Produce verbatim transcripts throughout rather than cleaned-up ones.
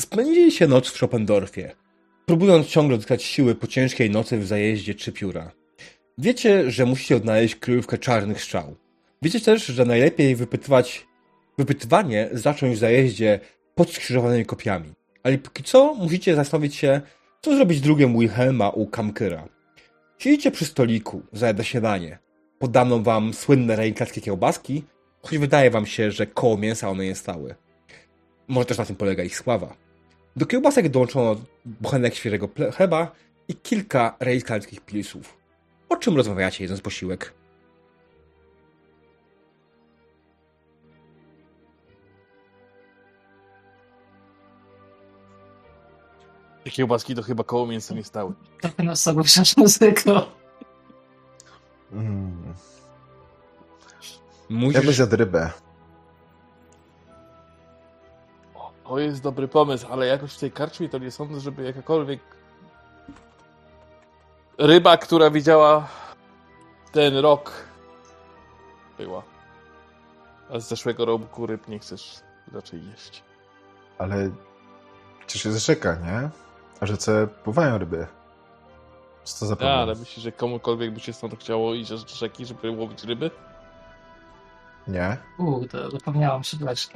Spędziliście noc w Schopendorfie, próbując ciągle odzyskać siły po ciężkiej nocy w zajeździe trzy pióra. Wiecie, że musicie odnaleźć kryjówkę czarnych strzał. Wiecie też, że najlepiej wypytywać, wypytywanie zacząć w zajeździe pod skrzyżowanymi kopiami. Ale póki co musicie zastanowić się, co zrobić z drugiem Wilhelma u Kamkyra. Siedzicie przy stoliku, zajada śniadanie. Podano wam słynne rejnkackie kiełbaski, choć wydaje wam się, że koło mięsa one nie stały. Może też na tym polega ich sława. Do kiełbasek dołączono bochenek świeżego chleba i kilka rejnkackiich pilsów. O czym rozmawiacie jedząc posiłek? Te kiełbaski to chyba koło mięsa nie stały. Trochę nas zagłuszasz muzyką. Mm. Musisz... Ja bym zjadł rybę. O, to jest dobry pomysł, ale jakoś w tej karczmie to nie sądzę, żeby jakakolwiek ryba, która widziała ten rok, była. A z zeszłego roku ryb nie chcesz raczej jeść. Ale przecież jest rzeka, nie? A rzece pływają ryby. Co to za Ja, problem? ale myślisz, że komukolwiek by się stąd chciało iść do rzeki, żeby łowić ryby? Nie? Kurde, zapomniałam przybrać.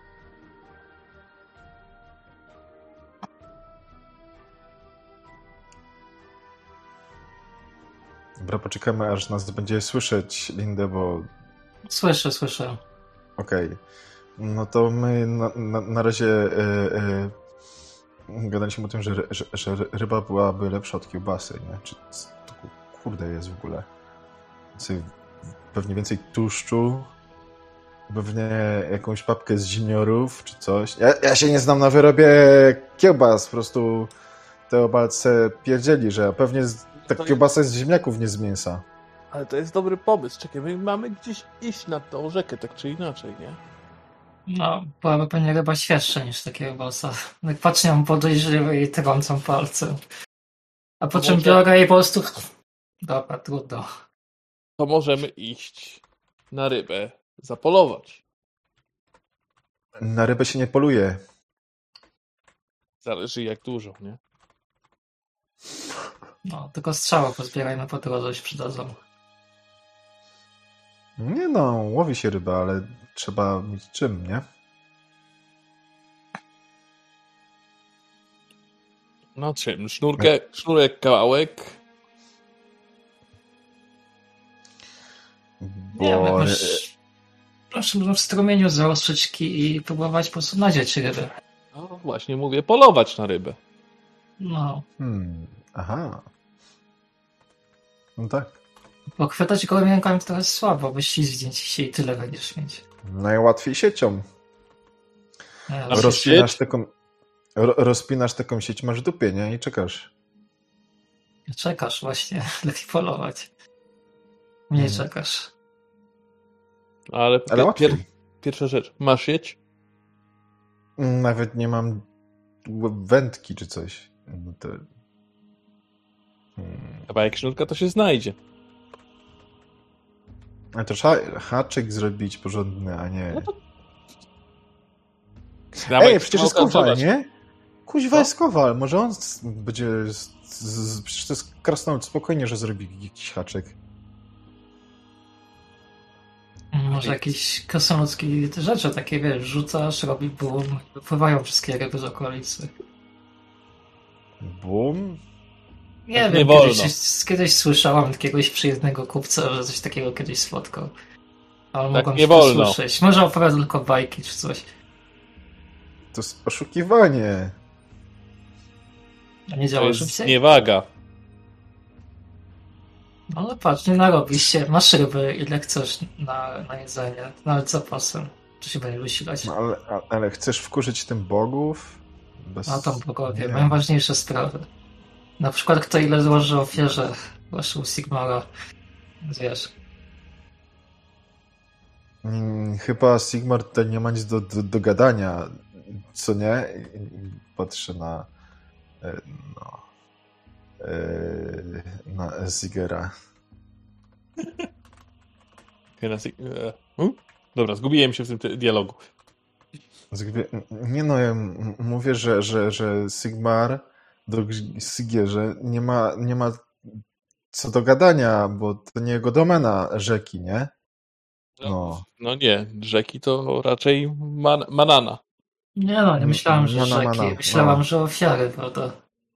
Dobra, poczekamy, aż nas będzie słyszeć, Lindę, bo... Słyszę, słyszę. Okej. Okay. No to my na, na, na razie e, e, gadaliśmy o tym, że, że, że ryba byłaby lepsza od kiełbasy, nie? Czy to kurde jest w ogóle? Więcej, pewnie więcej tłuszczu, pewnie jakąś papkę z zimniorów, czy coś. Ja, ja się nie znam na wyrobie kiełbas, po prostu Teobalce pierdzieli, że pewnie z, ta kiełbasa jest z ziemniaków, nie z mięsa. Ale to jest dobry pomysł. Czekaj, my mamy gdzieś iść na tą rzekę, tak czy inaczej, nie? No, byłaby pewnie ryba świeższa niż takiego bossa. Jak patrzę ją podejrzliwie i trącą palcem. A po To czym może- biorę i po prostu... Dobra, trudno. To możemy iść na rybę, zapolować. Na rybę się nie poluje. Zależy jak dużo, nie? No, tylko strzały pozbierajmy po drodze, się przydadzą. Nie no, łowi się ryba, ale trzeba mieć czym, nie? No czym? Sznurkę, sznurek, kawałek. Bo... Nie wiem, jakoś... Proszę, można w strumieniu zaostrzyć kij i próbować po prostu nadzieć ryby. No właśnie mówię, polować na rybę. No. Hmm, aha. No tak. Bo chwytać gołymi rękami to trochę słabo, bo ślizgnięć się i tyle będziesz mieć. Najłatwiej siecią. Nie, A Rozpinasz sieć? taką, ro, rozpinasz taką sieć, masz w dupie, nie? I czekasz. czekasz właśnie, lepiej polować. Mniej Mhm. czekasz. Ale, Ale pier- łatwiej. pier- pierwsza rzecz, masz sieć? Nawet nie mam wędki czy coś. No to... Hmm. Chyba jak sznurka to się znajdzie. Ale to trzeba haczyk zrobić porządny, a nie... No to... Ej, przecież jest Smoka, kowal, zobacz. nie? Kuźwa Co? jest kowal. Może on z- będzie... Z, z, przecież to jest krasnolud. Spokojnie, że zrobi jakiś haczyk. Może jakieś krasnoludzkie rzeczy takie, wiesz, rzucasz, robi boom, wypływają wszystkie ryby z okolicy. Bum. Nie Tak wiem, nie wolno. kiedyś, kiedyś słyszałam od jakiegoś przyjezdnego kupca, że coś takiego kiedyś spotkał. Ale Tak mogłam nie się wolno. posłyszeć. Może opowiada tylko bajki czy coś. To jest oszukiwanie. A nie To działa jest szybciej? zniewaga. No ale patrz, nie narobisz się. Masz ryby, ile chcesz na, na jedzenie. Nawet zapasem. Czy się będziesz wysilać? No, ale, a- ale chcesz wkurzyć tym bogów? Bez... No tam bogowie, nie mają wiem. ważniejsze sprawy. Na przykład kto ile złoży ofierze właśnie u Sigmara. Wiesz. Mm, Chyba Sigmar tutaj nie ma nic do, do, do gadania, co nie? I- i Patrzę na e, no, e, na Sigera. Okej, na sy- e, u? Dobra, zgubiłem się w tym ty- dialogu. Zgwie... Nie no, ja m- mówię, że, że, że Sigmar do G- Sigierze nie ma, nie ma co do gadania, bo to nie jego domena rzeki, nie? No, No. no nie, rzeki to raczej man, Manana. Nie no, nie M- myślałam, że Mana, rzeki. mana, Myślałam, no. że ofiary, prawda?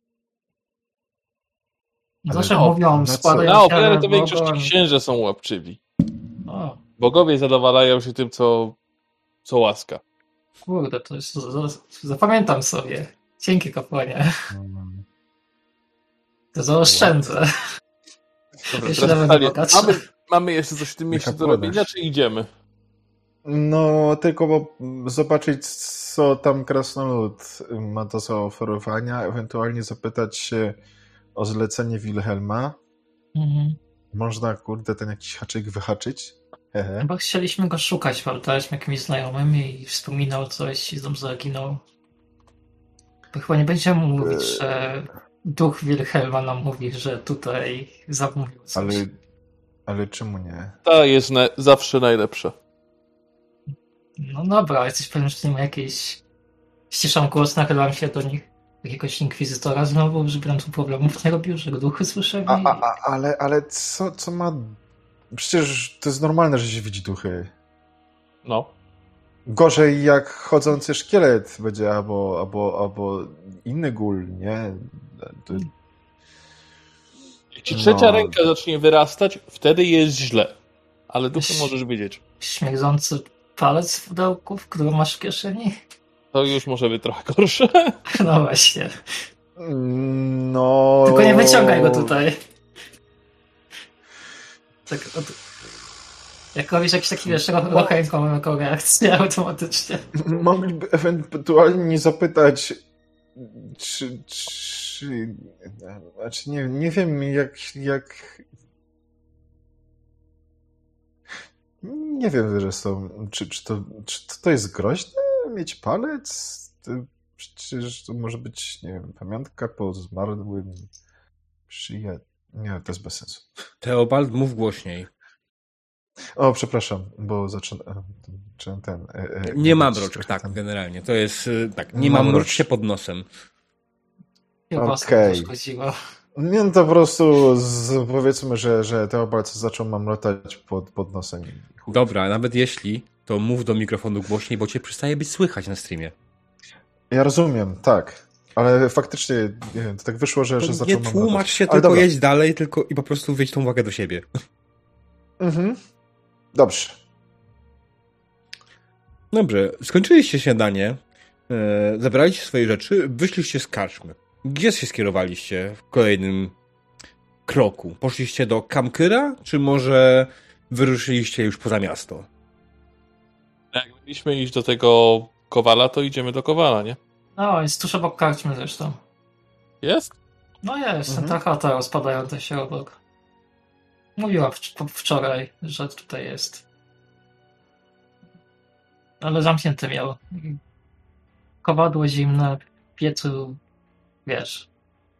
Ale Zawsze no, mówią, na co? składaj Na ofiarę ofiarę to w większości bogom. księże są łapczywi. O, Bogowie zadowalają się tym, co, co łaska. kurde, to jest... z- z- Zapamiętam sobie. Dzięki, kapłanie. Mm. To zaoszczędzę. Dobra, Jeszcze teraz nawet pytanie, bogatsze. mamy, mamy jeszcze coś w tym mieście do kapłanesz. robienia, czy idziemy? No, tylko bo zobaczyć, co tam krasnolud ma do zaoferowania, ewentualnie zapytać się o zlecenie Wilhelma. Mhm. Można, kurde, ten jakiś haczyk wyhaczyć? Hehe. Chyba chcieliśmy go szukać, prawda? Jakimiś znajomymi i wspominał coś i tam zaginął. Bo chyba nie będziemy mówić, że duch Wilhelma nam mówi, że tutaj zamówił coś. Ale, ale czemu nie? Ta jest na, zawsze najlepsza. No dobra, jesteś pewien, że nie ma jakiejś... Ściszam głos, nachylam się do nich, jakiegoś inkwizytora znowu, żeby nam tu problemów nie robił, że duchy słyszymy. A, i- a, a, ale, ale co, co ma... Przecież to jest normalne, że się widzi duchy. No. Gorzej jak chodzący szkielet będzie, albo, albo, albo inny gól, nie? To, Jak ci trzecia No. ręka zacznie wyrastać, wtedy jest źle. Ale duchy Ś- możesz wiedzieć. Śmierdzący palec w pudełku, który masz w kieszeni? To już może być trochę gorsze. No właśnie. no... Tylko nie wyciągaj go tutaj. Tak, od... Jak robisz jakiś taki, wiesz, ro- rochenką jako reakcję automatycznie. Mogliby ewentualnie zapytać, czy, czy znaczy nie, nie wiem jak, jak nie wiem, że są, czy, czy, to, czy to jest groźne mieć palec? To przecież to może być, nie wiem, pamiątka po zmarłym przyjacielu. Nie, to jest bez sensu. Teobald, mów głośniej. O, przepraszam, bo zaczynam ten... ten e, e, Nie mam gadać mroczek, trochę tak, tam. generalnie. To jest, y, tak, nie Mam mam mrocz mrocz. się pod nosem. Kiełbasa Okej. okay. poszkodziła. Nie, no to po prostu z, powiedzmy, że, że Teobald zaczął mamrotać pod, pod nosem. i chuj. Dobra, nawet jeśli, to mów do mikrofonu głośniej, bo cię przestaje być słychać na streamie. Ja rozumiem, tak. Ale faktycznie, nie wiem, to tak wyszło, że, że To zaczął nie mamrotać. tłumacz się, Ale tylko dobra. jedź dalej tylko i po prostu weź tą uwagę do siebie. Mhm. Dobrze. Dobrze, skończyliście śniadanie, e, zabraliście swoje rzeczy, wyszliście z karczmy. Gdzie się skierowaliście w kolejnym kroku? Poszliście do Kamkyra, czy może wyruszyliście już poza miasto? Jak mieliśmy iść do tego Kowala, to idziemy do Kowala, nie? No, jest tuż obok karczmy zresztą. Jest? No jest, Mhm. ta chata rozpadająca się obok. Mówiła wcz- wczoraj, że tutaj jest. Ale zamknięte miał. Kowadło zimne, w piecu, wiesz.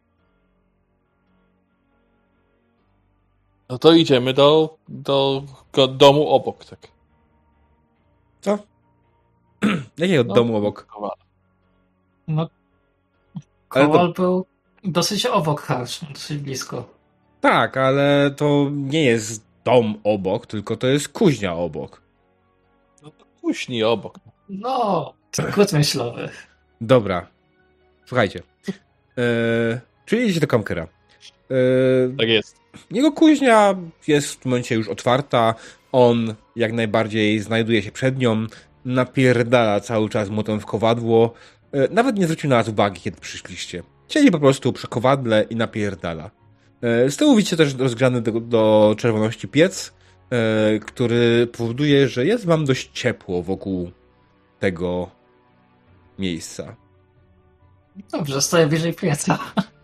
No to idziemy do, do, do domu obok, tak. Co? Jakiego No. domu obok? Kowala. No, Ale to- Kowal był dosyć obok karczmy, dosyć blisko. Tak, ale to nie jest dom obok, tylko to jest kuźnia obok. No to kuśni obok. No, skrót myślowy. Dobra. Słuchajcie. E, czyli jedziecie do Kamkyra. E, Tak jest. Jego kuźnia jest w tym momencie już otwarta. On jak najbardziej znajduje się przed nią. Napierdala cały czas młotem w kowadło. E, Nawet nie zwrócił na nas uwagi, kiedy przyszliście. Siedzi po prostu przy kowadle i napierdala. E, Z tyłu widzicie też rozgrzany do, do czerwoności piec, e, który powoduje, że jest wam dość ciepło wokół tego miejsca. Dobrze, stoję bliżej pieca.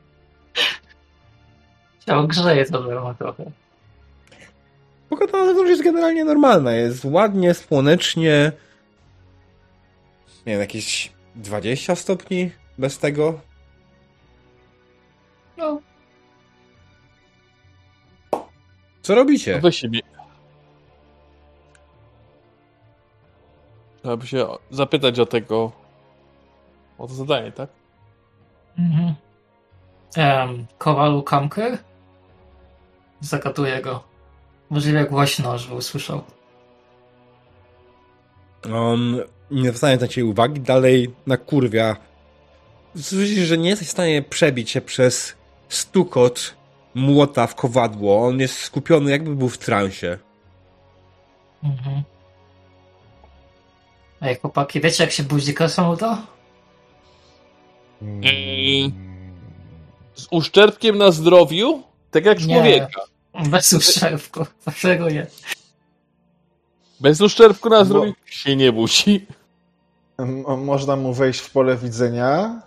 Ciało grzeje to drama trochę. Pogoda na zewnątrz jest generalnie normalna. Jest ładnie, słonecznie. Nie wiem, jakieś dwadzieścia stopni bez tego. No, Co robicie? No weź się mie... Trzeba by się zapytać o tego... O to zadanie, tak? Mhm. Um, Kowalu Kamker? Zagaduję go. Możliwie głośno, żeby usłyszał. On nie zwraca na ciebie uwagi, dalej nakurwia. Słyszysz, że nie jesteś w stanie przebić się przez stukot młota w kowadło. On jest skupiony, jakby był w transie. Mhm. Ej, chłopaki, wiecie jak się budzi krasnoluda? Ej. Z uszczerbkiem na zdrowiu? Tak jak człowieka. Bez uszczerbku. Dlaczego nie? Bez uszczerbku na zdrowiu Bo... się nie musi. M- można mu wejść w pole widzenia?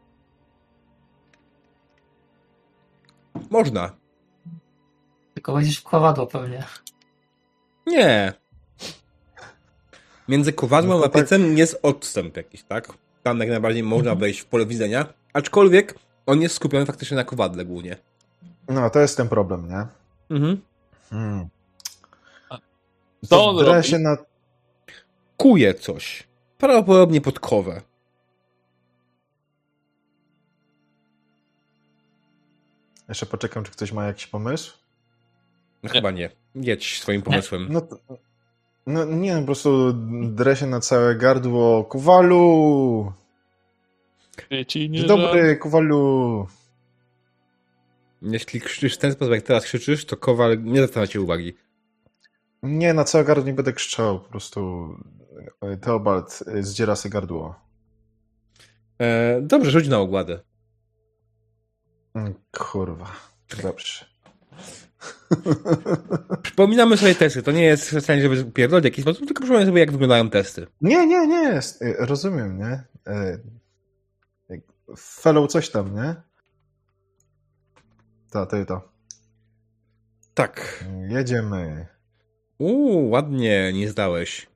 Można. Tylko wejdziesz w kowadło pewnie. Nie. Między kowadłem No a to piecem tak... jest odstęp jakiś, tak? Tam jak najbardziej można mhm. wejść w pole widzenia, aczkolwiek on jest skupiony faktycznie na kowadle głównie. No, to jest ten problem, nie? Mhm. Hmm. Co on robi? Się na... Kuje coś. Prawdopodobnie podkowę. Jeszcze poczekam, czy ktoś ma jakiś pomysł? No chyba nie. Jedź swoim pomysłem. No, to, no nie, po prostu drę się na całe gardło. Kowalu! Dzień dobry, Kowalu! Jeśli krzyczysz w ten sposób, jak teraz krzyczysz, to Kowal nie zwraca ci uwagi. Nie, na całe gardło nie będę krzyczał. Po prostu Teobald zdziera sobie gardło. E, dobrze, rzuć na ogładę. Kurwa. Dobrze. Przypominamy sobie testy. To nie jest przestanie, żeby pierdolić w jakiś sposób, tylko przypominamy sobie, jak wyglądają testy. Nie, nie, nie. Rozumiem, nie? Fellow coś tam, nie? Ta, to i to. Tak. Jedziemy. Uuu, ładnie, nie zdałeś.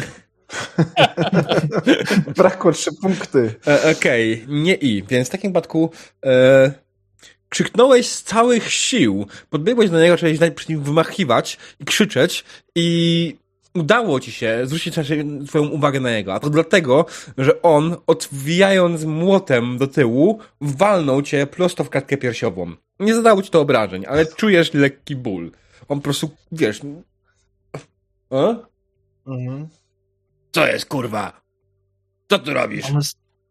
Brakło trzy punkty. E, Okej, okay. Nie i. Więc w takim przypadku e, krzyknąłeś z całych sił. Podbiegłeś do niego, zacząłeś przy nim wymachiwać i krzyczeć i udało ci się zwrócić twoją uwagę na niego. A to dlatego, że on, odwijając młotem do tyłu, walnął cię prosto w klatkę piersiową. Nie zadało ci to obrażeń, ale czujesz lekki ból. On po prostu, wiesz... A? Mhm. Co jest, kurwa? Co tu robisz? Mamy,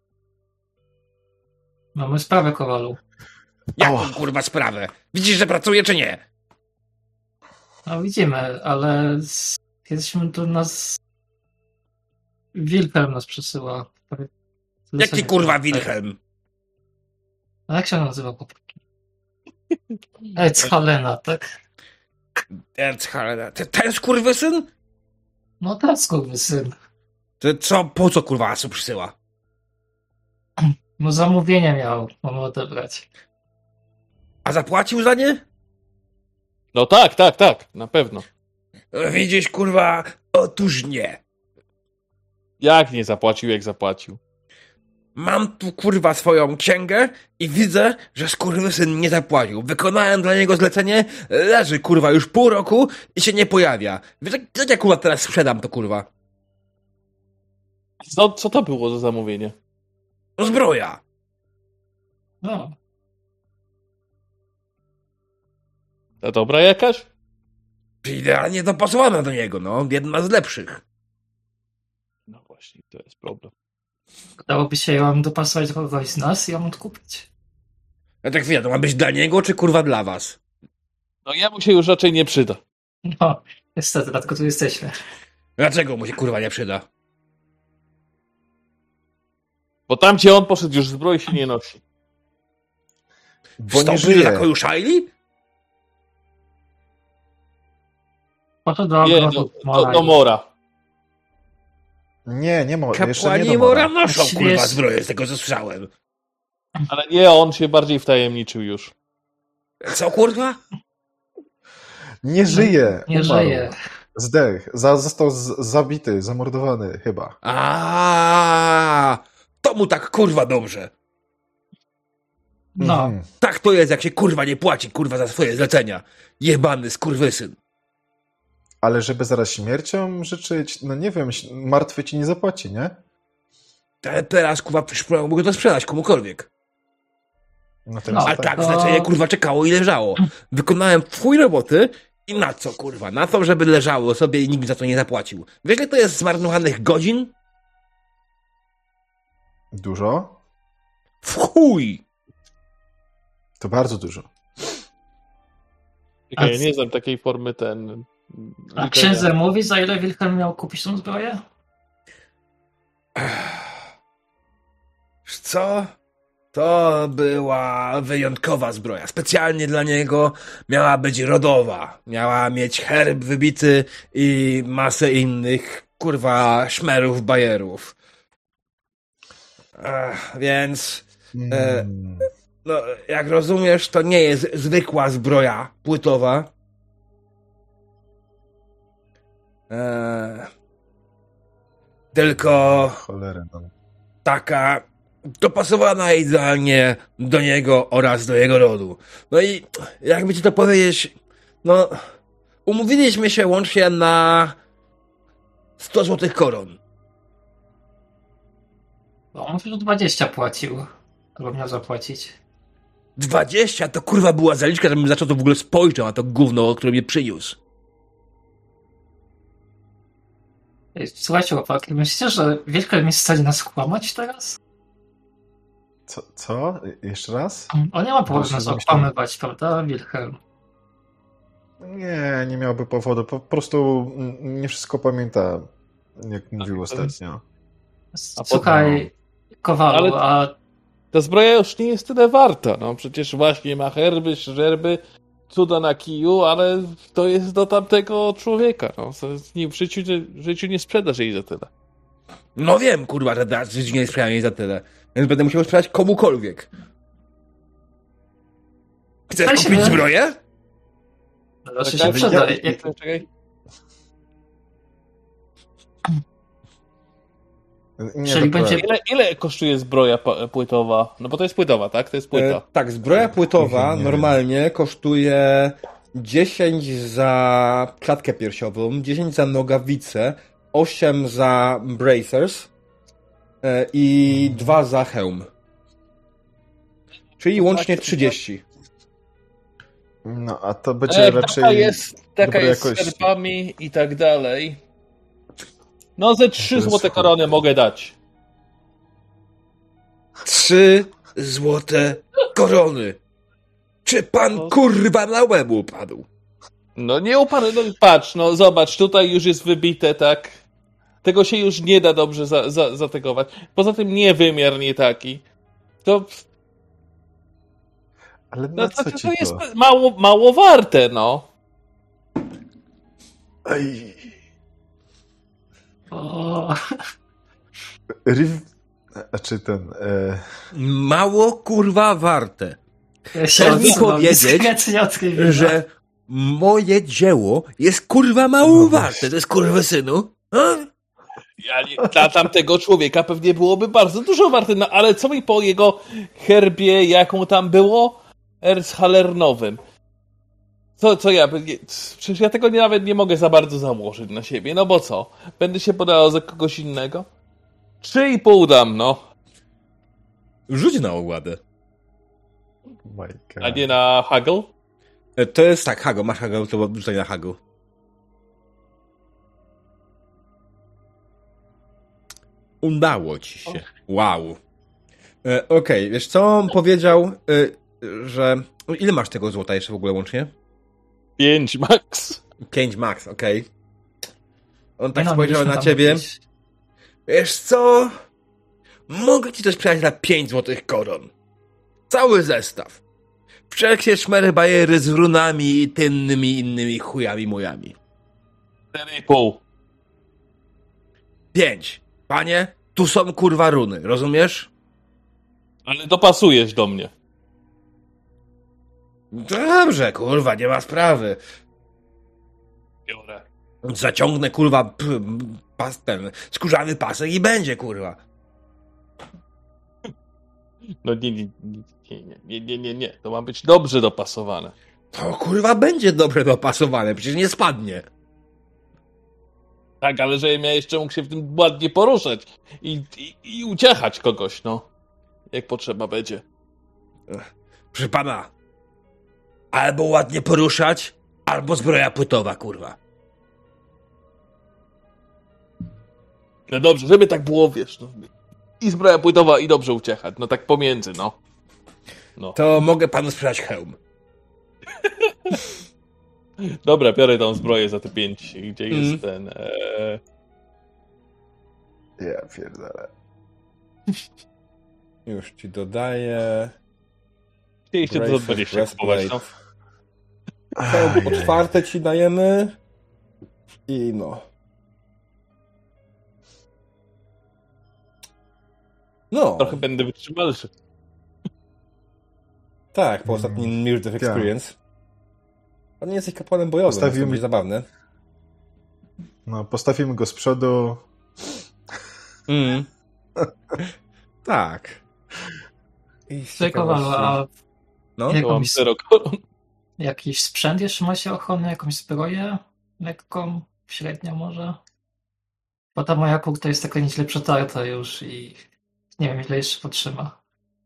Mamy sprawę, Kowalu. Jaką, kurwa, sprawę? Widzisz, że pracuję, czy nie? No widzimy, ale kiedyśmy tu nas... Wilhelm nas przesyła. Jaki, kurwa, Wilhelm? A jak się nazywa chłopaki? Erzhalena, tak? Erzhalena. Ten skurwysyn? No ten skurwysyn. To co, po co, kurwa, Asu przysyła? No zamówienie miał, mamy odebrać. A zapłacił za nie? No tak, tak, tak, na pewno. Widzisz, kurwa, otóż nie. Jak nie zapłacił, jak zapłacił? Mam tu, kurwa, swoją księgę i widzę, że skurwysyn nie zapłacił. Wykonałem dla niego zlecenie, leży, kurwa, już pół roku i się nie pojawia. Wiesz, jak ja, kurwa, teraz sprzedam to, kurwa? Co, co to było za zamówienie? Zbroja. No. Ta dobra jakaś? Idealnie dopasowana do niego, no. Jedna z lepszych. No właśnie, to jest problem. Dałoby się ją dopasować do kogoś z nas i ją odkupić. Ja tak wiem, to ma być dla niego, czy kurwa dla was? No jemu się już raczej nie przyda. No, niestety, dlatego tu jesteśmy. Dlaczego mu się kurwa nie przyda? Bo tam, gdzie on poszedł, już zbroi się nie nosi. Bo nie żyje. Zakoju Shaili? Po to do Nie, ogrodu do, do, do Mora. Nie, nie Mora. Jeszcze Kapłani nie do Mora Mora. noszą, Śwież- kurwa, zbroję, z tego co słyszałem. Ale nie, on się bardziej wtajemniczył już. Co, kurwa? Nie żyje. Nie Umarł. żyje. Zdech. Za, został z, zabity, zamordowany chyba. A, to mu tak kurwa dobrze. No. Mhm. Tak to jest, jak się kurwa nie płaci, kurwa, za swoje zlecenia. Jebany skurwysyn. ale żeby zaraz śmiercią życzyć, no nie wiem, martwy ci nie zapłaci, nie? Te, teraz, kurwa, mogę to sprzedać komukolwiek. No teraz A tak. tak, znaczenie, kurwa, czekało i leżało. Wykonałem twój roboty i na co, kurwa? Na to, żeby leżało sobie i nikt za to nie zapłacił. Wiesz, ile to jest zmarnowanych godzin? Dużo? W chuj! To bardzo dużo. Czekaj, ja nie znam takiej formy ten... A księdze mówi, za ile Wilhelm miał kupić tą zbroję? Wiesz co? To była wyjątkowa zbroja. Specjalnie dla niego miała być rodowa. Miała mieć herb wybity i masę innych, kurwa, szmerów, bajerów. Ech, więc... E, Mm. no, jak rozumiesz, to nie jest zwykła zbroja płytowa. E, tylko Cholera, no. taka dopasowana idealnie do niego oraz do jego rodu. No i jakby ci to powiedzieć, no umówiliśmy się łącznie na sto złotych koron. Bo on już dwadzieścia płacił. Albo miał zapłacić. dwadzieścia to kurwa była zaliczka, żebym zaczął to w ogóle spojrzał na to gówno, które mnie przyniósł. Ej, słuchajcie, chłopaki, myślicie, że Wilhelm jest w stanie nas kłamać teraz? Co? Co? Jeszcze raz? On nie ma powodu Właśnie nas myślałem. okłamywać, prawda, Wilhelm? Nie, nie miałby powodu. Po prostu mm, nie wszystko pamięta, jak mówił ostatnio. Słuchaj, Kowalu, Ale- a Ta zbroja już nie jest tyle warta, no przecież właśnie ma herby, szerby, cuda na kiju, ale to jest do tamtego człowieka, no. Z nim w życiu, w życiu nie sprzedasz jej za tyle. No wiem, kurwa, że teraz żyć nie sprzedam jej za tyle. Więc będę musiał sprzedać komukolwiek. Chcesz Weź kupić mnie. zbroję? raczej Czekaj, się przyda. czekaj, Jak, czekaj. Nie, Czyli to będzie- prawda. Ile, ile kosztuje zbroja pa- płytowa? No bo to jest płytowa, tak? To jest płyta. E, tak, zbroja płytowa Nie wiem. normalnie kosztuje dziesięć za klatkę piersiową, dziesięć za nogawicę, osiem za bracers e, i dwa za hełm. Czyli łącznie trzydzieści. No, a to będzie E, raczej... taka jest, taka dobrej jest z jakości. herbami i tak dalej. No ze trzy jest złote chuj. korony mogę dać. Trzy złote korony. Czy pan No. kurwa na łeb upadł? No nie upadł, no patrz, no zobacz, tutaj już jest wybite, tak? Tego się już nie da dobrze za, za, zategować. Poza tym nie wymiar nie taki. To, Ale no, na to, co to ci jest to? mało, mało warte, no. Ej, o, Riv... Znaczy ten... E... Mało kurwa warte. ja się Chcesz mi odsunął powiedzieć, dyskretnie od Kevina. Że moje dzieło jest kurwa mało No warte. To jest kurwa synu. A? Ja nie, dla tamtego człowieka pewnie byłoby bardzo dużo warte, no ale co mi po jego herbie, jaką tam było? Erzhalernowym. Co, co ja? nie- Przecież ja tego nie, nawet nie mogę za bardzo założyć na siebie, no bo co? Będę się podawał za kogoś innego? Trzy i pół dam, no. Rzuć na ogładę. My God. A nie na haggle? E, To jest tak, Hago, masz Hago, to rzucaj na Hago. Udało ci się. Wow. E, Okej, wiesz co on powiedział, e, że... Ile masz tego złota jeszcze w ogóle łącznie? Pięć max. Pięć max, okej. On Nie tak no, spojrzał mieliśmy na tam ciebie. jakieś- Wiesz co? Mogę ci to sprzedać za pięć złotych koron. Cały zestaw. Wszelkie szmery bajery z runami i tymi innymi chujami mojami. Cztery i pół. Pięć. Panie, tu są kurwa runy, rozumiesz? Ale dopasujesz do mnie. Dobrze, kurwa, nie ma sprawy. Biorę. Zaciągnę, kurwa, p, pas, ten skórzany pasek i będzie, kurwa. No nie, nie, nie, nie, nie, nie, nie. To ma być dobrze dopasowane. To kurwa będzie dobrze dopasowane, przecież nie spadnie. Tak, ale że ja jeszcze mógł się w tym ładnie poruszać i, i, i uciechać kogoś, no. Jak potrzeba będzie. Proszę pana, albo ładnie poruszać, albo zbroja płytowa, kurwa. No dobrze, żeby tak było, wiesz, no. I zbroja płytowa, i dobrze uciechać. No tak pomiędzy, no. no. To mogę panu sprzedać hełm. Dobra, biorę tą zbroję za te pięć. Gdzie Mm. jest ten... E... Ja pierdolę. Już ci dodaję. Chcieliście to za dwadzieścia kupować, no. Hełm po czwarte ci dajemy. I no. No. Trochę będę wytrzymalszy. Tak, po ostatnim Near Death Experience. Pan nie jesteś kapłanem bojowym, Postawimy- to będzie zabawne. No, postawimy go z przodu. Mm. Tak. I z Ciekawe, ciekawości- a No, jak- To mam Jakąś- zero koron. jakiś sprzęt jeszcze macie ochronny, jakąś zbroję lekką, średnią może? Bo ta moja kurta jest taka nieźle przetarta już i nie wiem ile jeszcze potrzyma.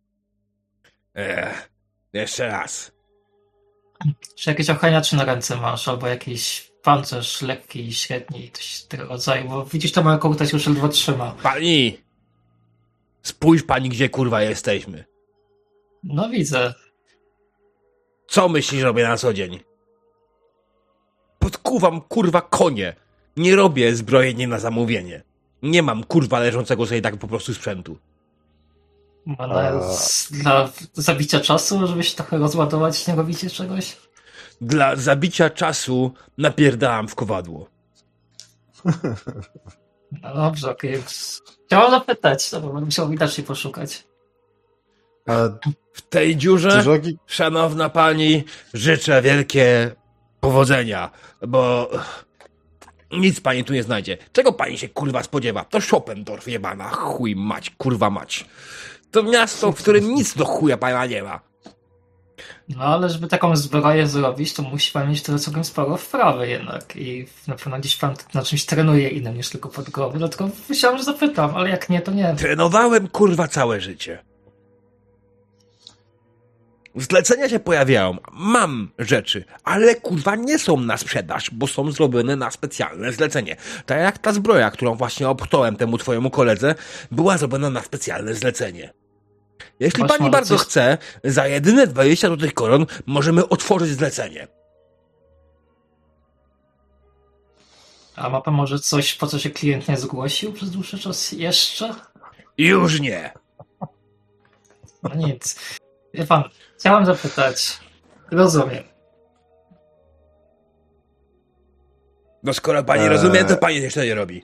Ech, jeszcze raz. Czy jakieś ochraniacze na ręce masz, albo jakiś pancerz lekki, średni, coś tego rodzaju, bo widzisz, ta moja kurta się już ledwo trzyma. Pani! Spójrz pani, gdzie kurwa jesteśmy. No widzę. Co myślisz, robię na co dzień? Podkuwam kurwa konie. Nie robię zbrojenia na zamówienie. Nie mam kurwa leżącego sobie tak po prostu sprzętu. Ale A- z, dla zabicia czasu, żeby się trochę rozładować, nie robicie czegoś? Dla zabicia czasu napierdalam w kowadło. No dobrze, okej. Chciałam zapytać, no bo będę musiał inaczej poszukać. A W tej dziurze, te żogi... szanowna pani, życzę wielkie powodzenia, bo nic pani tu nie znajdzie. Czego pani się kurwa spodziewa? To Schopendorf jebana, chuj mać, kurwa mać. To miasto, w którym nic do chuja pana nie ma. No ale żeby taką zbroję zrobić, to musi pan mieć tyle całkiem sporo wprawy jednak i na pewno gdzieś pan na czymś trenuje innym niż tylko pod głowy. Dlatego myślałem, że zapytam, ale jak nie, to nie. Trenowałem kurwa całe życie. Zlecenia się pojawiają. Mam rzeczy, ale kurwa nie są na sprzedaż, bo są zrobione na specjalne zlecenie. Tak jak ta zbroja, którą właśnie opchnąłem temu twojemu koledze, była zrobiona na specjalne zlecenie. Jeśli Masz pani może bardzo coś- chce, za jedyne dwadzieścia złotych koron możemy otworzyć zlecenie. A ma pan może coś, po co się klient nie zgłosił przez dłuższy czas jeszcze? Już nie. No nic. Wie pan, chciałam zapytać. Rozumiem. No skoro pani Eee. rozumie, to pani jeszcze nie robi.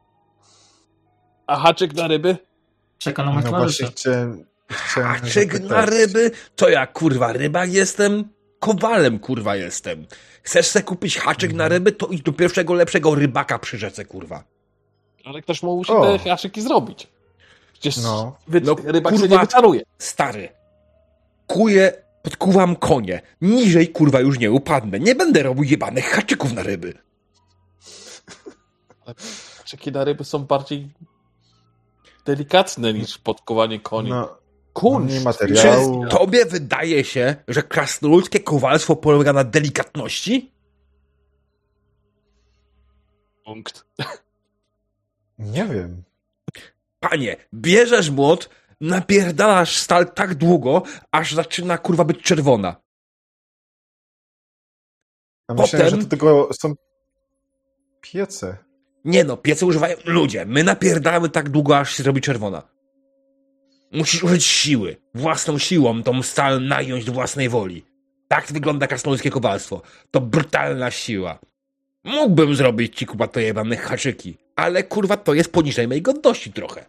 A haczyk na ryby? Czeka na No mój właśnie towarzyszy. chciałem... chciałem Haczyk zapytać. na ryby? To ja kurwa rybak jestem? Kowalem kurwa jestem. Chcesz se kupić haczyk na ryby? To idź do pierwszego lepszego rybaka przy rzece kurwa. Ale ktoś mu musi O. te haczyki zrobić. Przecież No. wy... No, rybak kurwa. się nie wyczaruje. Stary. Kuję, podkuwam konie. Niżej kurwa już nie upadnę. Nie będę robił jebanych haczyków na ryby. Haczyki na ryby są bardziej delikatne niż podkowanie koni. No, Kunszt. nie Czy materiału. tobie wydaje się, że krasnoludzkie kowalstwo polega na delikatności? Punkt. Nie wiem. Panie, bierzesz młot, napierdalasz stal tak długo, aż zaczyna kurwa być czerwona. A myślałem, Potem- że to tylko są piece. Nie no, piece używają ludzie. My napierdalamy tak długo, aż się zrobi czerwona. Musisz użyć siły. Własną siłą tą stal nagiąć do własnej woli. Tak wygląda krasnoludzkie kowalstwo. To brutalna siła. Mógłbym zrobić ci kurwa to jebane haczyki, ale kurwa to jest poniżej mojej godności trochę.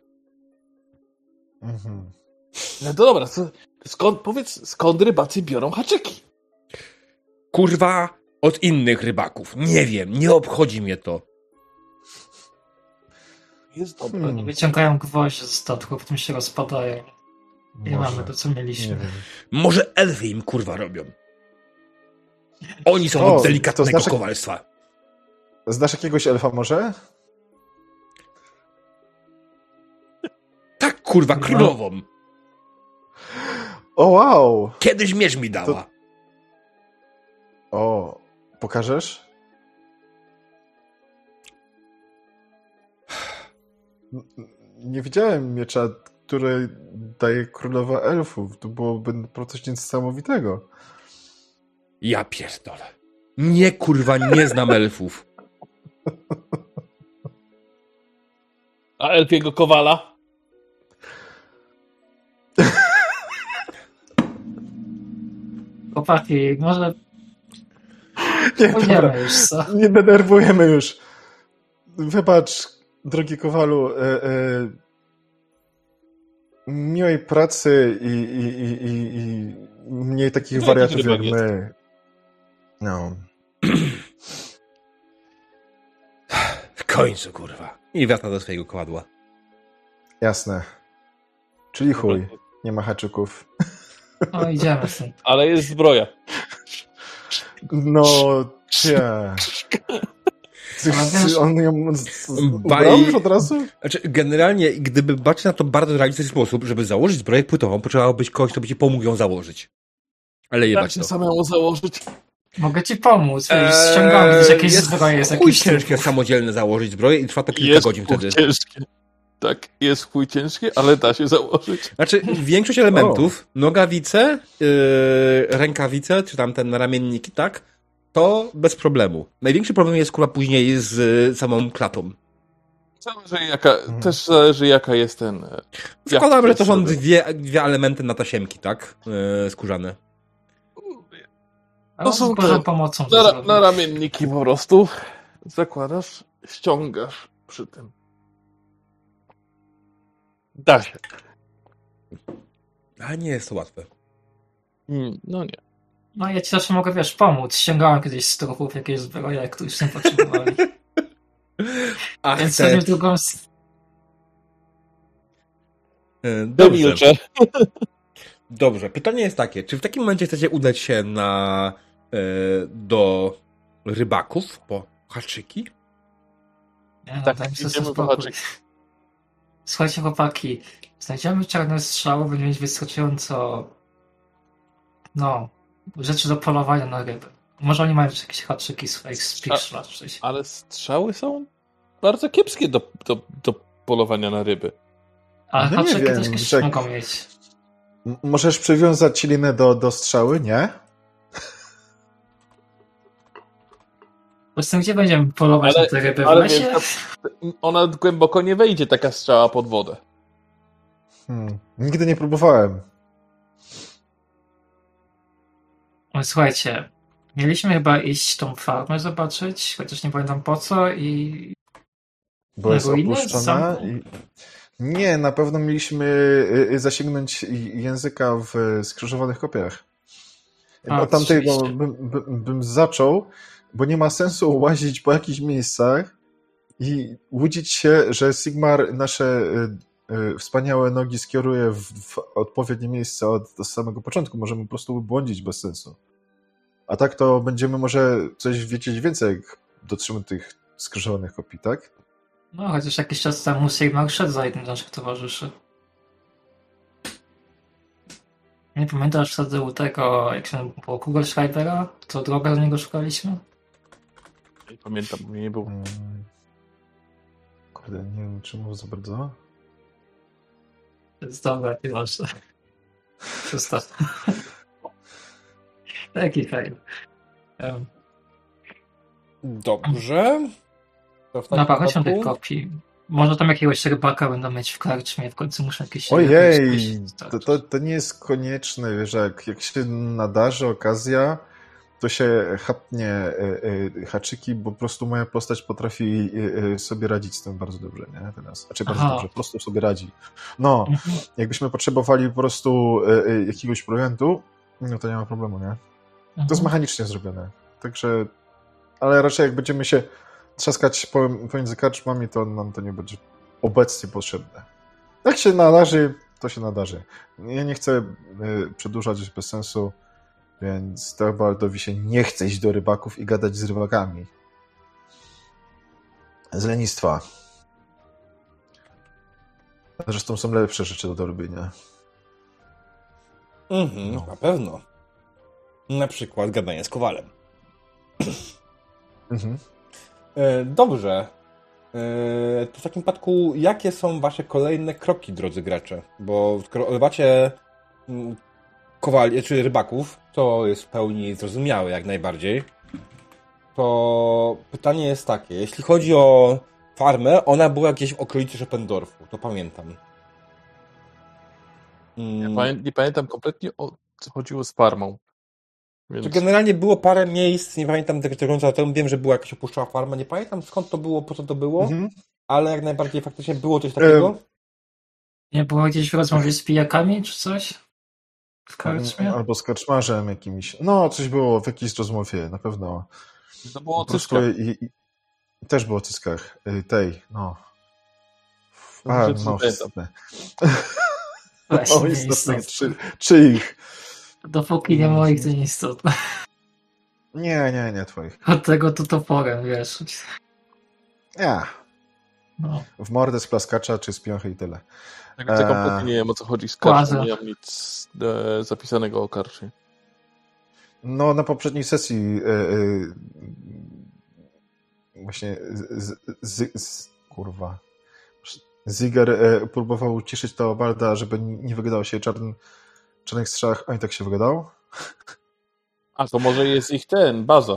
Mhm. No dobra, to skąd, powiedz, skąd rybacy biorą haczyki? Kurwa od innych rybaków. Nie wiem, nie obchodzi mnie to. Jest dobre. Hmm. Wyciągają gwoździe ze statku, potem się rozpadają. Nie Może. mamy to, co Nie mieliśmy. wiem. Może elfy im kurwa robią. Oni są O, od to delikatnego znaczy- kowalstwa. Znasz jakiegoś elfa może? Tak, kurwa, No. królową. O, wow! Kiedyś miecz mi dała. To- O, pokażesz? N- Nie widziałem miecza, który daje królowa elfów. To byłoby naprawdę coś niesamowitego. Ja pierdolę. Nie, kurwa, nie znam elfów. A elfiego kowala? Chłopaki, może Nie, dobra, pójdziemy już, co? nie denerwujemy już. Wybacz, drogi Kowalu, e, e, miłej pracy i, i, i, i, i mniej takich No, wariatów jakiś jak rybak my. No. W końcu, kurwa. I wraca do swojego kowadła. Jasne. Czyli chuj, nie ma haczyków. No idziemy z tym. Ale jest zbroja. No, cie. Ty, Ale wiesz- ty, on ją z- z- Baj- ubrał już od razu? Znaczy, generalnie, gdyby baczyć na to bardzo realistyczny sposób, żeby założyć zbroję płytową, potrzebowałobyś kogoś, kto by ci pomógł ją założyć. Ale Jak jebać się to. samemu założyć? Mogę ci pomóc, wiesz, Eee, ściągamy gdzieś jakieś jest zbroje z chuj jakichś ciężkie typów. samodzielne założyć zbroję i trwa to kilka Jest godzin chuj wtedy. ciężkie. Tak, jest chuj ciężkie, ale da się założyć. Znaczy, większość elementów, nogawice, yy, rękawice, czy tam te naramienniki, tak, to bez problemu. Największy problem jest, kurwa, później z y, samą klatą. Zależy jaka, też zależy jaka jest ten... e, Zakładam, jak że to są jest dwie, dwie elementy na tasiemki, tak, yy, skórzane. Ale To są z Bożą te- pomocą to Na, zrobić. na ramienniki po prostu zakładasz, ściągasz przy tym. Da się. A nie jest to łatwe. Mm, No nie. No ja ci zawsze mogę, wiesz, pomóc. Ściągałem kiedyś z trupów jakieś zbroje, których nie potrzebowali. Ach, Więc te... sobie w drugą... s- Yy, Dobrze. Demilcze. Dobrze. Pytanie jest takie, czy w takim momencie chcecie udać się na yy, do rybaków po haczyki? Nie, no, Tak, daj mi sobie idziemy po spokój. haczyk. Słuchajcie, chłopaki, znajdziemy czarne strzały, będziemy mieć wystarczająco, no, rzeczy do polowania na ryby. Może oni mają już jakieś haczyki swoich Strza- spichrzlaczyć. Ale strzały są bardzo kiepskie do, do, do polowania na ryby. Ale No nie haczyki wiem, też jakieś Jack. mogą mieć. M- Możesz przywiązać linę do, do strzały, nie? Po prostu gdzie będziemy polować Ale- na te ryby? W ale lesie? wiesz, Ona głęboko nie wejdzie, taka strzała pod wodę. Hmm. Nigdy nie próbowałem. No, słuchajcie, mieliśmy chyba iść tą farmę zobaczyć, chociaż nie pamiętam po co i... Bo Na jest ruiny? opuszczona. Zamku? I... Nie, na pewno mieliśmy y, y, zasięgnąć i- języka w skrzyżowanych kopiach. A, Od tamtego oczywiście. bym, bym, bym zaczął, bo nie ma sensu łazić po jakichś miejscach i łudzić się, że Sigmar nasze y, y, wspaniałe nogi skieruje w, w odpowiednie miejsce od, od samego początku. Możemy po prostu błądzić bez sensu. A tak to będziemy może coś wiedzieć więcej, jak dotrzemy do tych skrzyżowanych kopii, tak? No, chociaż jakiś czas temu Sigmar szedł za jednym z naszych towarzyszy. Nie pamiętasz wtedy u tego, jak się było Kugelschreibera? Co drogę do niego szukaliśmy? Nie pamiętam, mnie nie było. Mm. Kurde, nie wiem, czy mów za bardzo. To jest dobre, nie można. Przestaw. Taki fail. Um, Dobrze. To w takim Dobra, chodźmy do wypadku- tych kopii. Może tam jakiegoś rybaka będą mieć w karczmie, w końcu muszę jakieś... Ojej, jakieś- to, to, to nie jest konieczne, wiesz, jak, jak się nadarzy okazja, to się chapnie y, y, haczyki, bo po prostu moja postać potrafi y, y, sobie radzić z tym bardzo dobrze, nie? Teraz. Znaczy bardzo Aha. dobrze, po prostu sobie radzi. No, Mhm. jakbyśmy potrzebowali po prostu y, y, jakiegoś prowiantu, no to nie ma problemu, nie? To jest Mhm. mechanicznie zrobione. Także, ale raczej jak będziemy się trzaskać po- pomiędzy karczmami, to nam to nie będzie obecnie potrzebne. Jak się nadarzy, to się nadarzy. Ja nie chcę y, przedłużać bez sensu, więc Teobaldowi się nie chce iść do rybaków i gadać z rybakami. Z lenistwa. Zresztą są lepsze rzeczy do robienia. Mhm, No. na pewno. Na przykład gadanie z Kowalem. Mhm. E, dobrze. E, to w takim przypadku, jakie są wasze kolejne kroki, drodzy gracze? Bo skoro odbywacie mm, kowali, czy rybaków, to jest w pełni zrozumiałe jak najbardziej, to pytanie jest takie. Jeśli chodzi o farmę, ona była gdzieś w okolicy Schependorfu, to pamiętam. Mm, Ja pamię- nie pamiętam kompletnie, o co chodziło z farmą. Więc... To generalnie było parę miejsc, nie pamiętam tego końca, to wiem, że była jakaś opuszczała farma, nie pamiętam skąd to było, po co to było, Mhm. ale jak najbardziej faktycznie było coś takiego. Nie było gdzieś w rozmowie z pijakami czy coś? W karczmie? Albo z karczmarzem jakimś. No, coś było w jakiejś rozmowie, na pewno. To było o Po prostu cyskach. i, i, też było o cyskach. Y, Tej, no. No, A, że co no, pamiętam. istotne. Właśnie, O, nie istotne. istotne. Czy, czyich? Dopóki nie moich, to nieistotne. Nie, nie, nie twoich. Od tego to toporem, wiesz. Nie. No. W mordę z plaskacza czy z piąchy i tyle. Tak więc ja Eee. kompletnie nie wiem, o co chodzi z Kładę. karczą. Nie mam nic e, zapisanego o karczy. No, na poprzedniej sesji y, y, właśnie z, z, z, kurwa Ziger y, próbował uciszyć Teobalda, żeby nie wygadał się czarn, czarnych strzałach, a i tak się wygadał. A to może jest ich ten, baza.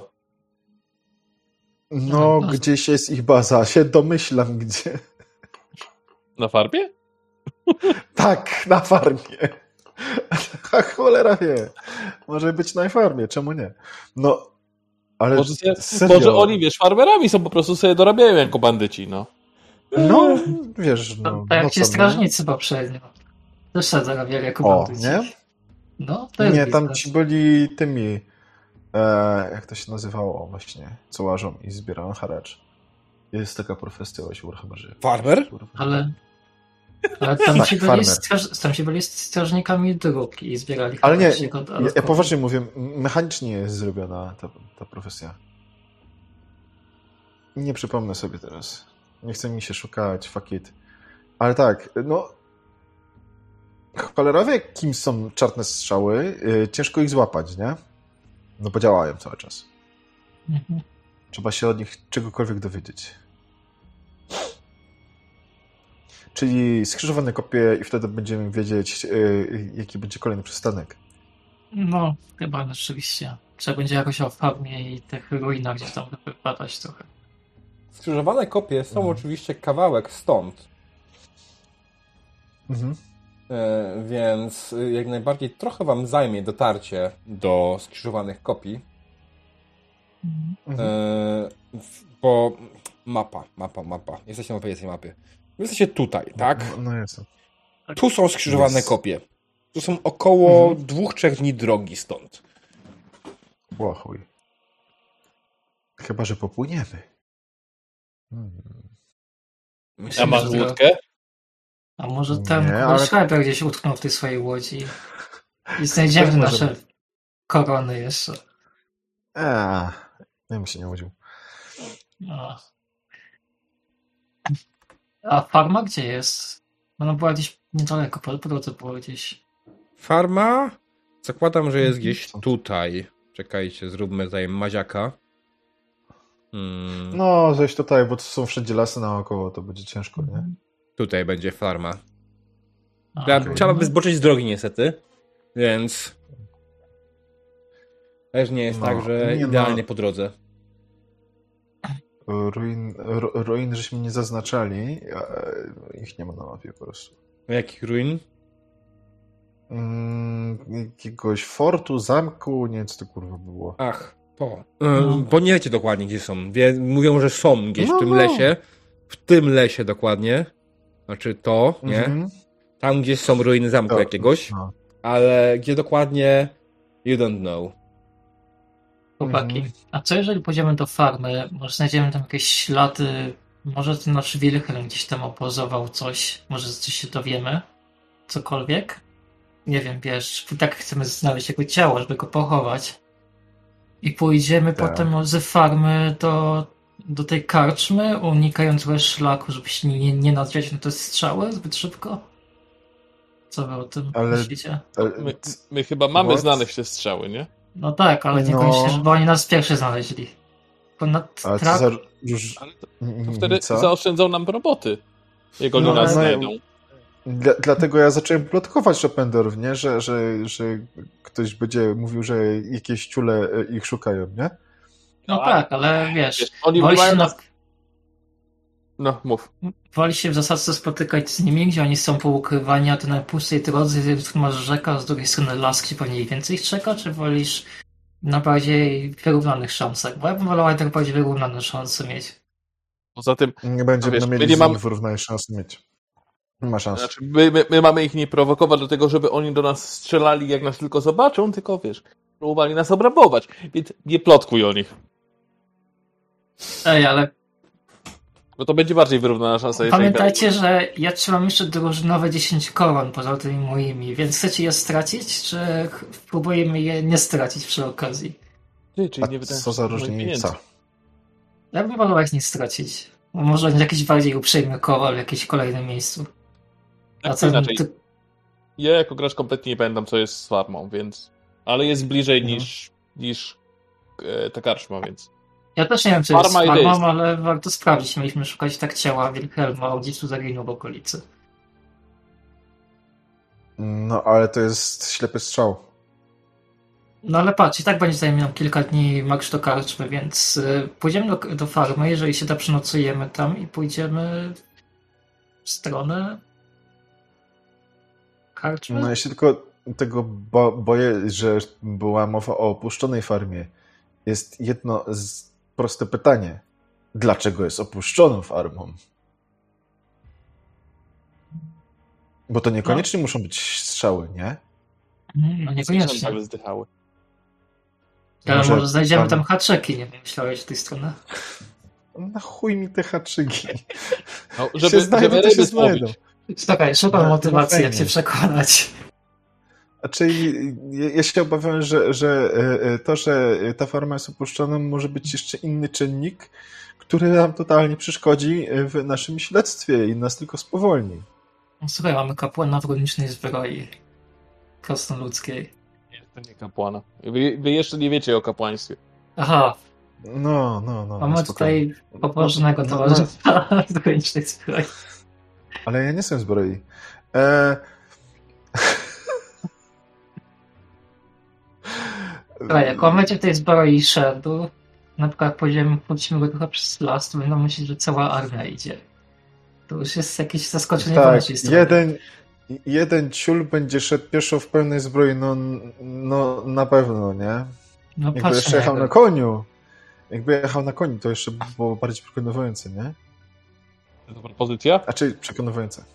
No, No, gdzieś jest ich baza, się domyślam gdzie. Na farmie? Tak, na farmie. A cholera wie. Może być na farmie, czemu nie? No, ale Może, się, serio. może oni, wiesz, farmerami są, po prostu sobie dorabiają jako bandyci, no. No, wiesz, To, no. tak jak no ci co, strażnicy poprzednio. Też sobie zarabiali jako O, bandyci. nie? No, to jest Nie, tam biznes. ci byli tymi, e, jak to się nazywało właśnie, co łażą i zbierają haracz. Jest taka profesja właśnie w Warhammerze. Farmer? Ale, ale tam, Tak, ci byli farmer. straż, tam ci byli strażnikami dróg i zbierali Ale nie, haracz jako ja, ja dodatkowy. poważnie mówię, mechanicznie jest zrobiona ta, ta profesja. Nie przypomnę sobie teraz. Nie chce mi się szukać, fuck it. Ale tak, no... Cholera wie, kim są czarne strzały. Yy, ciężko ich złapać, nie? No bo działają cały czas. Mhm. Trzeba się od nich czegokolwiek dowiedzieć. Czyli skrzyżowane kopie i wtedy będziemy wiedzieć, yy, jaki będzie kolejny przystanek. No, chyba rzeczywiście. Trzeba będzie jakoś o farmie i tych ruinach gdzieś tam wypadać trochę. Skrzyżowane kopie są Mhm. oczywiście kawałek stąd, Mhm. e, więc y, jak najbardziej trochę wam zajmie dotarcie do skrzyżowanych kopii, Mhm. e, w- bo mapa, mapa, mapa. Jesteście na tej mapie. Wy jesteście tutaj, tak? No, no jestem. Tu są skrzyżowane Jest. kopie. Tu są około Mhm. dwóch, trzech dni drogi stąd. Ło, chuj. Chyba, że popłyniemy. Hmm. A masz że- łódkę? A może ten Nie, ale... ale- Schreiber gdzieś utknął w tej swojej łodzi i znajdziemy Też może nasze być. korony jeszcze. Eee, ja bym się nie łudził. No. A farma gdzie jest? Ona była gdzieś niedaleko, po po drodze było gdzieś. Farma? Zakładam, że jest gdzieś Co? tutaj. Czekajcie, zróbmy tutaj maziaka. Hmm, No, zejść tutaj, bo to są wszędzie lasy naokoło, to będzie ciężko, nie? Tutaj będzie farma. A, Trzeba, okej. trzeba by zboczyć z drogi niestety, więc też nie jest No, tak, że nie no. idealnie po drodze. Ruin, ru, ruin żeśmy nie zaznaczali, a ich nie ma na mapie po prostu. Jakich ruin? Mm, jakiegoś fortu, zamku, nie wiem co to kurwa było. Ach, to. No. Bo nie wiecie dokładnie gdzie są. Wie, mówią, że są gdzieś No, w tym no. lesie. W tym lesie dokładnie. Znaczy to, nie? Mhm. Tam gdzieś są ruiny zamku To- jakiegoś. no. Ale gdzie dokładnie you don't know. Chłopaki, Mhm. a co jeżeli pójdziemy do farmy, może znajdziemy tam jakieś ślady, może ten nasz Wilhelm gdzieś tam obozował coś, może coś się dowiemy, cokolwiek? Nie wiem, wiesz, i tak chcemy znaleźć jego ciało, żeby go pochować. I pójdziemy Tak. potem z farmy do do tej karczmy, unikając trochę szlaku, żeby się nie, nie nadwiać na te strzały zbyt szybko? Co wy o tym Ale- myślicie? Ale, My, my chyba mamy What? znaleźć te strzały, nie? No tak, ale No. niekoniecznie, żeby oni nas pierwszy znaleźli. Ponad ale co trak... za... Już, Ale to, mm, to wtedy co? zaoszczędzą nam roboty. Jak oni No, nas ale- znajdą. Dla, dlatego ja zacząłem plotkować Schopendorf, nie? Że, że, że ktoś będzie mówił, że jakieś ciule e, ich szukają, nie? No No, tak, ale wiesz, Wiesz, oni woli mają się, na... nas... No, mów. woli się w zasadzie spotykać z nimi, gdzie oni są poukrywani, a ty na pustej drodze, z jednej strony masz rzeka, a z drugiej strony las, gdzie pewnie ich więcej ich czeka, czy wolisz na bardziej wyrównanych szansach? Bo ja bym wolał jednak bardziej wyrównane szanse mieć. Poza tym, Nie będziemy wiesz, mieli my nie z mamy- nimi wyrównane szanse mieć. Nie ma szans. znaczy, my, my, my mamy ich nie prowokować do tego, żeby oni do nas strzelali, jak nas tylko zobaczą, tylko wiesz, próbowali nas obrabować. Więc nie plotkuj o nich. Ej, ale Bo to będzie bardziej wyrównana szansa. jeżeli pamiętajcie, że ja trzymam jeszcze drużynowe dziesięć koron poza tymi moimi, więc chcecie je stracić, czy ch- próbujemy je nie stracić przy okazji? Ty, czyli nie A wydałem co za moich pieniędzy. różnica? Ja bym wolał ich nie stracić. Bo może jakiś bardziej uprzejmy kowal w jakimś kolejnym miejscu. A Tak co czy inaczej, ty... ja jako gracz kompletnie nie pamiętam, co jest z farmą, więc... Ale jest bliżej Mhm. niż, niż e, ta karczma, więc... Ja też nie wiem, co Farma jest i z farmą, jest. ale warto sprawdzić. Mieliśmy szukać tak ciała Wilhelma, gdzieś tu zaginął w okolicy. No, ale to jest ślepy strzał. No ale patrz, i tak będzie zajmie nam kilka dni marsz do karczmy, więc y, pójdziemy do, do farmy, jeżeli się da przenocujemy tam i pójdziemy w stronę karczmy. No, ja się tylko tego bo, boję, że była mowa o opuszczonej farmie. Jest jedno z, proste pytanie. Dlaczego jest opuszczoną farmą? Bo to niekoniecznie muszą być strzały, nie? Mm, No niekoniecznie. Zwierzęta by zdychały. Ale Może może znajdziemy tam- tam haczyki, nie wiem, myślałeś z tej strony. Na chuj mi te haczyki. No, Się żeby, znajdą, żeby to się ryby znajdą. złowić. Słuchaj, szukam No, motywacji, no jak cię fajnie. przekonać. Znaczy, ja ja się obawiam, że, że e, to, że ta farma jest opuszczona, może być jeszcze inny czynnik, który nam totalnie przeszkodzi w naszym śledztwie i nas tylko spowolni. Słuchaj, mamy kapłana w runicznej zbroi. Krasnoludzkiej. Nie, to nie kapłana. Wy, wy jeszcze nie wiecie o kapłaństwie. Aha, No, no, no. mamy spokojnie. tutaj pobożnego No, towarzystwa w runicznej zbroi. Ale ja nie jestem zbroi. E... Słuchaj, jak on będzie w tej zbroi szedł, na przykład pójdziemy, pójdziemy go trochę przez las, to będą myśleć, że cała armia idzie. To już jest jakieś zaskoczenie po Tak, naszej stronie. jeden, jeden ciul będzie szedł pieszo w pełnej zbroi, no, no na pewno, nie? No Jakby patrz jeszcze na jechał niego. na koniu. Jakby jechał na koniu, to jeszcze by było bardziej przekonujące, nie? To propozycja? A czy przekonujące?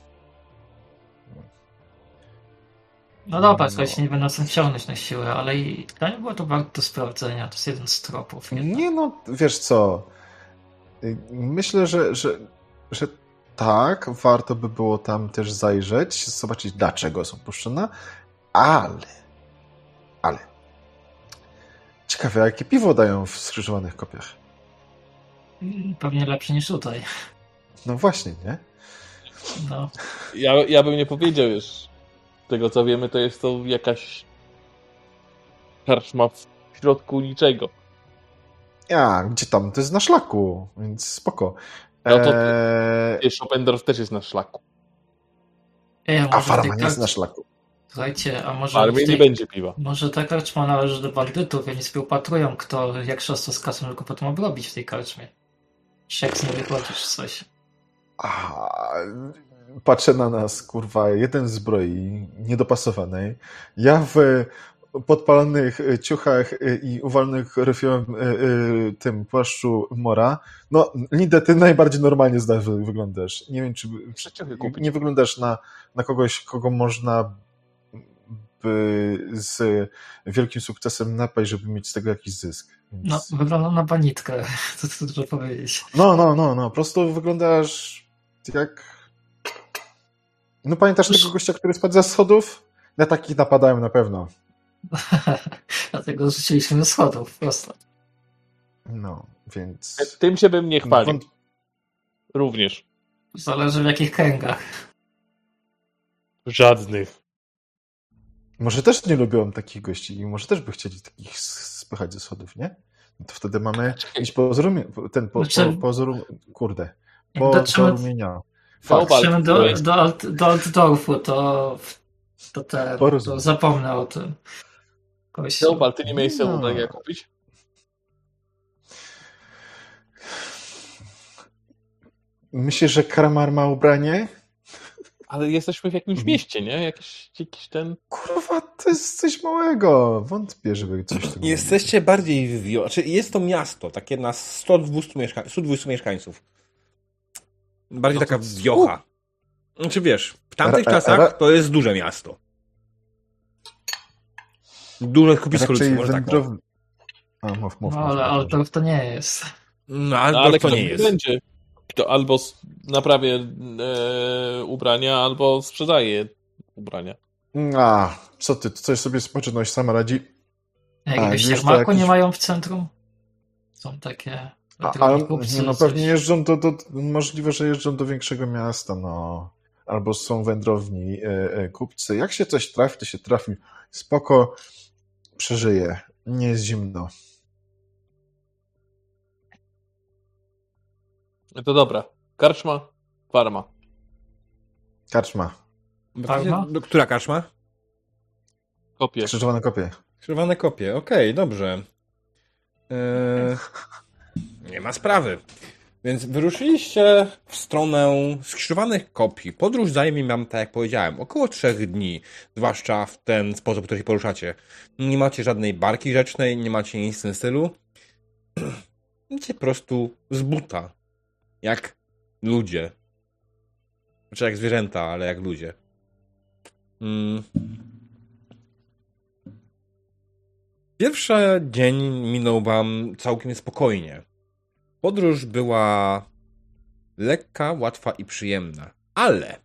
No dobra, No. słuchajcie, nie będę sam ciągnąć na siłę, ale i dla mnie było to warto sprawdzenia. To jest jeden z tropów. jednak. Nie no, wiesz co? Myślę, że, że, że tak, warto by było tam też zajrzeć, zobaczyć dlaczego są puszczone, ale, ale, ciekawe, jakie piwo dają w skrzyżowanych kopiach. Pewnie lepsze niż tutaj. No właśnie, nie? No. Ja, ja bym nie powiedział już. Z tego co wiemy, to jest to jakaś karczma w środku niczego. Ja, gdzie tam? To jest na szlaku, więc spoko. No to- Eee, Schopendorf też jest na szlaku. Ej, a a może farma tej nie jest karcz- na szlaku. Słuchajcie, a W może armii w tej... nie będzie piwa. może ta karczma należy do bandytów, oni sobie upatrują, kto jak szasta z kasą, tylko potem obrobić w tej karczmie. Czy jak z niej wychodzisz coś. A, patrzę na nas, kurwa, jeden w zbroi niedopasowanej. Ja w podpalonych ciuchach i uwalonych ryfiłem tym płaszczu Mora. No, Lidę, ty najbardziej normalnie zda, wyglądasz. Nie wiem, czy Przeciągnie kupić. nie wyglądasz na, na kogoś, kogo można by z wielkim sukcesem napaść, żeby mieć z tego jakiś zysk. Więc... No, wygląda na banitkę, to co dużo powiedzieć. No, no, no, no. Po prostu wyglądasz jak... No pamiętasz tego gościa, który spadł ze schodów? Na takich napadałem na pewno. Dlatego rzuciliśmy ze schodów, prosto. No, więc... Tym się bym nie chwalił. Wąt... Również. Zależy w jakich kręgach. Żadnych. Może też nie lubią takich gości i może też by chcieli takich s- spychać ze schodów, nie? No to wtedy mamy mieć pozór, ten po, Znaczy- po, pozór, kurde, Jak po dotrzemy, mienia. Fakt. Fakt. dotrzemy do, to jest- do, Alt- do Altdorfu, to, to, te, Porozumiem. to zapomnę o tym. Kościół. Teobald, ty nie miałeś sobie No. ubrania kupić? Myślisz, że Karamar ma ubranie? Ale jesteśmy w jakimś Mhm. mieście, nie? Jakiś, jakiś ten... Kurwa, to jest coś małego. Wątpię, żeby coś tu było. Jesteście bardziej w wio... Znaczy, jest to miasto, takie na sto dwustu mieszka... sto dwustu mieszkańców. Bardziej No to taka c- wiocha. Znaczy wiesz, w tamtych Ra- ra- czasach ra- to jest duże miasto. Duże kupisko Raczej ludzkie, może tak. wędrow... A, mów, mów. No mów, ale mów, Altdorf to nie jest. No, ale, No, ale to kto nie jest. będzie? Kto albo s- naprawia e, ubrania, albo sprzedaje ubrania. A, co ty, coś sobie spoczynność sama radzi? Jakiegoś wiesz, to jarmarku jakiś- nie mają w centrum? Są takie A, drobni ale kupcy, no coś. pewnie jeżdżą do, do, możliwe, że jeżdżą do większego miasta, no. Albo są wędrowni e, e, kupcy. Jak się coś trafi, to się trafi. Spoko, przeżyje. Nie jest zimno. No to dobra. Karczma, farma. Karczma. Farma? No, która karczma? Kopie. Krzyżowane kopie. Krzyżowane kopie, okej, dobrze. Eee, nie ma sprawy. Więc wyruszyliście w stronę skrzyżowanych kopii. Podróż zajmie wam, tak jak powiedziałem, około trzech dni. Zwłaszcza w ten sposób, w który się poruszacie. Nie macie żadnej barki rzecznej, nie macie nic w tym stylu. Idziecie po prostu z buta. Jak ludzie. Znaczy jak zwierzęta, ale jak ludzie. Mm. Pierwszy dzień minął wam całkiem spokojnie. Podróż była lekka, łatwa i przyjemna. Ale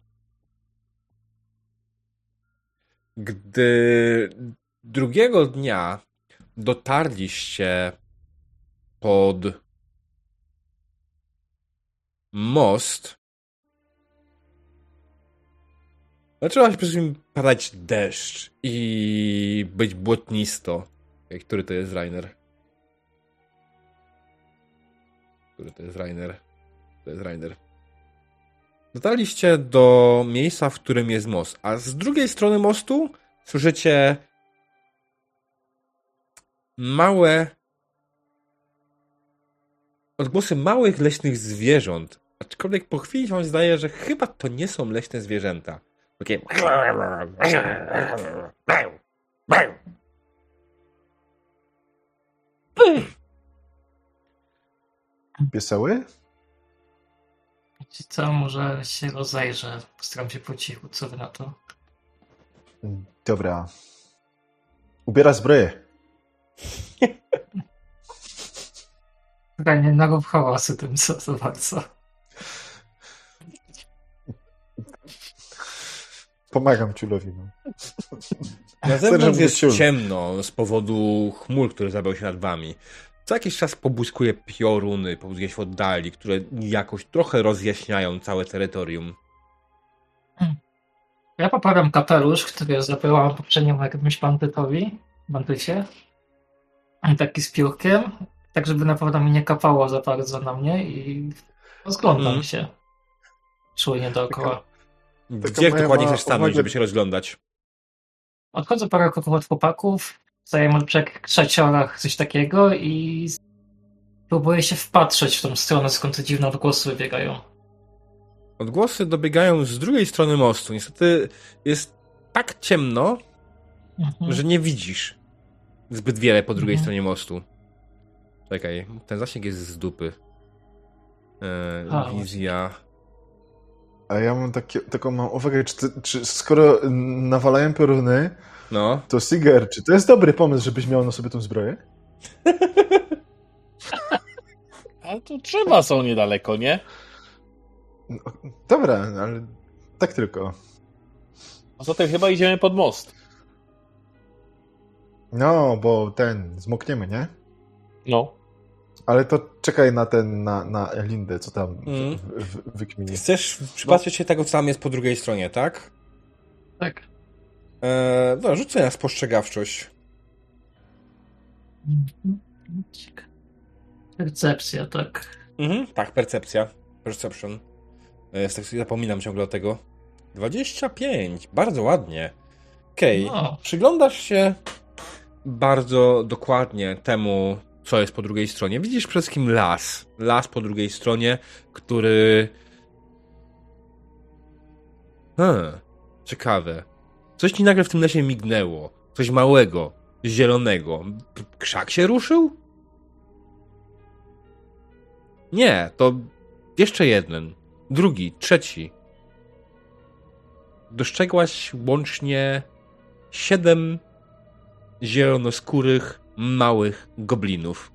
gdy drugiego dnia dotarliście pod most, zaczęła się przed nim padać deszcz i być błotnisto. Ej, który to jest Rainer? Który to jest Rainer? To jest Rainer. Dotarliście do miejsca, w którym jest most, a z drugiej strony mostu słyszycie małe odgłosy małych leśnych zwierząt. Aczkolwiek po chwili wam zdaje, że chyba to nie są leśne zwierzęta. Takie... Pieseły? Wiecie co, może się rozejrzę. Postaram się po cichu, co wy na to? Dobra. Ubiera zbroję. Chyba nie narób hałasu tym, co to bardzo. Pomagam ciulowi. No. Na Chcę, zewnątrz żeby jest ciul. ciemno z powodu chmur, które zabrał się nad wami. Co jakiś czas pobłyskuje pioruny, pobłyskuje się w oddali, które jakoś trochę rozjaśniają całe terytorium. Ja poparam kapelusz, który zabrałam poprzednio jakimś bandytowi, bandycie. Taki z piórkiem, tak żeby na pewno mi nie kapało za bardzo na mnie i rozglądam Mhm. się czujnie dookoła. Gdzie moja dokładnie mała chcesz stanąć, uwaga- żeby się rozglądać? Odchodzę parę kroków od chłopaków, zajmę brzeg trzeciorach, coś takiego i próbuję się wpatrzeć w tą stronę, skąd te dziwne odgłosy wybiegają. Odgłosy dobiegają z drugiej strony mostu. Niestety jest tak ciemno, Mhm. że nie widzisz zbyt wiele po drugiej Mhm. stronie mostu. Czekaj, ten zasięg jest z dupy. Eee, A, wizja. A ja mam takie, taką mam uwagę, czy, ty, czy skoro nawalają pioruny, No. to Siger, czy to jest dobry pomysł, żebyś miał na sobie tą zbroję? Ale to drzewa są niedaleko, nie? No, dobra, ale tak tylko. A zatem chyba idziemy pod most. No, bo ten, zmokniemy, nie? No. Ale to czekaj na ten, na, na Lindę, co tam Mm. w, w, wykminie. Chcesz przypatrzeć się tego, co tam jest po drugiej stronie, tak? Tak. Eee, no, rzucę na spostrzegawczość. Mhm. Ciekawe. Percepcja, tak. Mhm, tak, percepcja. Perception. Eee, tak sobie zapominam ciągle o tego. dwadzieścia pięć, bardzo ładnie. Okej, okay. No. Przyglądasz się bardzo dokładnie temu, co jest po drugiej stronie. Widzisz przede wszystkim las. Las po drugiej stronie, który... Hmm, ciekawe. Coś ci nagle w tym lesie mignęło. Coś małego, zielonego. Krzak się ruszył? Nie, to jeszcze jeden. Drugi, trzeci. Dostrzegłaś łącznie siedem zielonoskórych, małych goblinów,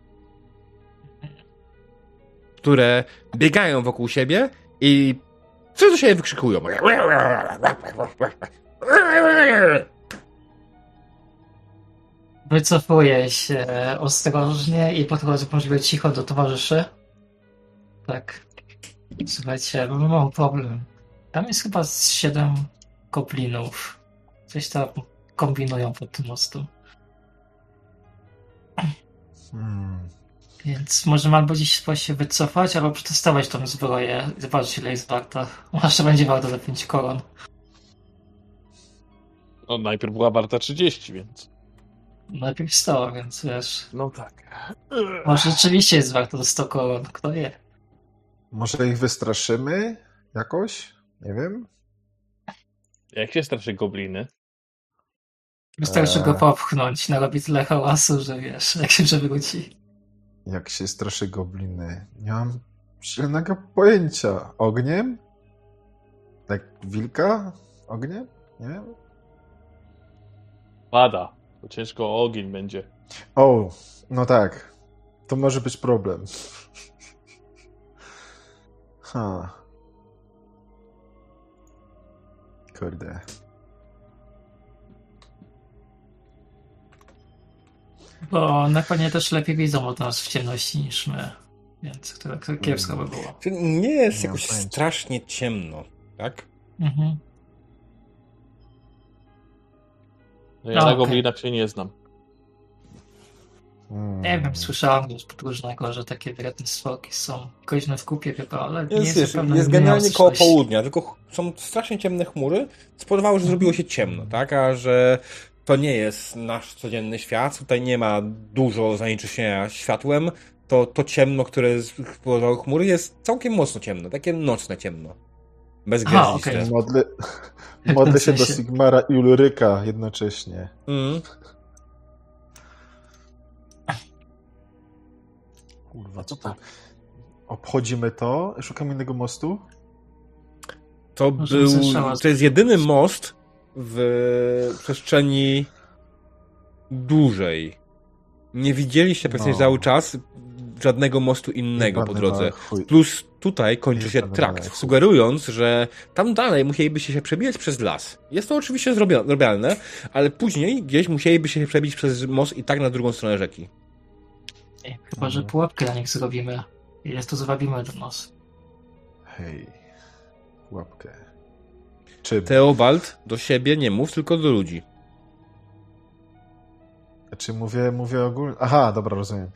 które biegają wokół siebie i coś do siebie wykrzykują. Wycofuję się ostrożnie i podchodzę możliwie cicho do towarzyszy. Tak. Słuchajcie, mam problem. Tam jest chyba z siedem goblinów. Coś tam kombinują pod tym mostem. Hmm. Więc możemy albo gdzieś spróbować się wycofać, albo przetestować tą zbroję i zobaczyć, ile jest warta. Może będzie warto za pięć koron. No najpierw była warta trzydzieści, więc... Najpierw sto, więc wiesz... No tak. Może rzeczywiście jest warto do sto koron, kto wie. Może ich wystraszymy jakoś? Nie wiem. Jak się straszy gobliny? Wystarczy Eee. go popchnąć, narobi tyle hałasu, że wiesz, jak się przewróci. Jak się straszy gobliny? Nie mam silnego pojęcia. Ogniem? Jak wilka? Ogniem? Nie wiem. Pada. To ciężko o ogień będzie. O, no tak. To może być problem. Ha. Kurde. Bo one pewnie też lepiej widzą od nas w ciemności niż my. Więc to, to kiepsko by było. Czyli nie jest Nie jakoś mam pojęcia. strasznie ciemno, tak? Mhm. No ja No, na okej. goblinach się nie znam. Hmm. Nie wiem, słyszałem już podróżnego, że takie wredne smoki są groźne w kupie chyba, ale nie Jest, jest wiesz, zupełnie jest nie miał generalnie koło słyszeć. południa, tylko ch- są strasznie ciemne chmury, spowodowało, że zrobiło się ciemno, tak? A że to nie jest nasz codzienny świat, tutaj nie ma dużo zanieczyszczenia światłem, to to ciemno, które spowodowało chmury, jest całkiem mocno ciemno, takie nocne ciemno. Bez Aha, gwiazd. okej. Modlę, W modlę tym się do sensie. Sigmara i Ulryka jednocześnie. Mm. Kurwa, co to? Obchodzimy to? Szukamy innego mostu? To Możemy był, słyszała- to jest jedyny most w przestrzeni dużej. Nie widzieliście praktycznie No. cały czas żadnego mostu innego po Jebany drodze. mały chuj. Plus tutaj kończy się Jebany trakt, mały chuj. sugerując, że tam dalej musielibyście się przebijać przez las. Jest to oczywiście zrobio- zrobialne, ale później gdzieś musielibyście się przebić przez most i tak na drugą stronę rzeki. Nie, chyba, że pułapkę na nich zrobimy. I jest to zwabimy do nas. Hej. Łapkę. Czym? Teobald, do siebie nie mów, tylko do ludzi. Czy mówię, mówię ogólnie? Aha, dobra, rozumiem.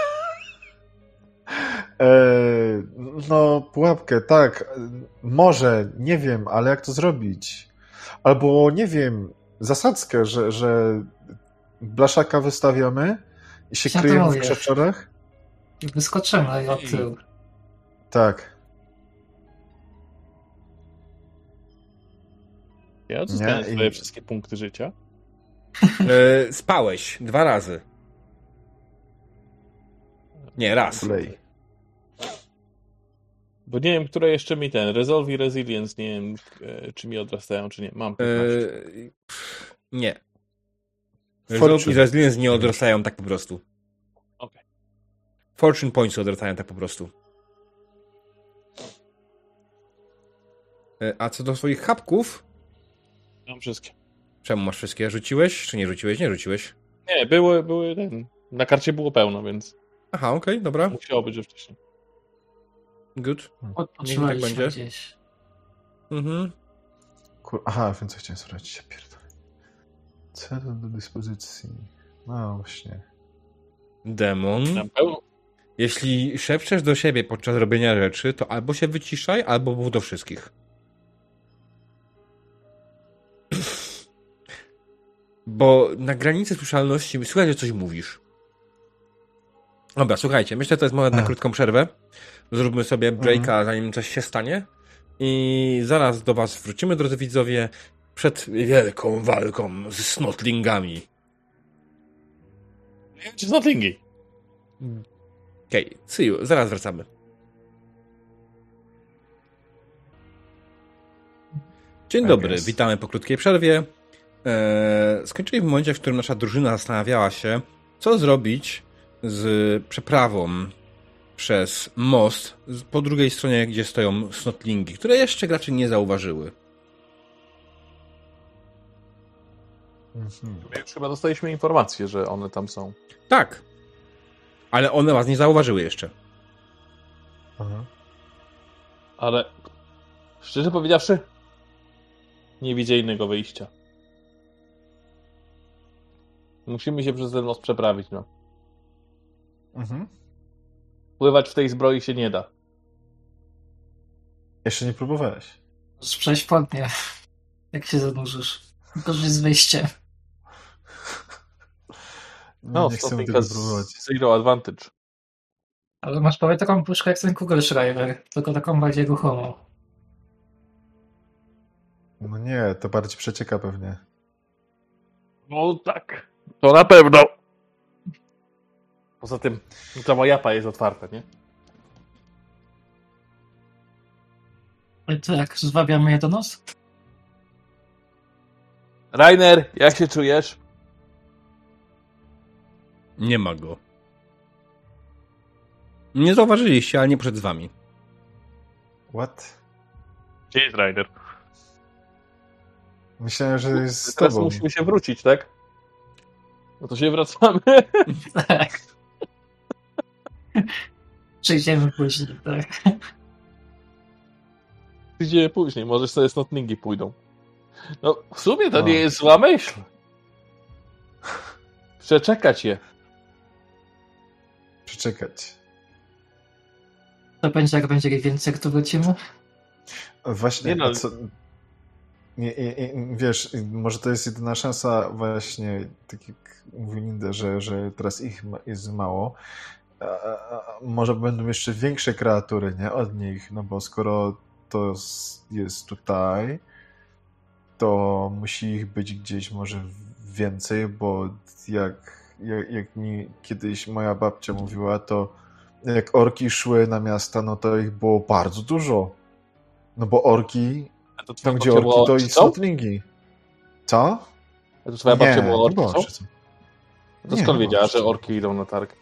E, no, pułapkę, tak. Może, nie wiem, ale jak to zrobić? Albo, nie wiem, zasadzkę, że, że blaszaka wystawiamy i się Ja to kryjemy w mówię. krzaczorach? I wyskoczymy od tyłu. Tak. Ja odzyskałem Nie, i- swoje wszystkie punkty życia. E, spałeś dwa razy. Nie, raz. Play. Bo nie wiem, które jeszcze mi ten. Resolve i Resilience, nie wiem, e, czy mi odrastają, czy nie. Mam piętnaście. E, nie. Fortune. Resolve i Resilience nie odrastają tak po prostu. Okej. Fortune Points odrastają tak po prostu. E, A co do swoich chapków, Mam wszystkie. czemu masz wszystkie? Rzuciłeś, czy nie rzuciłeś? Nie rzuciłeś. Nie, były, były ten. Na karcie było pełno, więc. Aha, okej, okay, dobra. Musiało być, że wcześniej. Good. Odpoczywaliśmy Niech tak będzie. gdzieś. Mhm. Kur... Aha, więc co chciałem sprawdzić, się pierdolę. Cel do dyspozycji. No właśnie. Demon. Na pełno. Jeśli szepczesz do siebie podczas robienia rzeczy, to albo się wyciszaj, albo mów do wszystkich. Bo na granicy słyszalności słychać, że coś mówisz. Dobra, słuchajcie, myślę, że to jest moment na krótką przerwę. Zróbmy sobie breaka, mhm. zanim coś się stanie. I zaraz do was wrócimy, drodzy widzowie, przed wielką walką z snotlingami. Czy snotlingi? Okej, okay, see you. Zaraz wracamy. Dzień tak dobry, jest. Witamy po krótkiej przerwie. Eee, skończyliśmy w momencie, w którym nasza drużyna zastanawiała się, co zrobić z przeprawą przez most po drugiej stronie, gdzie stoją snotlingi, które jeszcze gracze nie zauważyły. Mhm. My już chyba dostaliśmy informację, że one tam są. Tak, ale one was nie zauważyły jeszcze. Aha. Ale szczerze powiedziawszy, nie widzę innego wyjścia. Musimy się przez ten most przeprawić, no. Mhm. Pływać w tej zbroi się nie da. Jeszcze nie próbowałeś. Możesz przejść pod nie, jak się zanurzysz. Gorzej z wyjściem. No, No, nie chcę Snotling tego has próbować. zero advantage. Ale masz prawie taką puszkę jak ten Kugelschreiber, tylko taką bardziej ruchomą. No nie, to bardziej przecieka pewnie. No tak, to na pewno. Poza tym, ta moja japa jest otwarta, nie? I to jak, zwabiamy je do nos? Rainer, jak się czujesz? Nie ma go. Nie zauważyliście, ale nie poszedł z wami. What? Gdzie jest Rainer? Myślałem, że jest z Teraz tobą. musimy się wrócić, tak? No to się wracamy. Tak. Przyjdziemy później, tak. Przyjdziemy później, może sobie snotlingi pójdą. No, w sumie to No. nie jest zła myśl. Przeczekać je. Przeczekać. To będzie, jak będzie ich więcej, jak tu wrócimy? Właśnie, Nie no. a co... Nie, nie, nie, wiesz, może to jest jedyna szansa właśnie, tak jak mówi Linda, że, że teraz ich ma, jest mało. A, a, a może będą jeszcze większe kreatury, nie? Od nich, no bo skoro to jest tutaj, to musi ich być gdzieś może więcej, bo jak, jak, jak mi kiedyś moja babcia mówiła, to jak orki szły na miasta, no to ich było bardzo dużo. No bo orki, A to tam twoja gdzie babcia była orki, to i orczycą? snotlingi. Co? A to twoja babcia Nie, była nie była orczycą? orczycą. To Nie, skąd nie wiedziała, była że orczycą. orki idą na targ?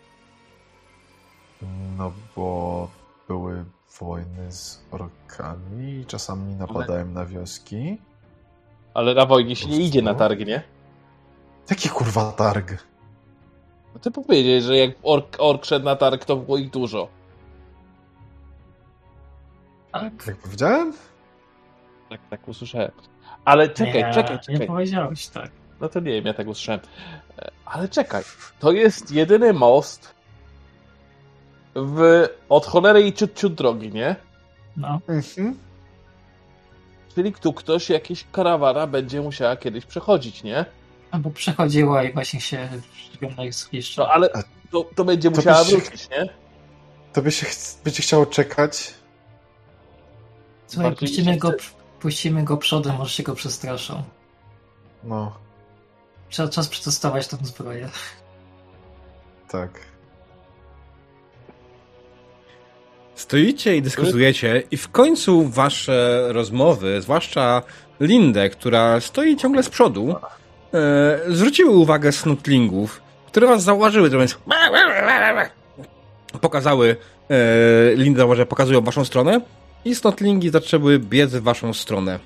No bo były wojny z orkami i czasami napadają na wioski. Ale na wojnie się nie Co? idzie na targ, nie? Jaki kurwa targ? No ty powiedziałeś, że jak ork, ork szedł na targ, to było ich dużo. Tak. Jak powiedziałem? Tak, tak usłyszałem. Ale czekaj, nie, czekaj, Nie czekaj. powiedziałeś tak. No to nie wiem, ja tak usłyszałem. E, Ale czekaj, to jest jedyny most w od cholery i ciut, ciut drogi, nie? No. Mhm. Czyli tu ktoś, jakieś karawana będzie musiała kiedyś przechodzić, nie? Albo przechodziła i właśnie się wygląda ich zniszczył. No ale to, to będzie To musiała byś się- wrócić, nie? To by się ch- będzie chciało czekać. Słuchaj, bardziej puścimy mi się go, chce- puścimy go przodem, może się go przestraszą. No, Trzeba czas przetestować tą zbroję. tak. Stoicie i dyskutujecie i w końcu wasze rozmowy, zwłaszcza Lindę, która stoi ciągle z przodu, e, zwróciły uwagę snotlingów, które was zauważyły, więc pokazały, e, Linda zauważyła, że pokazują w waszą stronę i snotlingi zaczęły biec w waszą stronę.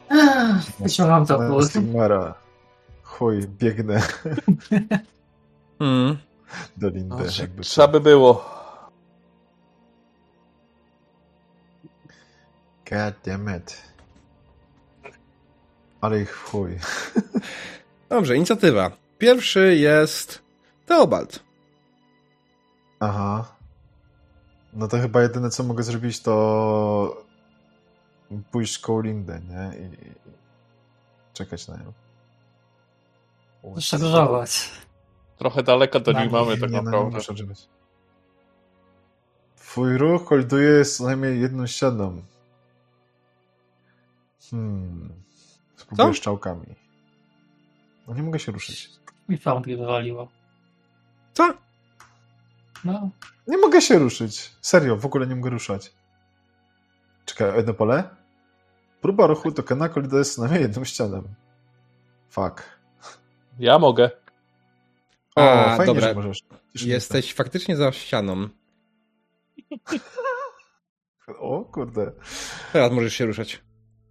Wyciągam to Na pół. Stigmara. Chuj, biegnę. Mm. do Lindy. No, jakby trzeba by było. God damn it. Ale ich w chuj. Dobrze, inicjatywa. Pierwszy jest Teobald. Aha. No to chyba jedyne, co mogę zrobić, to pójść koło Lindy, nie? I, i czekać na nią. Szarżować. Trochę daleko do niej Na mamy nich tak Nie, no, nie naprawdę. muszę czekać. Twój ruch koliduje z co najmniej jedną ścianą. Hmm. Spróbuję Co? strzałkami. No nie mogę się ruszyć. Mi foundry wywaliło. Co? No, Nie mogę się ruszyć. Serio, w ogóle nie mogę ruszać. Czekaj, jedno pole? Próba ruchu tokena koliduje z co najmniej jedną ścianą. Fuck. Ja mogę. O, A, fajnie, dobra. że możesz. Cieszy mnie Jesteś faktycznie za ścianą. to. O, kurde. Teraz możesz się ruszać.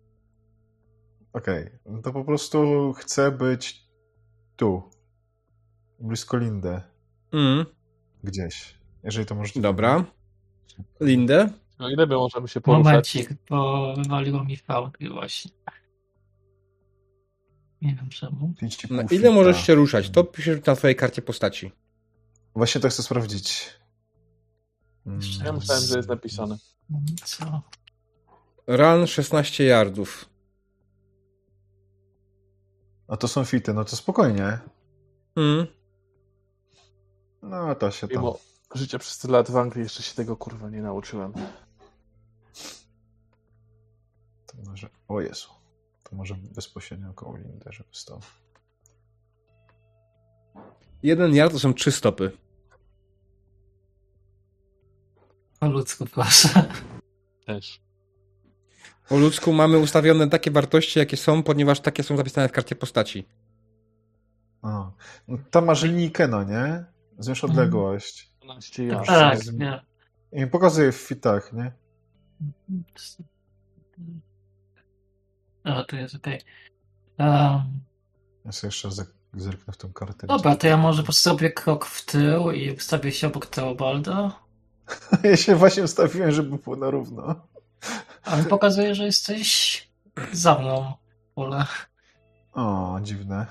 Okej, no to po prostu chcę być tu. Blisko Lindę. Mm. Gdzieś. Jeżeli to możecie. Dobra. Lindę? No ile my możemy się poruszać? momencik, bo wywaliło mi foundry właśnie. Nie wiem czemu. pięć i pół Na ile fita. możesz się ruszać? To piszesz na twojej karcie postaci. Właśnie to chcę sprawdzić. Mm, Ja myślałem, że jest napisane. No co? Run szesnaście yardów. A to są fity, no to spokojnie. Mm. No to się tam. Mimo życia przez tyle lat w Anglii jeszcze się tego kurwa nie nauczyłem. To może... O Jezu. To może bezpośrednio koło Lindy, żeby stał. Jeden yard to są trzy stopy. Po ludzku proszę. Też. Po ludzku mamy ustawione takie wartości, jakie są, ponieważ takie są zapisane w karcie postaci. A. No, tam masz linijkę, no nie? Zwiększ odległość. dwanaście yard. Tak, z- nie. I pokazuje w fitach, nie? O, tu jest okej. Um, Ja sobie jeszcze zer- zerknę w tą kartę. dobra, to ja może po prostu zrobię krok w tył i ustawię się obok Teobalda. Ja się właśnie ustawiłem, żeby było na równo. A mi pokazuje, że jesteś za mną, Ule. O, dziwne.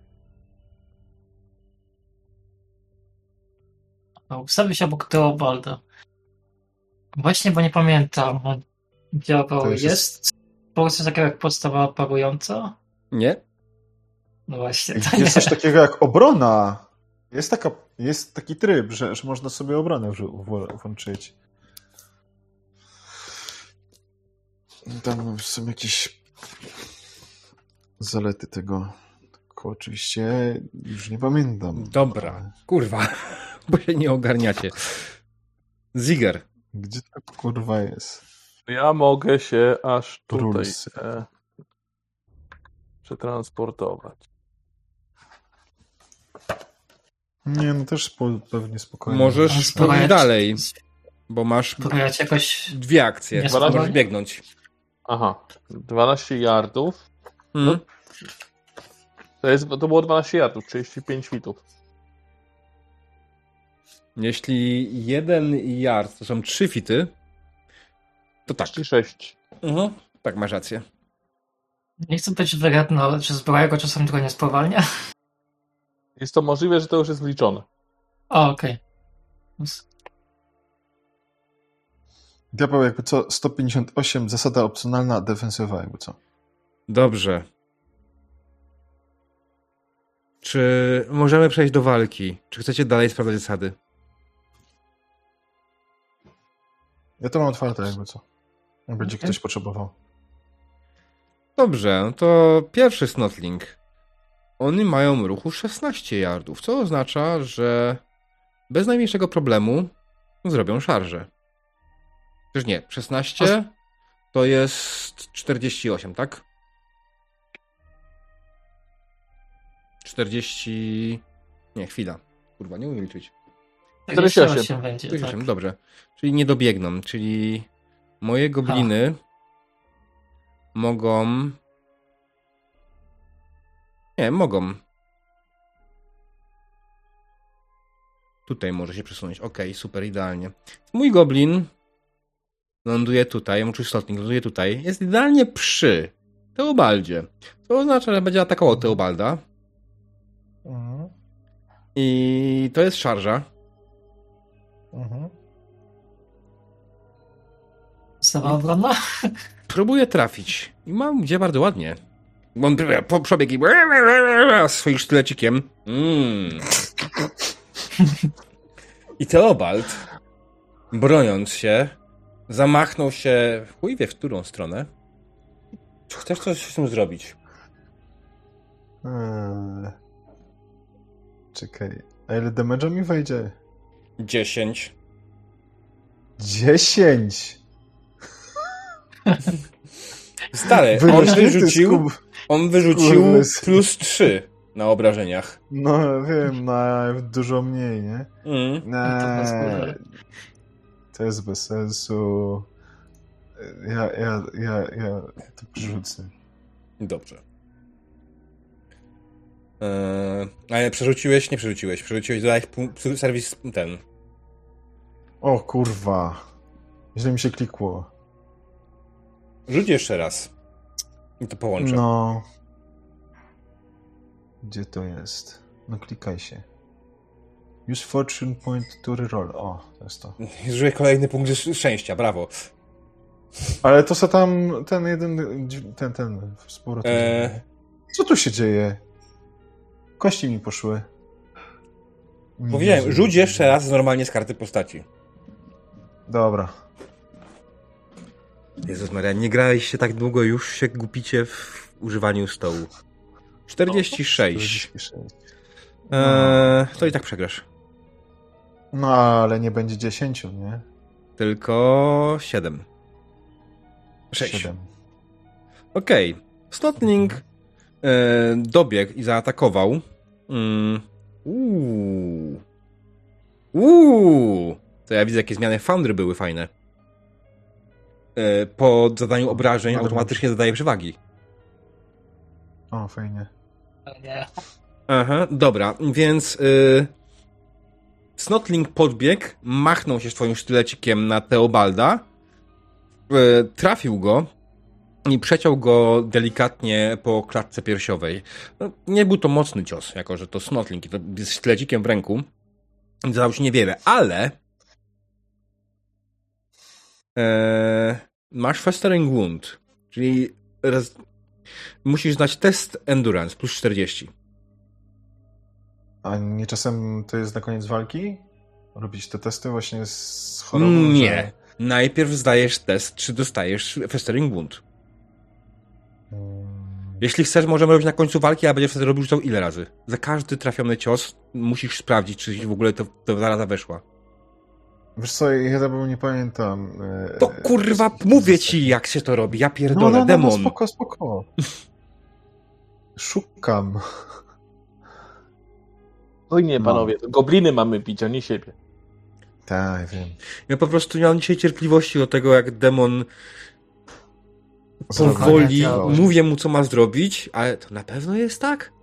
No, ustawię się obok Teobalda. Właśnie, bo nie pamiętam. Działał To już jest... jest- Po prostu takiego jak podstawa parująca? Nie? No właśnie, to Jest coś nie. takiego jak obrona. Jest, taka, jest taki tryb, że, że można sobie obronę wrzu- w- włączyć. Tam są jakieś zalety tego. Tylko oczywiście już nie pamiętam. Dobra. Kurwa. Bo się nie ogarniacie. Ziger. Gdzie to kurwa jest? Ja mogę się aż tutaj Rulesy. e, przetransportować. Nie, no też spo, pewnie spokojnie. Możesz Ale pójść spróbować- dalej, bo masz Spróbować jakoś... dwie akcje. Nie Możesz spróbować? biegnąć. Aha. dwanaście yardów. Mm. To, jest, to było dwanaście yardów, trzydzieści pięć fitów. Jeśli jeden yard to są trzy fity, to tak. trzydzieści sześć. Mhm. Tak, masz rację. Nie chcę być wyradny, ale czy zbroja go czasem tylko nie spowalnia? Jest to możliwe, że to już jest wliczone. O, okej. Więc Diabeł jakby co? sto pięćdziesiąt osiem, zasada opcjonalna, defensywa jakby co? Dobrze. Czy możemy przejść do walki? Czy chcecie dalej sprawdzać zasady? Ja to mam otwarte jakby co. Jak będzie Okej. ktoś potrzebował. Dobrze, no to pierwszy snotling. Oni mają ruchu szesnaście yardów, co oznacza, że bez najmniejszego problemu zrobią szarżę. Przecież nie, szesnaście to jest czterdzieści osiem, tak? czterdzieści... Nie, chwila. Kurwa, nie umiem liczyć. czterdzieści osiem. czterdzieści osiem będzie, czterdzieści osiem, tak. dobrze. Czyli nie dobiegną, czyli moje gobliny mogą... Nie, mogą. Tutaj może się przesunąć. Okej, okay, super, idealnie. Mój goblin ląduje tutaj, mój slotnik ląduje tutaj. Jest idealnie przy Teobaldzie. To oznacza, że będzie atakował Teobalda. Mhm. I to jest szarża. Mhm. Sama obrona? Próbuję trafić. I mam gdzie bardzo ładnie. On po przebieg i swoim sztylecikiem. Mm. I Teobald, broniąc się, zamachnął się w chuj wie w którą stronę. Czy chcesz coś z tym zrobić? Eee. Czekaj. A ile damage'a mi wejdzie? Dziesięć. Dziesięć! Stary, on wyrzucił, on wyrzucił plus trzy na obrażeniach. No wiem, na dużo mniej, nie? Mm. Nie, to jest bez sensu. Ja, ja, ja, ja to przerzucę. Dobrze. Eee, ale przerzuciłeś? Nie przerzuciłeś. Przerzuciłeś, dodałeś punkt, serwis ten. O kurwa. Źle mi się klikło. Rzuć jeszcze raz. I to połączę. No. Gdzie to jest? No klikaj się. Use fortune point to reroll. O, to jest to. Zużyję kolejny punkt szczęścia, brawo. Ale to co tam ten jeden, ten, ten współroczny. Eee... Co tu się dzieje? Kości mi poszły. Nie Powiedziałem, wiem, rzuć jeszcze raz normalnie z karty postaci. Dobra. Jezus Maria, nie grałeś się tak długo, już się gupicie w używaniu stołu. czterdzieści sześć. czterdzieści sześć. Eee, to i tak przegrasz. No, ale nie będzie dziesięć, nie? Tylko siedem. sześć. siedem. Okej. Okay. Slotling e, dobiegł i zaatakował. Mm. Uuu. Uuu. To ja widzę, jakie zmiany Foundry były fajne. E, po zadaniu obrażeń automatycznie zadaje przewagi. O, fajnie. Nie. Aha, dobra, więc y, Snotling podbiegł, machnął się swoim sztylecikiem na Teobalda, y, trafił go i przeciął go delikatnie po klatce piersiowej. No, nie był to mocny cios, jako że to Snotling z sztylecikiem w ręku. Zadał się niewiele, ale y, masz Festering Wound, czyli raz, musisz znać test Endurance plus czterdzieści. A nie czasem to jest na koniec walki? Robić te testy właśnie z chorobą? Nie. Że... Najpierw zdajesz test, czy dostajesz Festering Wound. Hmm. Jeśli chcesz, możemy robić na końcu walki, a będziesz wtedy robił to ile razy. Za każdy trafiony cios musisz sprawdzić, czy w ogóle to, to zaraza weszła. Wiesz co, ja chyba nie pamiętam. To kurwa, mówię ci, jak się to robi. Ja pierdolę, no, no, no, demon. No, spoko, spoko. Szukam. Oj nie, No. panowie, to gobliny mamy bić, a nie siebie. Tak, wiem. Ja po prostu nie mam dzisiaj cierpliwości do tego, jak demon Zrobię. powoli Zrobię. mówię mu, co ma zrobić, ale to na pewno jest tak?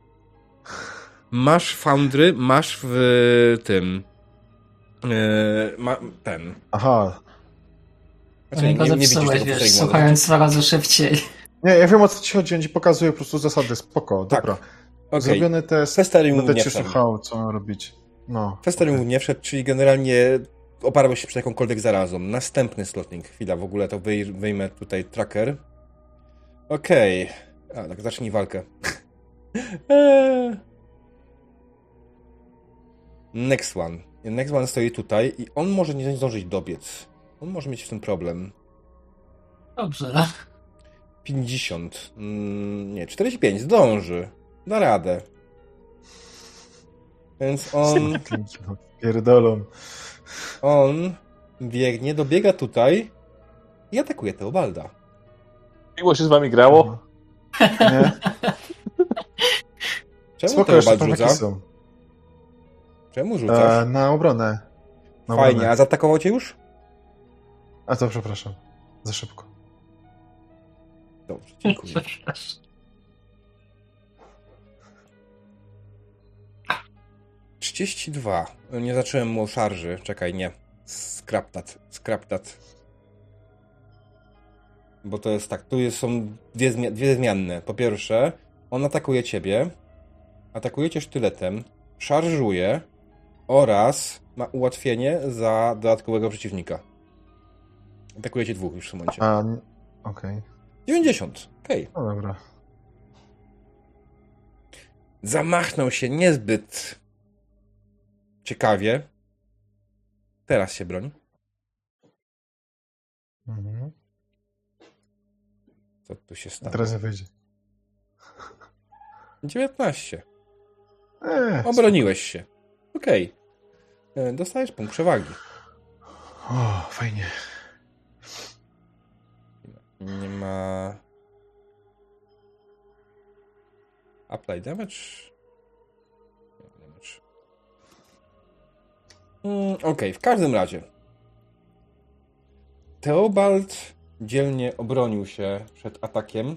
Masz Foundry, masz w tym yy, ma, ten. Aha. Znaczy, Nie go widzisz zepsułeś, tego wiesz, Festering Woundu. słuchając dwa razy szybciej. Nie, ja wiem o co ci chodzi, on ci pokazuje po prostu zasady, spoko, Tak. dobra. Okay. Zrobiony test, Festering będę nie cię wszedł. słuchał, co mam robić. No. Festering okay. nie wszedł, czyli generalnie oparłeś się przed jakąkolwiek zarazą. Następny slotnik. Chwila, w ogóle to wyj- wyjmę tutaj tracker. Okej. Okay. A, tak zacznij walkę. eee. Next one. Next one stoi tutaj i on może nie zdążyć dobiec. On może mieć w tym problem. Dobrze. pięćdziesiąt. Mm, nie, czterdzieści pięć. Zdąży. Da radę. Więc on... Pierdolą. On biegnie, dobiega tutaj i atakuje Teobalda. Miło się z wami grało. Nie? Czemu Spoko, jeszcze Teobald tam rzuca? są. Czemu rzucasz? E, na obronę. Na Fajnie, obronę. a zaatakował cię już? A to przepraszam. Za szybko. Dobrze, dziękuję. trzydzieści dwa. Nie zacząłem mu o szarży. Czekaj, nie. Scrap that. Scrap that. Bo to jest tak, tu jest, są dwie, zmia- dwie zmienne. Po pierwsze, on atakuje ciebie, atakuje cię sztyletem, szarżuje oraz ma ułatwienie za dodatkowego przeciwnika. Atakuje cię dwóch już w tym momencie. A, okej. Okay. dziewięćdziesiąt. Okej. Okay. No dobra. Zamachnął się niezbyt ciekawie. Teraz się broń. Mhm. Co tu się stało? Teraz nie wyjdzie. dziewiętnaście. Eee, Obroniłeś się. Okej. Okay. Dostajesz punkt przewagi. O, fajnie. Nie ma... Apply damage? Nie, damage. Mm, Okej, okay. W każdym razie. Theobald dzielnie obronił się przed atakiem.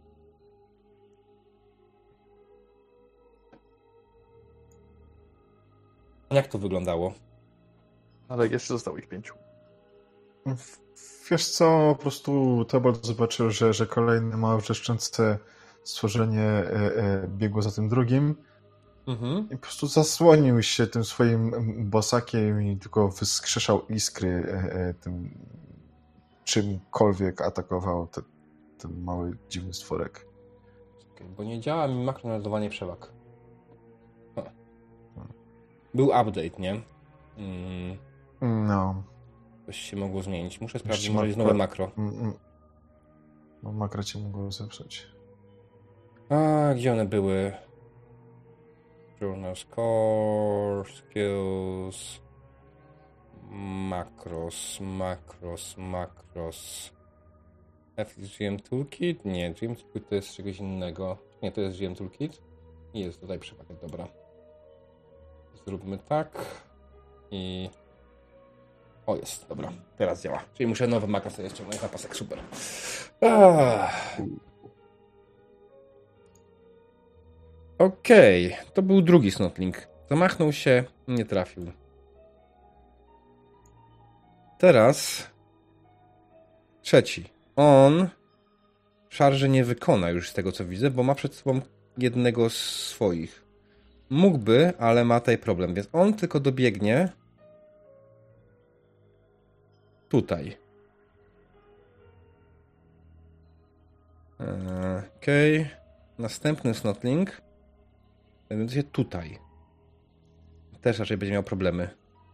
Jak to wyglądało? Ale jeszcze zostało ich pięciu. Wiesz co, po prostu Theobald zobaczył, że, że kolejne małe wrzeszczące stworzenie e, e, biegło za tym drugim Mhm. i po prostu zasłonił się tym swoim bosakiem i tylko wyskrzeszał iskry e, e, tym czymkolwiek atakował te, ten mały, dziwny stworek. Okay, bo nie działa mi makronaładowanie przewag. Ha. Był update, nie? Mm. No. Coś się mogło zmienić. Muszę sprawdzić, Jeszcze może jest makro- nowe makro. Mm, mm. No, makro cię mogło zepsuć. A, gdzie one były? Journal score, skills, macros, macros, macros. F G M Toolkit? Nie, G M Toolkit to jest czegoś innego. Nie, to jest G M Toolkit. I jest tutaj przewaga, dobra. Zróbmy tak. I... O, jest, dobra. Teraz działa. Czyli muszę nowy makro sobie ściągnąć na pasek, super. Ah. Okej, okay. To był drugi snotling. Zamachnął się, nie trafił. Teraz trzeci. On szarży nie wykona już z tego, co widzę, bo ma przed sobą jednego z swoich. Mógłby, ale ma tutaj problem, więc on tylko dobiegnie tutaj. Okej. Okay. Następny snotling znajdzie się tutaj. Też raczej będzie miał problemy.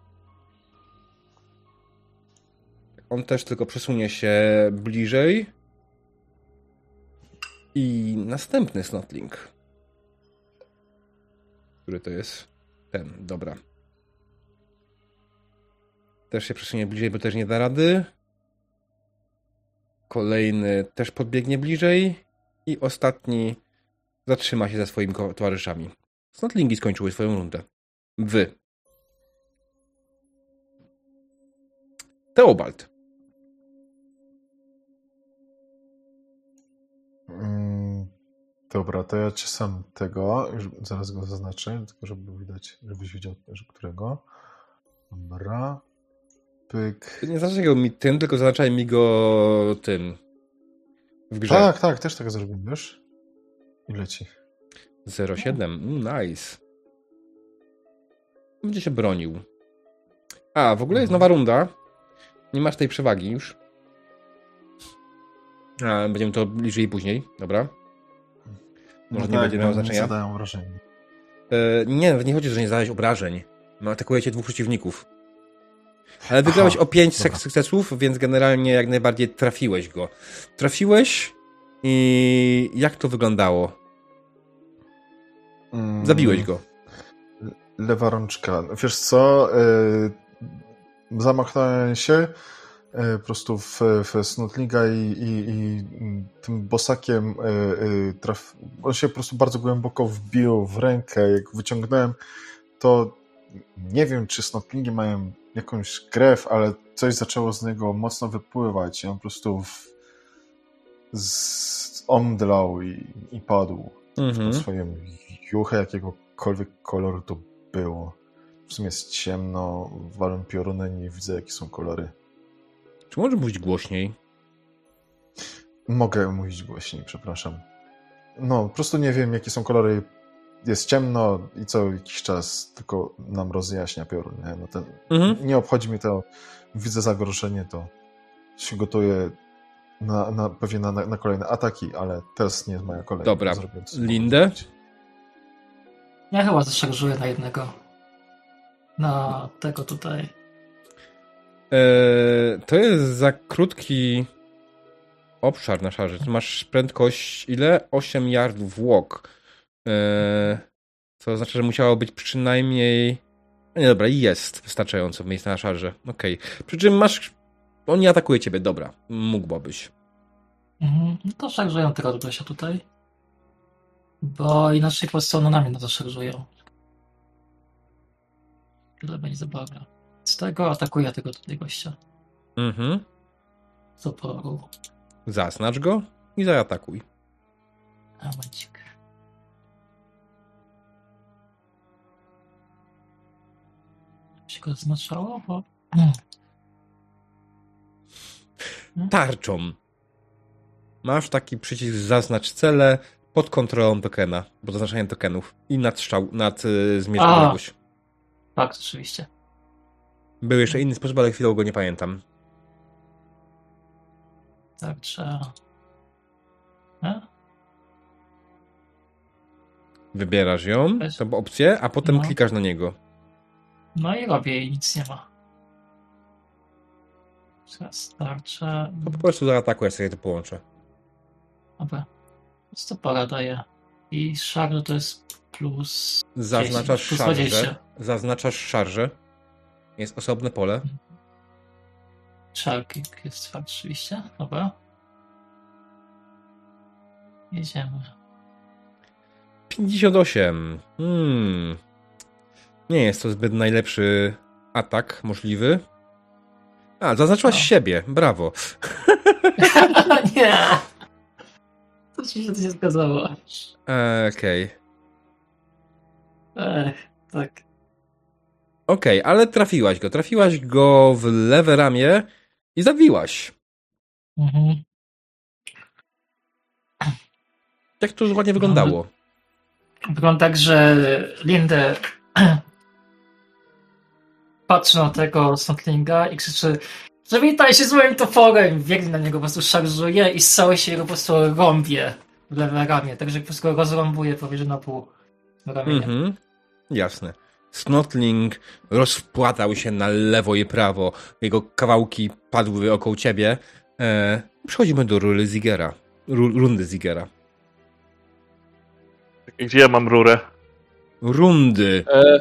On też tylko przesunie się bliżej. I następny snotling. Który to jest? Ten, dobra. Też się przesunie bliżej, bo też nie da rady. Kolejny też podbiegnie bliżej. I ostatni zatrzyma się ze swoimi towarzyszami. Snotlingi skończyły swoją rundę. Wy. Theobald. Mm, dobra, to ja cię sam tego, już zaraz go zaznaczę, tylko żeby było widać, żebyś widział, że którego. Dobra. Pyk. Nie zaznaczaj go mi tym, tylko zaznaczaj mi go tym. W grze. Tak, tak, też tak zrobimy, wiesz? I leci. zero siedem. Mm, nice. Będzie się bronił. A, w ogóle jest nowa runda. Nie masz tej przewagi już. A, będziemy to bliżej później. Dobra. Może no nie tak, będzie miało no, znaczenia. Nie zadają wrażenia. E, nie, nie chodzi, że nie zadałeś obrażeń. No, atakujecie dwóch przeciwników. Ale wygrałeś Aha, o pięć dobra. sukcesów, więc generalnie jak najbardziej trafiłeś go. Trafiłeś i jak to wyglądało? Mm, Zabiłeś go. Lewa rączka. Wiesz co? Yy, zamachnąłem się yy, po prostu w, w Snotlinga i, i, i tym bosakiem yy, yy, traf... on się po prostu bardzo głęboko wbił w rękę. Jak wyciągnąłem, to nie wiem, czy Snotlingi mają jakąś krew, ale coś zaczęło z niego mocno wypływać i on po prostu w... z... omdlał i, i padł Mhm. po swoim juchę, jakiegokolwiek koloru to było. w sumie jest ciemno, walą pioruny, nie widzę jakie są kolory. Czy możesz mówić głośniej? Mogę mówić głośniej, przepraszam. No, po prostu nie wiem jakie są kolory. Jest ciemno i co jakiś czas tylko nam rozjaśnia piorun. Nie, no ten, Mhm. nie obchodzi mnie to. Widzę zagrożenie, to się gotuję na, na, pewnie na, na kolejne ataki, ale teraz nie jest moja kolej. Dobra. Zrobię to, co Lindę? mogę zrobić. Ja chyba zaszarżuję na jednego. Na tego tutaj. Eee, to jest za krótki obszar na szarze. Ty masz prędkość ile? osiem yardów walk. Eee, co oznacza, że musiało być przynajmniej... No nie, dobra, jest wystarczająco miejsca na szarze. Okej. Okay. Przy czym masz... On nie atakuje ciebie, dobra. Mógłbyś. Mhm. No to szarżują tego Rudesia tutaj. Bo inaczej po prostu one na mnie no to szarżują. Tyle będzie zabawa. Z tego atakuję tego tutaj gościa. Mhm. Z oporu. Zaznacz go i zaatakuj. A momencik. Się go zaznaczało? Bo... Tarczą. Masz taki przycisk zaznacz cele pod kontrolą tokena, bo zaznaczaniem tokenów i nad strzał, nad y, zmierzchliwość. Tak, oczywiście. Był jeszcze inny sposób, ale chwilę go nie pamiętam. Tak, trzeba... E? Wybierasz ją, Weź. tą opcję, a potem No. klikasz na niego. No i robię i nic nie ma. Teraz tarczę. To po prostu zaatakuj, ja sobie to połączę. Dobra. To pora daje. I szarże to jest plus... Zaznaczasz dziesięć, plus szarżę. dwadzieścia. Zaznaczasz szarżę. Jest osobne pole. Szarkik jest fakt oczywiście. Dobra. Jedziemy. pięćdziesiąt osiem. Hmm. Nie jest to zbyt najlepszy atak możliwy. A, zaznaczyłaś No. siebie. Brawo. Nie! To ci się to nie zgadzało. E, Okej. Ech, tak. Okej, ale trafiłaś go. Trafiłaś go w lewe ramię i zabiłaś. Mhm. Jak to ładnie wyglądało? Wygląda tak, że Lindę patrzy na tego Snotlinga i krzyczy: "Przywitaj się z moim toporem!" Biegnie na niego, po prostu szarżuje i z całej siły po prostu rąbie w lewe ramię. Także po prostu go rozrąbuje prawie na pół ramienia. Mhm. Jasne. Snotling rozpłatał się na lewo i prawo. Jego kawałki padły około ciebie. E, przechodzimy do rury Zigera. Ru, rundy Zigera. Gdzie ja mam rurę? Rundy. E...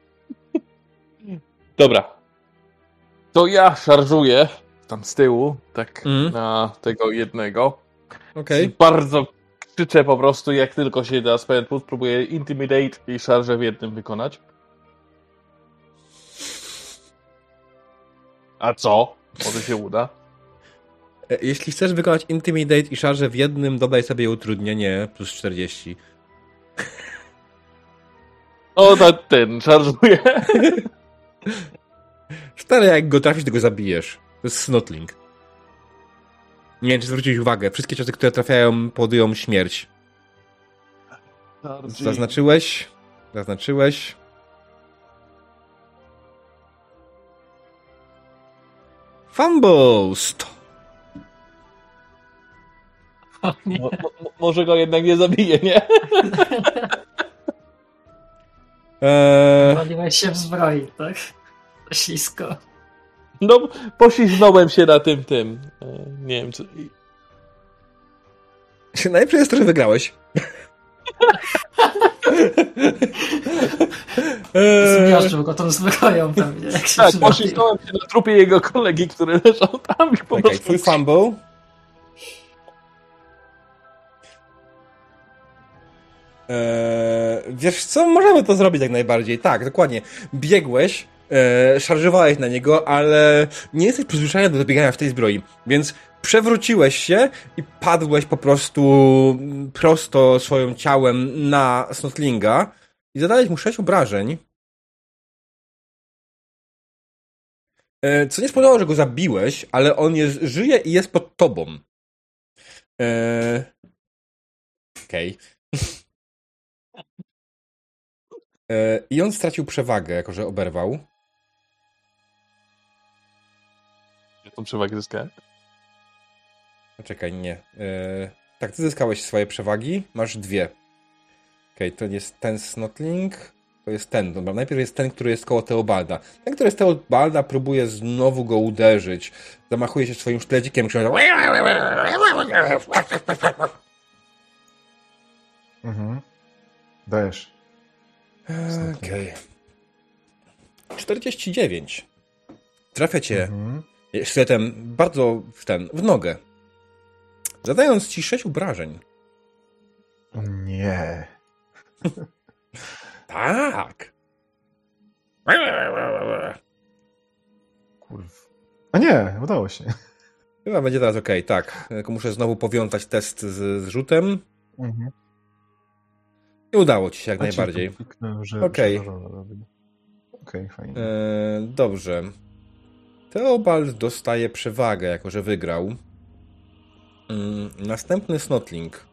Dobra. To ja szarżuję tam z tyłu, tak Mm. na tego jednego. Okej. Bardzo krzyczę po prostu, jak tylko się da spell plus, próbuję intimidate i szarżę w jednym wykonać. A co? Może się uda. E, Jeśli chcesz wykonać Intimidate i szarże w jednym, dodaj sobie utrudnienie plus czterdzieści. O, ta, ten, szarżuję. Stary, jak go trafisz, to go zabijesz. To jest Snotling. Nie wiem, czy zwróciłeś uwagę. Wszystkie ciosy, które trafiają, powodują śmierć. Zaznaczyłeś? Zaznaczyłeś? Fumbles! O nie. Mo, mo, może go jednak nie zabije, nie? Eee, Waliłeś się w zbroi, tak? Ślisko. No, poślizgnąłem się na tym, tym. E, nie wiem, co... najlepsze jest to, że wygrałeś. eee, Zmiażdżył go tą zbroją pewnie. Jak się Tak, przydał. poślizgnąłem się na trupie jego kolegi, który leżał tam i po Okej, prostu... twój fumble. Eee, wiesz co, możemy to zrobić jak najbardziej. Tak, dokładnie. Biegłeś, e, szarżowałeś na niego, ale nie jesteś przyzwyczajony do biegania w tej zbroi, więc przewróciłeś się i padłeś po prostu prosto swoim ciałem na Snotlinga i zadałeś mu sześć obrażeń. E, co nie spowodowało, że go zabiłeś, ale on jest, żyje i jest pod tobą. E... Okej. Okay. E, I on stracił przewagę, jako że oberwał. Ja tą przewagę zyskałem? Poczekaj, nie. E... Tak, ty zyskałeś swoje przewagi. Masz dwie. Okej, okay, to jest ten Snotling. To jest ten. Dobra, najpierw jest ten, który jest koło Teobalda. Ten, który jest Teobalda, próbuje znowu go uderzyć. Zamachuje się swoim sztyledzikiem. Mhm. Dajesz. Okej. Okay. czterdzieści dziewięć. Trafia cię Mhm. sztyletem bardzo w ten, w nogę. Zadając ci sześć obrażeń. Nie. Tak. Kurw. A nie, udało się. Chyba będzie teraz okej, okay, tak. Tylko muszę znowu powiązać test z, z rzutem. Mhm. I udało ci się jak A najbardziej. Okej. Okej. Okej, fajnie. E, dobrze. Teobald dostaje przewagę, jako że wygrał. Mm, następny Snotling.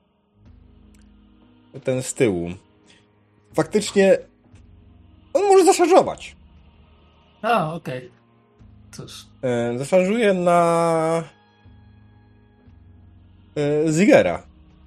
Ten z tyłu. Faktycznie on może zaszarżować. A, okej. Okay. Cóż. E, zaszarżuje na e, Zigera.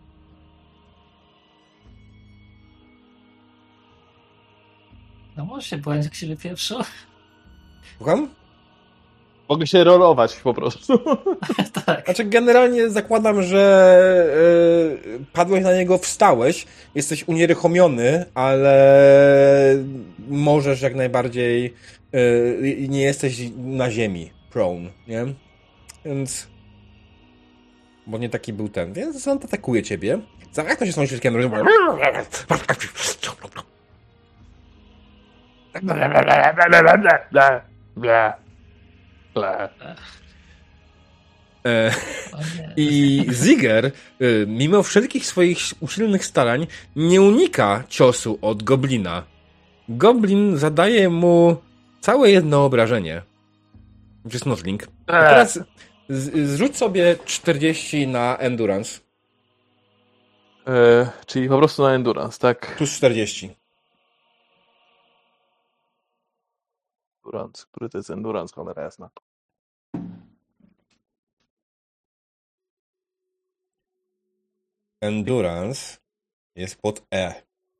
No może się błądzić, jak się wypieprzą. Słucham? Mogę się rolować po prostu. Tak. Znaczy generalnie zakładam, że yy, padłeś na niego, wstałeś, jesteś unieruchomiony, ale możesz jak najbardziej yy, nie jesteś na ziemi prone, nie? Więc bo nie taki był ten, więc on atakuje ciebie. Zamachnął się swoim środkiem. E, I Ziger, mimo wszelkich swoich usilnych starań, nie unika ciosu od Goblina. Goblin zadaje mu całe jedno obrażenie. Czy Snotling. A teraz z, zrzuć sobie czterdzieści na Endurance. E, czyli po prostu na Endurance, tak? Plus czterdzieści. Endurance. Który to jest Endurance, cholera jasna? Endurance jest pod E.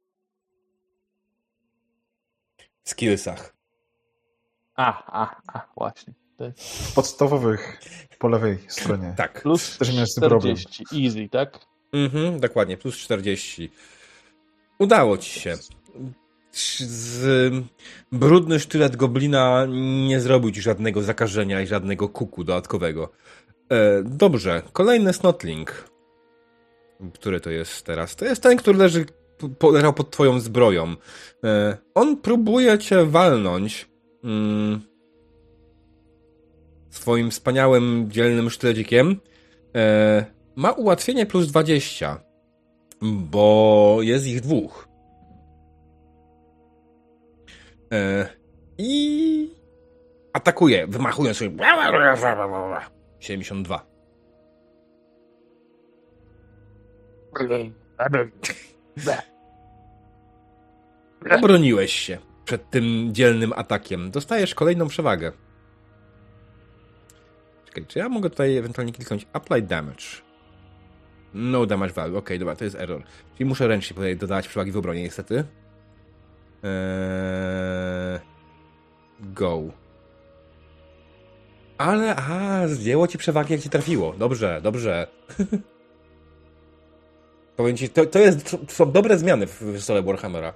W skillsach. A, a, a, właśnie. W podstawowych po lewej stronie. Tak. Plus Też miałem z tym problem. czterdzieści. Easy, tak? Mhm, dokładnie. Plus czterdzieści. Udało ci się. Z... Brudny sztylet Goblina nie zrobił ci żadnego zakażenia i żadnego kuku dodatkowego. E, dobrze. Kolejny Snotling. Który to jest teraz? To jest ten, który leży po, leżał pod twoją zbroją. E, on próbuje cię walnąć mm, swoim wspaniałym, dzielnym sztylecikiem. E, ma ułatwienie plus dwadzieścia, bo jest ich dwóch. E, I atakuje, wymachując sobie siedemdziesiąt dwa. Obroniłeś się przed tym dzielnym atakiem. Dostajesz kolejną przewagę. Czekaj, czy ja mogę tutaj ewentualnie kliknąć Apply Damage? No damage value. Okej, okay, dobra, to jest error. Czyli muszę ręcznie tutaj dodawać przewagi w obronie, niestety. Eee... Go. Ale, aha, zdjęło ci przewagi, jak ci trafiło. Dobrze, dobrze. Powiem ci, to, to, jest, to są dobre zmiany w stole Warhammera.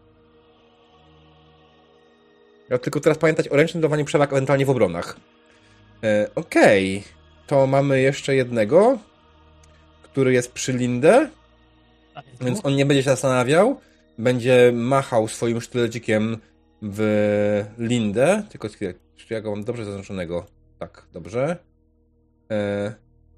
Ja tylko teraz pamiętać o ręcznym dawaniu przewag ewentualnie w obronach. E, Okej. Okay. To mamy jeszcze jednego, który jest przy Lindę, więc on nie będzie się zastanawiał. Będzie machał swoim sztylecikiem w Lindę. Tylko czy ja go mam dobrze zaznaczonego? Tak, dobrze. E,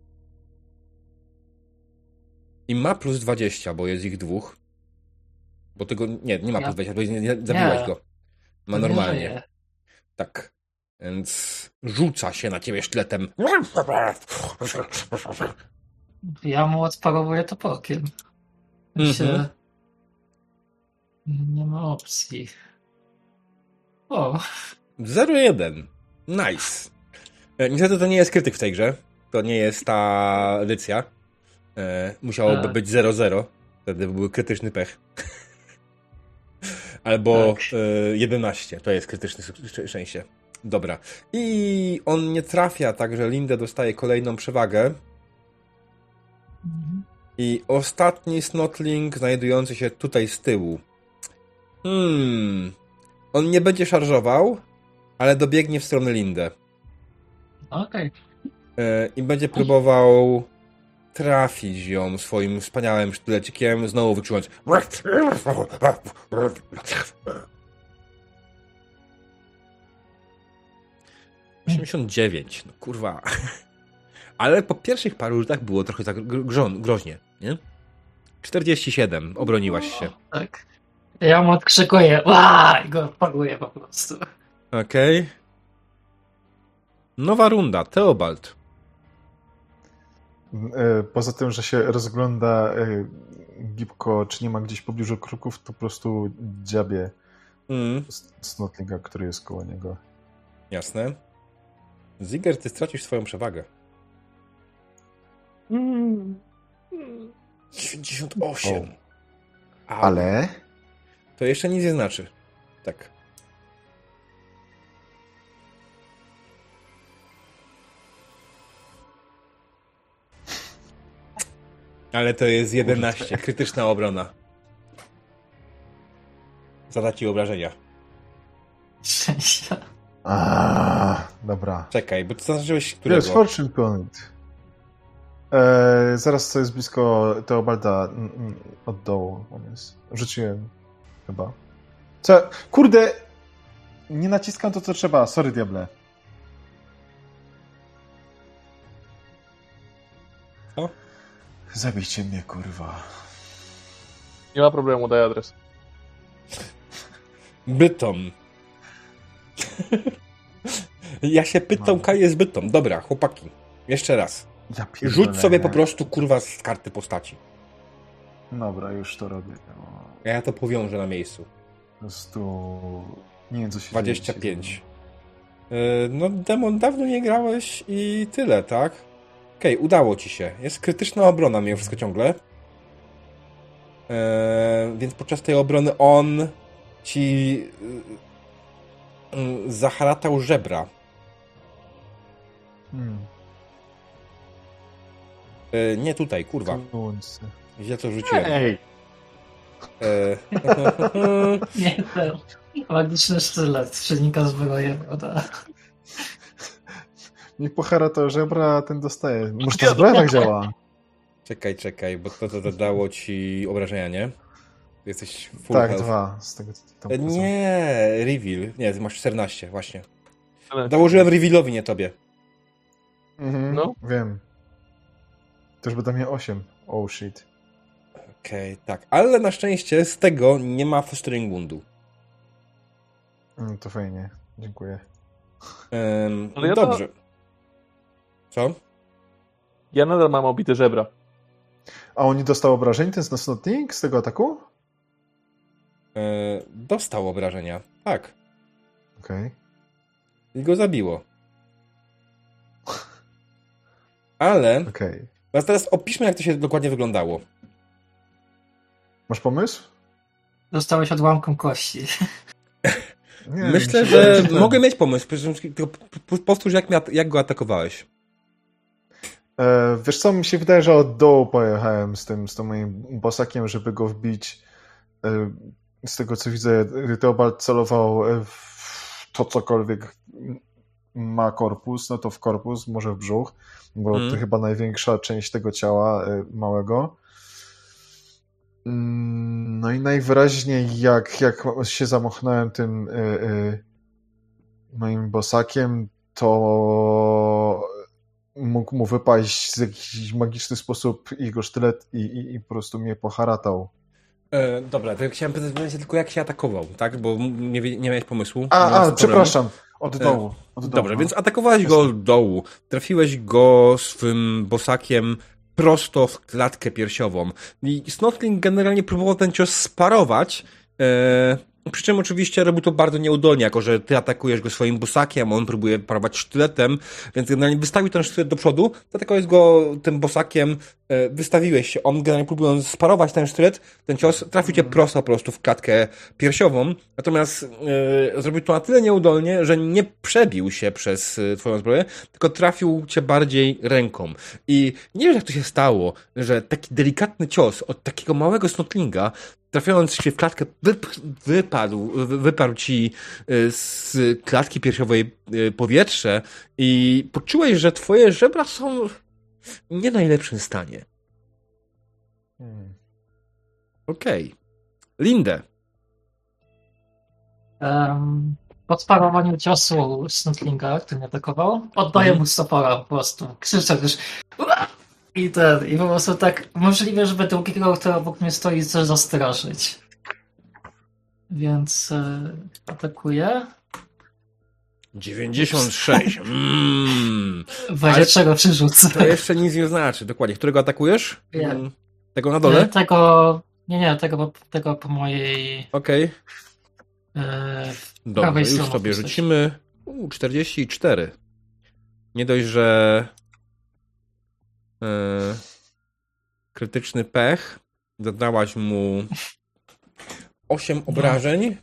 I ma plus dwadzieścia, bo jest ich dwóch. Bo tego... Nie, nie ma plus dwadzieścia, bo nie, nie, zabiłeś nie. go. Ma To normalnie. nie. Tak. Więc rzuca się na ciebie sztyletem. Ja mu odparowuję toporkiem. Myślę, Mhm. nie ma opcji. O, zero jeden. Nice. E, Niestety to nie jest krytyk w tej grze. To nie jest ta edycja. E, musiałoby Tak. być zero zero. Wtedy byłby krytyczny pech. Albo Tak. e, jedenaście. To jest krytyczne szcz- szczęście. Dobra. I on nie trafia, także Linda dostaje kolejną przewagę. I ostatni Snotling znajdujący się tutaj z tyłu. Hmm. On nie będzie szarżował, ale dobiegnie w stronę Lindę. okej. E, I będzie próbował trafić ją swoim wspaniałym sztylecikiem, znowu wyczując. osiemdziesiąt dziewięć, no kurwa. Ale po pierwszych paru rzutach było trochę tak gro- grzo- groźnie, nie? czterdzieści siedem, obroniłaś się. Tak. Ja mu odkrzykuję, ła, i go odparuję po prostu. Okej. Nowa runda, Theobald. E, Poza tym, że się rozgląda e, gibko, czy nie ma gdzieś w pobliżu kruków, to po prostu dziabie Mm, s- Snotlinga, który jest koło niego. jasne. Ziger, ty stracisz swoją przewagę. dziewięćdziesiąt osiem. Au. Ale... To jeszcze nic nie znaczy. Tak. Ale to jest jedenaście. Krytyczna obrona. Zada ci obrażenia. Szczęścia. A, dobra. Czekaj, bo ty zaznaczyłeś To którego? jest Fortune Point. E, zaraz co jest blisko Teobalda mm, mm, od dołu. On jest. Rzuciłem chyba. Co? Kurde! Nie naciskam to, co trzeba. Sorry, diable. O. Zabijcie mnie, kurwa. Nie ma problemu, daj adres. Bytom. Ja się pytam, Kaj jest Bytom. Dobra, chłopaki. Jeszcze raz. Ja pierdolę, Rzuć sobie nie? po prostu, kurwa, z karty postaci. Dobra, już to robię. O, Ja to powiążę na miejscu. po prostu... Nie wiem, co się dwadzieścia dzieje pięć. dzisiaj. Yy, no, Demon, dawno nie grałeś i tyle, tak? Okej, okay, udało ci się. Jest krytyczna obrona mimo wszystko ciągle. Yy, więc podczas tej obrony on ci yy, yy, zaharatał żebra. Hmm. Yy, nie tutaj, kurwa. Słońce. Źle to rzuciłem. Ej! Yy, Nie, ten magiczny sztylet, przenika zbroję, prawda? Niech pochara to żebra, ten dostaje. Może to zbroja tak działa? czekaj, czekaj, bo to, to, to dało ci obrażenia, nie? Jesteś full Tak, health. dwa. Z tego, co tam E, pokazał. Nie, reveal. Nie, masz czternaście, właśnie. Dołożyłem revealowi, nie tobie. Mhm, No. Wiem. To już będę miał osiem. Oh shit. Okej, okay, tak. Ale na szczęście z tego nie ma fostering woundu. Mm, to fajnie. Dziękuję. Um, Ale ja to- dobrze. Co? Ja nadal mam obite żebra. A on nie dostał obrażeń, ten Snotling, z tego ataku? E, dostał obrażenia. Tak. Okej. I go zabiło. Ale... Okej. A teraz opiszmy, jak to się dokładnie wyglądało. Masz pomysł? Dostałeś odłamką kości. Nie, Myślę, mi się że wydaje, mogę mieć pomysł. Tylko p- powtórz, jak, mia- jak go atakowałeś. E, wiesz co, mi się wydaje, że od dołu pojechałem z tym, z tym moim bosakiem, żeby go wbić. E, z tego co widzę, Teobald celował w to cokolwiek ma korpus, no to w korpus, może w brzuch, bo Mm. to chyba największa część tego ciała e, małego. Mm, No i najwyraźniej jak, jak się zamachnąłem tym e, e, moim bosakiem, to mógł mu wypaść w jakiś magiczny sposób jego sztylet i, i, i po prostu mnie poharatał. E, dobra, to chciałem pytać tylko, jak się atakował, tak? Bo nie, wie- nie miałeś pomysłu. A, Nie a miałeś problemu. przepraszam. Od dołu. Od dołu Dobrze, no. więc atakowałeś go od dołu. Trafiłeś go swym bosakiem prosto w klatkę piersiową. I Snotling generalnie próbował ten cios sparować, e, przy czym oczywiście robił to bardzo nieudolnie, jako że ty atakujesz go swoim bosakiem, on próbuje parować sztyletem, więc generalnie wystawił ten sztylet do przodu, atakowałeś go tym bosakiem, e, wystawiłeś się, on generalnie próbując sparować ten sztylet, ten cios, trafił cię prosto po prostu w klatkę piersiową, natomiast e, zrobił to na tyle nieudolnie, że nie przebił się przez e, twoją zbroję, tylko trafił cię bardziej ręką. I nie wiem, jak to się stało, że taki delikatny cios od takiego małego snotlinga, trafiając się w klatkę, wyp- wypadł, wy- wyparł ci y, z klatki piersiowej y, powietrze i poczułeś, że twoje żebra są w nie najlepszym stanie. Hmm. Okej. Lindę. Um, po sparowaniu ciosu Snotlinga, który mnie atakował, oddaję Mhm. mu stopora po prostu. Krzyczę też "Ua!" i ten, i po prostu tak możliwe, żeby drugiego, który obok mnie stoi, coś zastraszyć. Więc e, atakuję. dziewięćdziesiąt sześć. Mm. W razie Ale- czego przerzucę. To jeszcze nic nie znaczy. Dokładnie. Którego atakujesz? Nie. Mm. Tego na dole? Tego, nie, nie, tego, po- tego po mojej Okej. e, Dobrze, prawej już stronie sobie jesteś. rzucimy. U, czterdzieści cztery. Nie dość, że e, krytyczny pech. Dodałaś mu osiem obrażeń.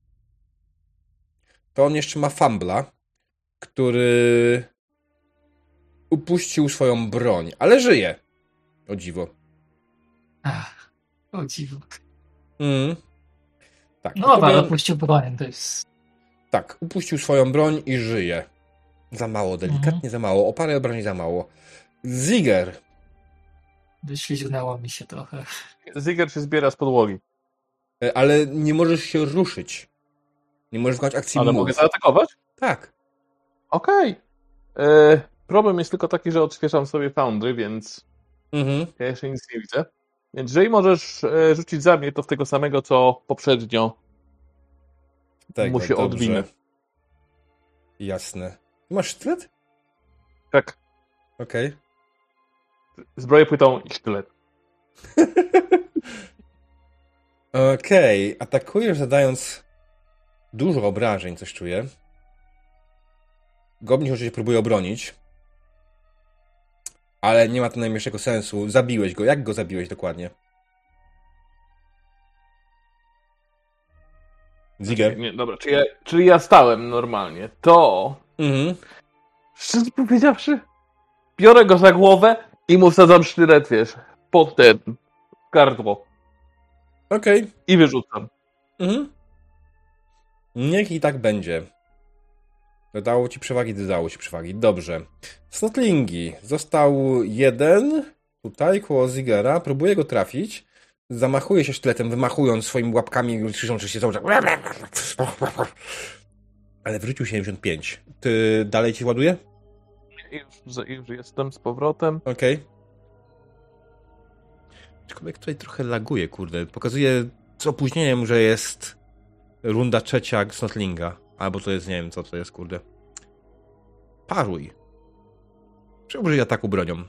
To on jeszcze ma fumbla, który upuścił swoją broń, ale żyje. O dziwo. Ach, o dziwo. Mm. Tak. No dobra, powiem- ale puścił broń, to jest... Tak, upuścił swoją broń i żyje. Za mało, delikatnie Mhm. za mało. O parę obrażeń za mało. Ziger. Wyślizgnęło mi się trochę. Ziger się zbiera z podłogi. E, Ale nie możesz się ruszyć. Nie możesz wykonać akcji Ale move. mogę zaatakować? Tak. Okej. E, Problem jest tylko taki, że odświeżam sobie Foundry, więc Mhm. ja jeszcze nic nie widzę. Więc jeżeli możesz e, rzucić za mnie, to w tego samego, co poprzednio. Tego, Mu się dobrze. odwinę. Jasne. Masz sztylet? Tak, Okej. zbroję płytą i sztylet. Okej. Atakujesz zadając dużo obrażeń, coś czuję. Goblin oczywiście próbuje obronić. Ale nie ma to najmniejszego sensu. Zabiłeś go. Jak go zabiłeś dokładnie? Ziger. Nie, dobra, czyli ja, czyli ja stałem normalnie. To, Mhm. szczerze powiedziawszy, biorę go za głowę i mu wsadzam sztylet, wiesz, pod ten, w gardło Okej. i wyrzucam. Mhm. Niech i tak będzie. Dodało ci przewagi, dodało ci przewagi. Dobrze. Snotlingi. Został jeden. Tutaj, koło Zigera. Próbuje go trafić. Zamachuje się sztyletem, wymachując swoimi łapkami, krzycząc się cały czas. Ale wrzucił siedemdziesiąt pięć. Ty dalej ci ładuje? Już, już jestem z powrotem. Okej. Aczkolwiek tutaj trochę laguje, kurde. Pokazuje z opóźnieniem, że jest runda trzecia Snotlinga. Albo to jest, nie wiem co to jest, kurde. Paruj. Przy użyciu ataku bronią.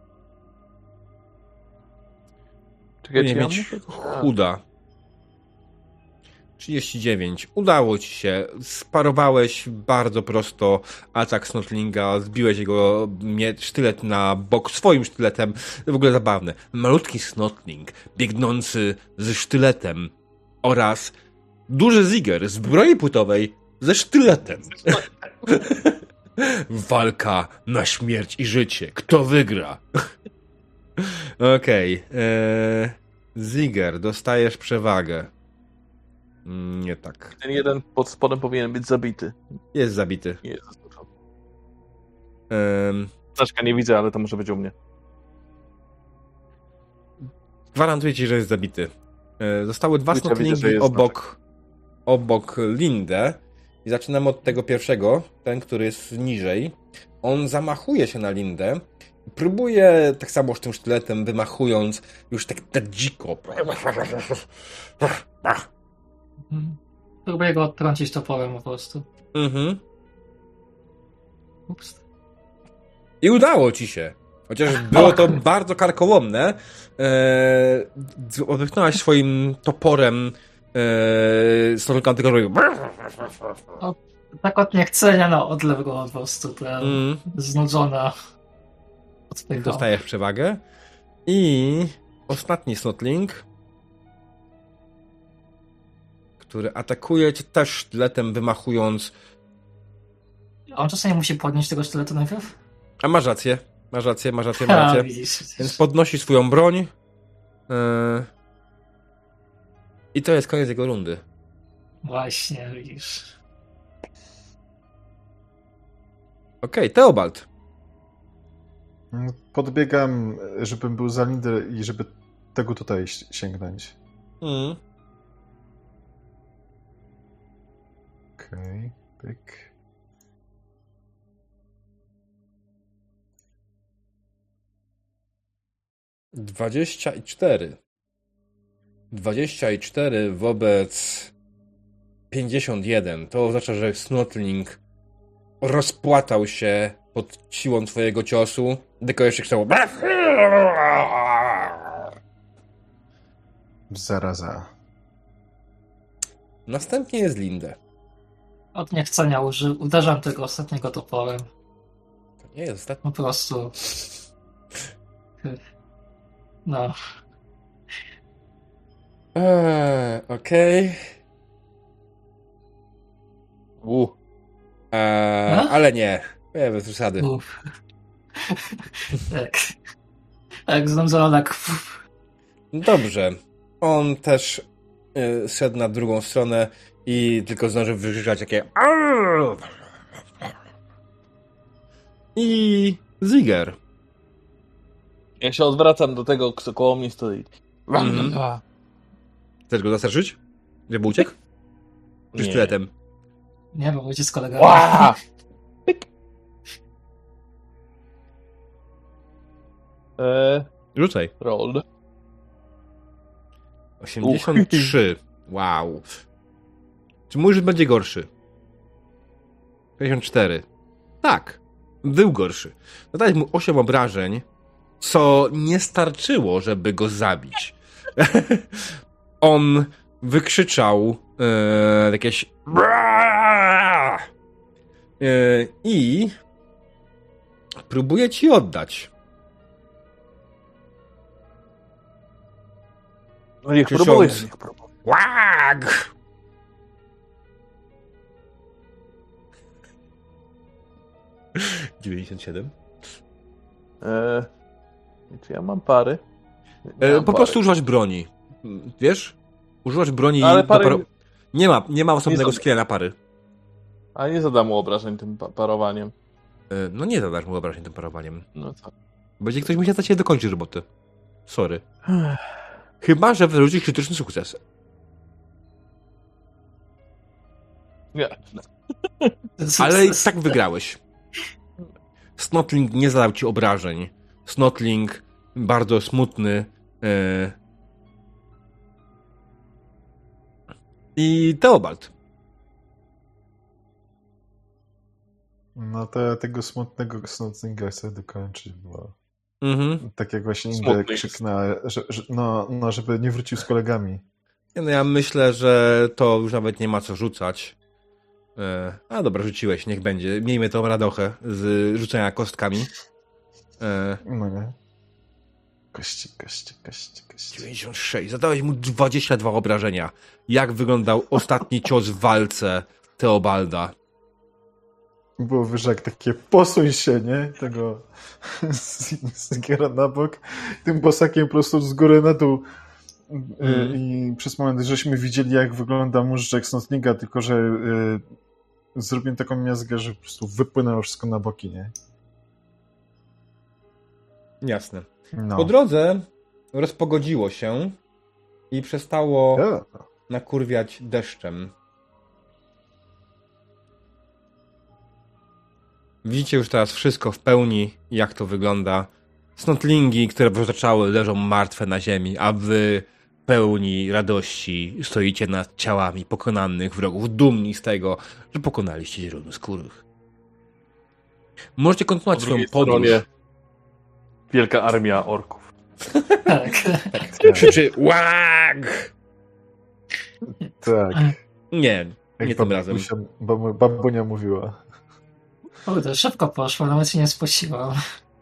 Czekaj, Nie czy ja mieć muszę... chuda. trzydzieści dziewięć. Udało ci się. Sparowałeś bardzo prosto atak Snotlinga. Zbiłeś jego mie- sztylet na bok swoim sztyletem. To w ogóle zabawne. Malutki Snotling biegnący ze sztyletem oraz duży Ziger z broni płytowej ze sztyletem. Walka na śmierć i życie. Kto wygra? Okej. Okay. Eee, Ziger, dostajesz przewagę. Mm, Nie tak. Ten jeden pod spodem powinien być zabity. Jest zabity. Nie jest zaskoczony. Ehm, Znaczka nie widzę, ale to może być u mnie. gwarantuję ci, że jest zabity. Eee, zostały dwa Wiecie, widzę, że snotlingi jest obok, obok Lindę. I zaczynamy od tego pierwszego, ten, który jest niżej. On zamachuje się na Lindę. Próbuje tak samo z tym sztyletem, wymachując już tak, tak dziko. Mhm. Próbuję go odtrącić toporem po prostu. Mhm. Ups. I udało ci się. Chociaż było to bardzo karkołomne. Eee, odepchnąłaś swoim toporem eee, stosunku antykorowego. Tak od niechcenia na odlew go po prostu, ta Mm. znudzona odpychał. Dostajesz przewagę. I ostatni snotling, który atakuje cię też sztyletem, wymachując. A on czasami musi podnieść tego sztyletu najpierw? A masz rację, masz rację, masz rację, masz A, rację. widzisz. Więc podnosi swoją broń. Eee, I to jest koniec jego rundy. Właśnie, widzisz. Okej, okay, Teobald. Podbiegam, żebym był za Lindę i żeby tego tutaj sięgnąć. Mm. Okej, okay, pyk. Dwadzieścia i cztery. Dwadzieścia i cztery wobec pięćdziesiąt jeden. To oznacza, że Snotling rozpłatał się pod siłą twojego ciosu. Tylko jeszcze krzyczał. Zaraza. Następnie jest Lindę. Od niechcenia uży... uderzam tego ostatniego toporem. To nie jest ostatni. Po prostu. No. Eee, Okej. U. Eee, No? ale nie. Nie, bez przesady. Uf. tak. Tak, znudzona, tak. Dobrze. On też y, szedł na drugą stronę i tylko zdążył wykrzyczeć takie "Arr!" I Ziger. Ja się odwracam do tego, kto koło mnie stoi. Mhm. Chcesz go zastraszyć? Żeby uciekł? Czy Nie. sztyletem? Nie, bo będzie z kolegami. Ła! Pyk. Eee, Rzucaj. roll. osiemdziesiąt trzy. Wow. Czy mówisz, że będzie gorszy? pięćdziesiąt cztery. Tak. Był gorszy. Zadałeś mu osiem obrażeń, co nie starczyło, żeby go zabić. On wykrzyczał e, jakieś e, i próbuje ci oddać. No niech Krzycząc. próbuje. Niech próbuje. Łag! dziewięćdziesiąt siedem. Eee, czy ja mam pary? Nie E, mam po pary. prostu używać broni. Wiesz? Używać broni Ale do pary- paro... Nie ma, nie ma osobnego Nie są- skilla na pary. A nie zadam mu obrażeń tym pa- parowaniem. E, no nie zadasz mu obrażeń tym parowaniem. No co? Będzie ktoś musiał cię dokończyć roboty. Sorry. Chyba, że wyrzuci krytyczny sukces. Nie. Ale i tak wygrałeś. Snotling nie zadał ci obrażeń. Snotling bardzo smutny. E... I Teobald. No to ja tego smutnego Snotlinga chcę dokończyć, bo Mhm. tak jak właśnie Inga Smutny krzyknęła, że, że, no, no, żeby nie wrócił z kolegami. Nie, no ja myślę, że to już nawet nie ma co rzucać. E... A dobra, rzuciłeś, niech będzie. Miejmy tą radochę z rzucenia kostkami. E... No nie. Kości, kości, kości, kości. dziewięćdziesiąt sześć. Zadałeś mu dwadzieścia dwa obrażenia. Jak wyglądał ostatni cios w walce Teobalda? Było wyżak takie posuń się, nie? Tego Ziggera na bok. Tym bosakiem po prostu z góry na dół. Mm. I przez moment żeśmy widzieli, jak wygląda móżdżek Snotlinga, tylko że y, zrobiłem taką miazgę, że po prostu wypłynęło wszystko na boki, nie? Jasne. No. Po drodze rozpogodziło się i przestało Ja. nakurwiać deszczem. Widzicie już teraz wszystko w pełni, jak to wygląda. Snotlingi, które was otaczały, leżą martwe na ziemi, a wy pełni radości stoicie nad ciałami pokonanych wrogów, dumni z tego, że pokonaliście zielonoskórych. Możecie Po kontynuować swoją drugiej podróż. stronie wielka armia orków. Tak. Krzyczy łag! Tak. Nie, nie Jak tym razem. babusia, bab, babunia mówiła. Kurde, szybko poszło, nawet się nie spociłam.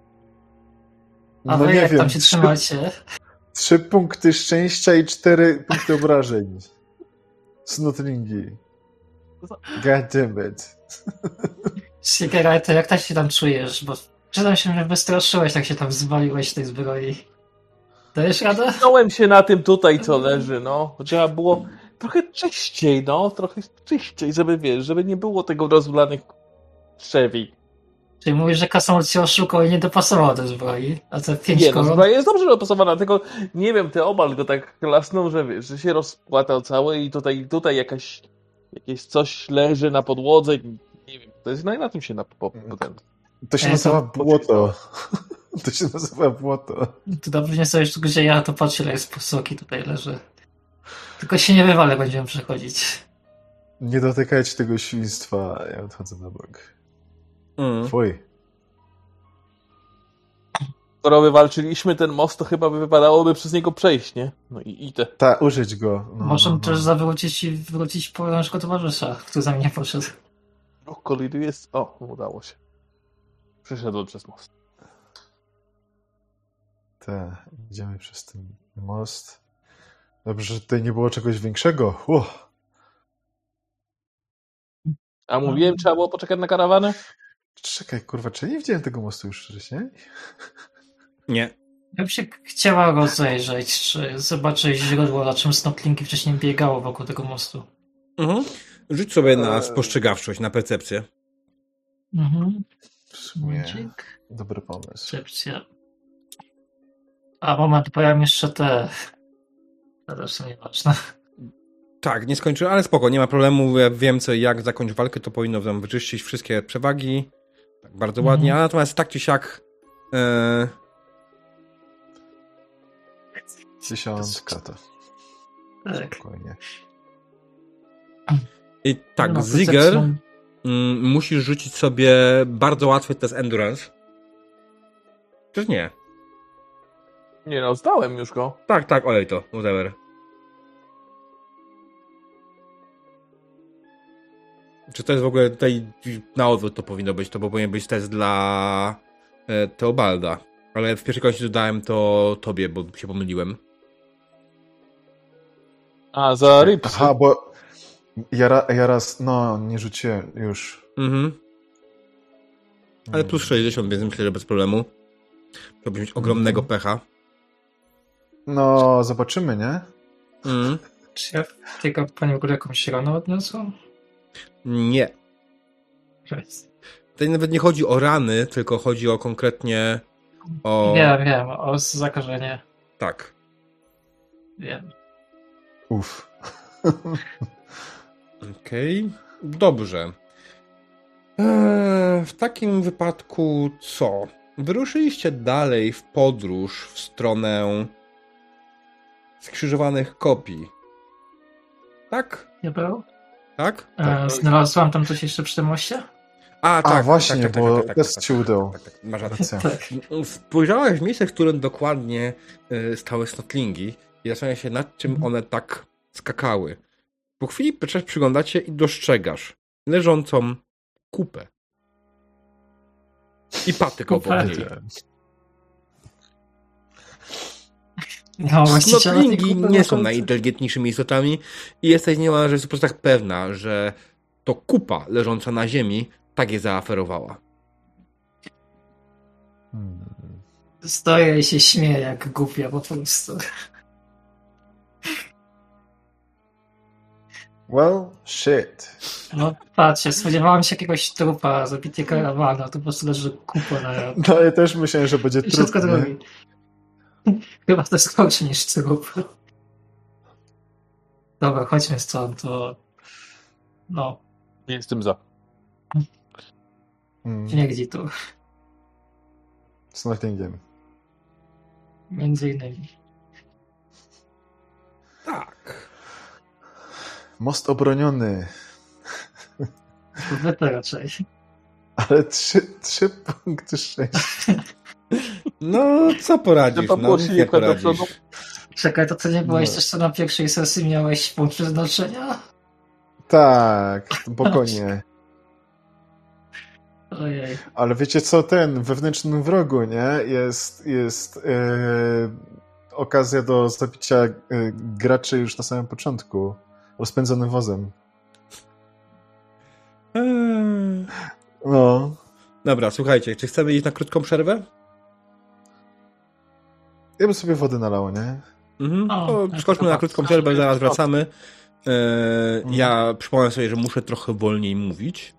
A No wy nie jak wiem, tam się trzy, trzymacie? trzy punkty szczęścia i cztery punkty obrażeń. Snotlingi. God damn it. Sigarety, jak tak się tam czujesz? Bo przyznam się, że wystraszyłeś, tak się tam zwaliłeś w tej zbroi. Dajesz radę? Znałem się na tym tutaj, co leży, no. Trzeba było trochę czyściej, no. Trochę czyściej, żeby, wiesz, żeby nie było tego rozulanych trzewi. Czyli mówisz, że Kasamot cię oszukał i nie dopasował do zbroi, a te pięć Nie, no, koron... zbroja jest dobrze dopasowana, tylko nie wiem, te obal go tak klasnął, że wiesz, że się rozpłatał cały i tutaj, tutaj jakaś, jakieś coś leży na podłodze, nie wiem, to jest, no i na tym się na, po, po ten... To się Ej, nazywa to- błoto. To się nazywa błoto. To dobrze nie stoisz tu, gdzie ja, to patrz, ile jest posoki tutaj leży. Tylko się nie wywalę, będziemy przechodzić. Nie dotykajcie tego świństwa. Ja odchodzę na bok. Mm. Fuj. Skoro wywalczyliśmy ten most, to chyba by wypadałoby przez niego przejść, nie? No i, i te. Ta, użyć go. No, Możemy no, no. też zawrócić i wrócić po naszego towarzysza, który za mnie poszedł. O, koliduje jest... O, udało się. Przeszedłem przez most. Ta, idziemy przez ten most. Dobrze, że tutaj nie było czegoś większego. Uff. A mówiłem, trzeba było poczekać na karawanę? Czekaj, kurwa, czy nie widziałem tego mostu już wcześniej? Nie. Ja bym się chciała rozejrzeć, czy zobaczyć źródło, na czym snotlingi wcześniej biegało wokół tego mostu. Mhm. Rzuć sobie na Eee. spostrzegawczość, na percepcję. Mhm. W sumie Momencik. dobry pomysł. Percepcja. A moment, bo ja mam jeszcze te... To też są nieważne. Tak, nie skończyłem, ale spoko, nie ma problemu. Ja wiem, co jak zakończyć walkę, to powinno nam wyczyścić wszystkie przewagi. Tak, bardzo Mhm. ładnie, a natomiast tak czy siak... E... Dziesiątka to. Tak. Spokojnie. I tak, No, Ziger, percepcją- mm, musisz rzucić sobie bardzo łatwy test Endurance. Czyż nie? Nie no, zdałem już go. Tak, tak, olej to, whatever. Czy to jest w ogóle tutaj na odwrót to powinno być, to bo powinien być test dla e, Teobalda. Ale w pierwszej kolejności dodałem to tobie, bo się pomyliłem. A, za rybsy. Aha, bo ja, ra, ja raz, no, nie rzuciłem już. Mhm. Ale plus sześćdziesiąt, więc myślę, że bez problemu. Trzeba mieć ogromnego pecha. No, zobaczymy, nie? Mhm. Czy ja w tej kampanii w ogóle jakąś ranę odniosłem? Nie. Tutaj nawet nie chodzi o rany, tylko chodzi o konkretnie o... Wiem, wiem, o zakażenie. Tak. Wiem. Uff. Okej. Okay. Dobrze. Eee, w takim wypadku co? Wyruszyliście dalej w podróż w stronę skrzyżowanych kopii. Tak? Nie było? Tak? E, tak. znalazłam tam coś jeszcze przy tym moście? A, A, tak, właśnie, tak, tak, bo tak, tak, test tak, ci tak, udał. tak, tak, tak, masz rację. Racja. Tak. Spojrzałeś w miejsce, w którym dokładnie y, stały snotlingi i zastanawiasz się, nad czym one tak skakały. Po chwili zaczynasz przyglądać się i dostrzegasz leżącą kupę. I patyk obok Kupę. niej. No, właściciela tej Snotlingi kupy nie na są końcu. najinteligentniejszymi istotami i jesteś niemalże w stu procentach pewna, że to kupa leżąca na ziemi tak je zaaferowała. Hmm. Stoję i się śmieję jak głupia po prostu. Well, shit. No patrzcie, spodziewałem się jakiegoś trupa, zabicie karawanu, a tu po prostu leży kupa na... No ja też myślałem, że będzie I wszystko trudne. drogi. Chyba to jest gorsze niż trup. Dobra, chodźmy stąd, to... No, Nie jestem za. Hmm. nie gdzie tu. Z Nottingham. Między innymi. Tak. Most obroniony. To wy to raczej. Ale trzy, trzy punkty szczęścia. No, co poradzisz? Trzeba No, było nic się nie nie kładać do poradzisz. przodu. Czekaj, to co nie byłeś No. też co na pierwszej sesji miałeś punkt przeznaczenia? Tak, spokojnie. Ojej. Ale wiecie co, ten, w wewnętrznym wrogu, nie? Jest, jest yy, okazja do zabicia yy, graczy już na samym początku. Rozpędzonym wozem. Eee. No. Dobra, słuchajcie, czy chcemy iść na krótką przerwę? Ja bym sobie wody nalał, nie? Mhm. O, To tak, skoczmy to na tak. krótką przerwę, zaraz wracamy. Eee, Mhm. ja przypomnę sobie, że muszę trochę wolniej mówić.